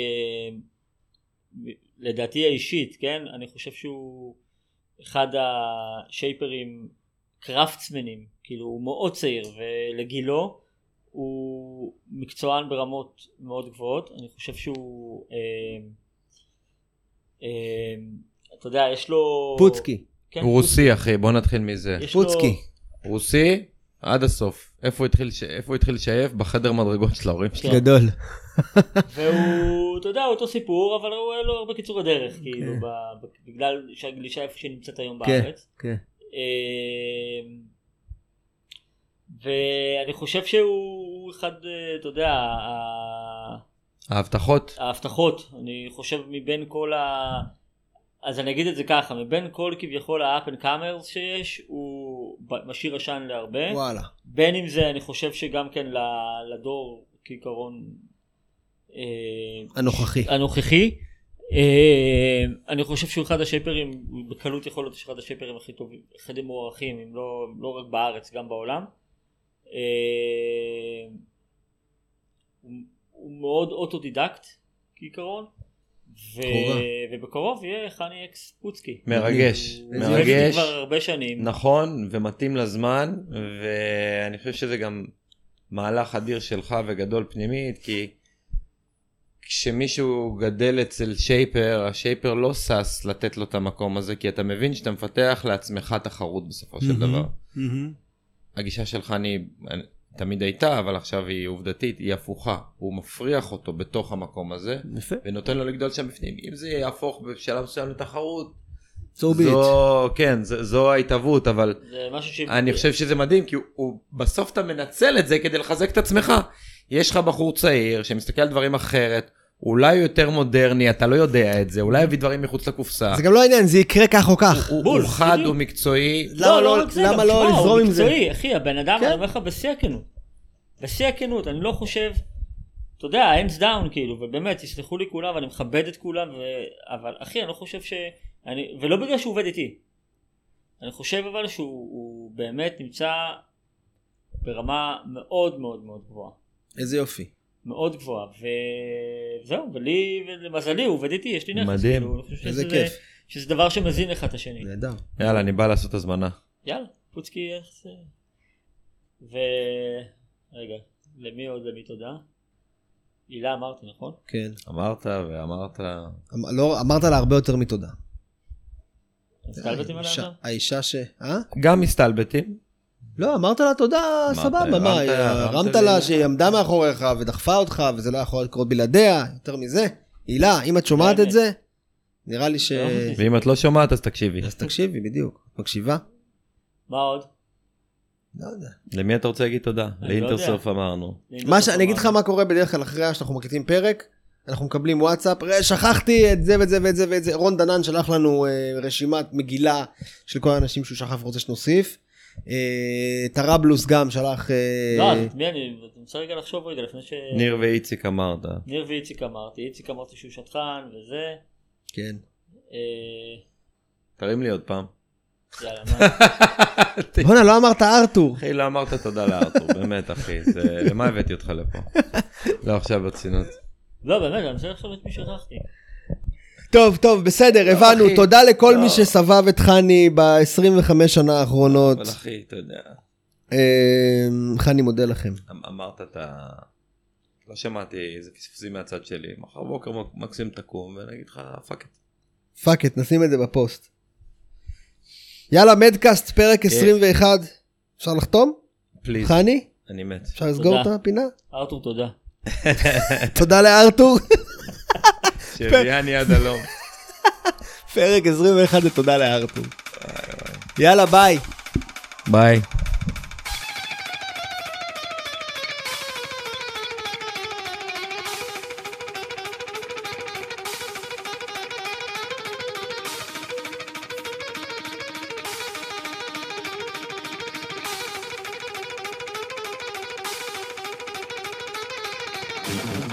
לדעתי האישית, כן? אני חושב שהוא אחד השייפרים קראפטסמנים, כאילו הוא מאוד צעיר, ולגילו הוא מקצוען ברמות מאוד גבוהות. אני חושב שהוא, אה, אה, אתה יודע, יש לו... פוצקי. כן, הוא פוצקי. רוסי, אחי, בוא נתחיל מזה. פוצקי. לו... רוסי, עד הסוף. איפה הוא התחיל, איפה הוא התחיל לשייף? בחדר מדרגות של ההורים שלו. גדול. והוא, אתה יודע, אותו סיפור, אבל הוא היה לו הרבה קיצור הדרך, כאילו, בגלל שהגלישה איפה שנמצאת היום בארץ. כן, כן. ואני חושב שהוא אחד, אתה יודע, ההבטחות. ההבטחות, אני חושב מבין כל ה... אז אני אגיד את זה ככה, מבין כל כביכול ה-up and comers שיש, הוא משאיר עשן להרבה. וואלה. בין אם זה, אני חושב שגם כן לדור כעיקרון... הנוכחי. הנוכחי. אני חושב שהוא אחד השייפרים, בקלות יכול להיות אחד השייפרים הכי טובים, אחד המוערכים, אם לא, לא רק בארץ, גם בעולם. הוא מאוד אוטודידקט כעיקרון, ו... קרובה. ובקרוב יהיה חני אקס פוצקי. מרגש, זה מרגש, כבר הרבה שנים. נכון, ומתאים לזמן, ואני חושב שזה גם מהלך אדיר שלך וגדול פנימית, כי כשמישהו גדל אצל שייפר, השייפר לא סס לתת לו את המקום הזה, כי אתה מבין שאתה מפתח לעצמך תחרות בסופו של דבר. הגישה שלך אני, אני תמיד הייתה, אבל עכשיו היא עובדתית, היא הפוכה. הוא מפריח אותו בתוך המקום הזה, יפה. ונותן לו לגדול שם בפנים. אם זה יהפוך בשלב מסוים לתחרות, So be it. זו, כן, זו, זו ההתאבות, אבל זה משהו ש... אני חושב שזה מדהים, כי הוא, הוא, בסוף אתה מנצל את זה כדי לחזק את עצמך. יש לך בחור צעיר שמסתכל על דברים אחרת, אולי הוא יותר מודרני, אתה לא יודע את זה, אולי הביא דברים מחוץ לקופסה. זה גם לא העניין, זה יקרה כך או כך. הוא, בול, הוא חד, בדיוק. הוא מקצועי. למה לא- רק זה, למה גם, לא תשמע, לזרום הוא עם זה? מקצועי, אחי, הבן אדם, כן. אני אומר לך בשיא הכנות. בשיא הכנות, אני לא חושב, אתה יודע, hands down כאילו, ובאמת, תסלחו לי כולם, ואני מכבד את כולם, ו... אבל אחי, אני לא חושב ש... אני... ולא בגלל שהוא עובד איתי. אני חושב אבל שהוא הוא באמת נמצא ברמה מאוד מאוד מאוד גבוהה. איזה יופי. מאוד גבוהה, וזהו, ולי, ולמזלי, הוא עובד איתי, יש לי נכס. מדהים. כאילו, אני חושב איזה שזה- כיף. שזה דבר שמזין לך את השני. נהדר. יאללה, אני בא לעשות הזמנה. יאללה, פוצקי, איך זה... ו... רגע, למי עוד למי תודה? הילה אמרתי, נכון? כן. אמרת ואמרת. אמ- לא, אמרת לה הרבה יותר מתודה. הסתלבטים עליה האישה- עכשיו? האישה ש... אה? גם מסתלבטים. לא, אמרת לה תודה, אמרת, סבבה, מה, הרמת- הרמת הרמת לי. לה שהיא עמדה מאחוריך ודחפה אותך, וזה לא יכול לקרות בלעדיה, יותר מזה. הילה, אם את שומעת את זה, נראה לי ש... ואם את לא שומעת אז תקשיבי. אז תקשיבי, בדיוק. מקשיבה? מה עוד? לא יודע. למי אתה רוצה להגיד תודה? אני לא יודע. לאינטרסורף אמרנו. מה ש... אני אגיד לך מה קורה בדרך כלל אחרי שאנחנו מקליטים פרק, אנחנו מקבלים וואטסאפ, "ראה, שכחתי את זה ואת זה ואת זה ואת זה, רון דנן שלח לנו אה, רשימת מגילה של כל האנשים שהוא שכח ורוצה שנוסיף, אה, טראבלוס גם שלח, אה, לא, אז מי אני... אני רוצה רגע לחשוב רגע לפני ש... ניר ואיציק אמרת. ניר ואיציק אמרתי, איציק אמרתי שהוא שטחן וזה. כן. אה, תרים לי עוד פעם. יאללה, מה? בוא'נה, לא אמרת ארתור. אחי, לא אמרת תודה לארתור, באמת אחי. זה- למה הבאתי אותך לפה? לא עכשיו ברצינות. לא, באמת, אני רוצה לחשוב את מי שכחתי. טוב, טוב, בסדר, הבנו, אחי. תודה לכל לא. מי שסבב את חני ב-עשרים וחמש שנה האחרונות. אבל אחי, אתה יודע, אה, חני מודה לכם. אמ- אמרת את ה... לא שמעתי איזה פספוסים מהצד שלי. מחר בוקר מקסימום תקום ונגיד לך פאק את. פאק את, נשים את זה בפוסט. יאללה, מדקאסט, פרק עשרים ואחת. אפשר לחתום? פליז. חני? אני מת. אפשר לסגור את תודה. הפינה? ארתור, תודה. תודה לארתור. שהביאני עד הלום. פרק עשרים ואחת ותודה לארתור. יאללה, ביי. ביי. Thank you.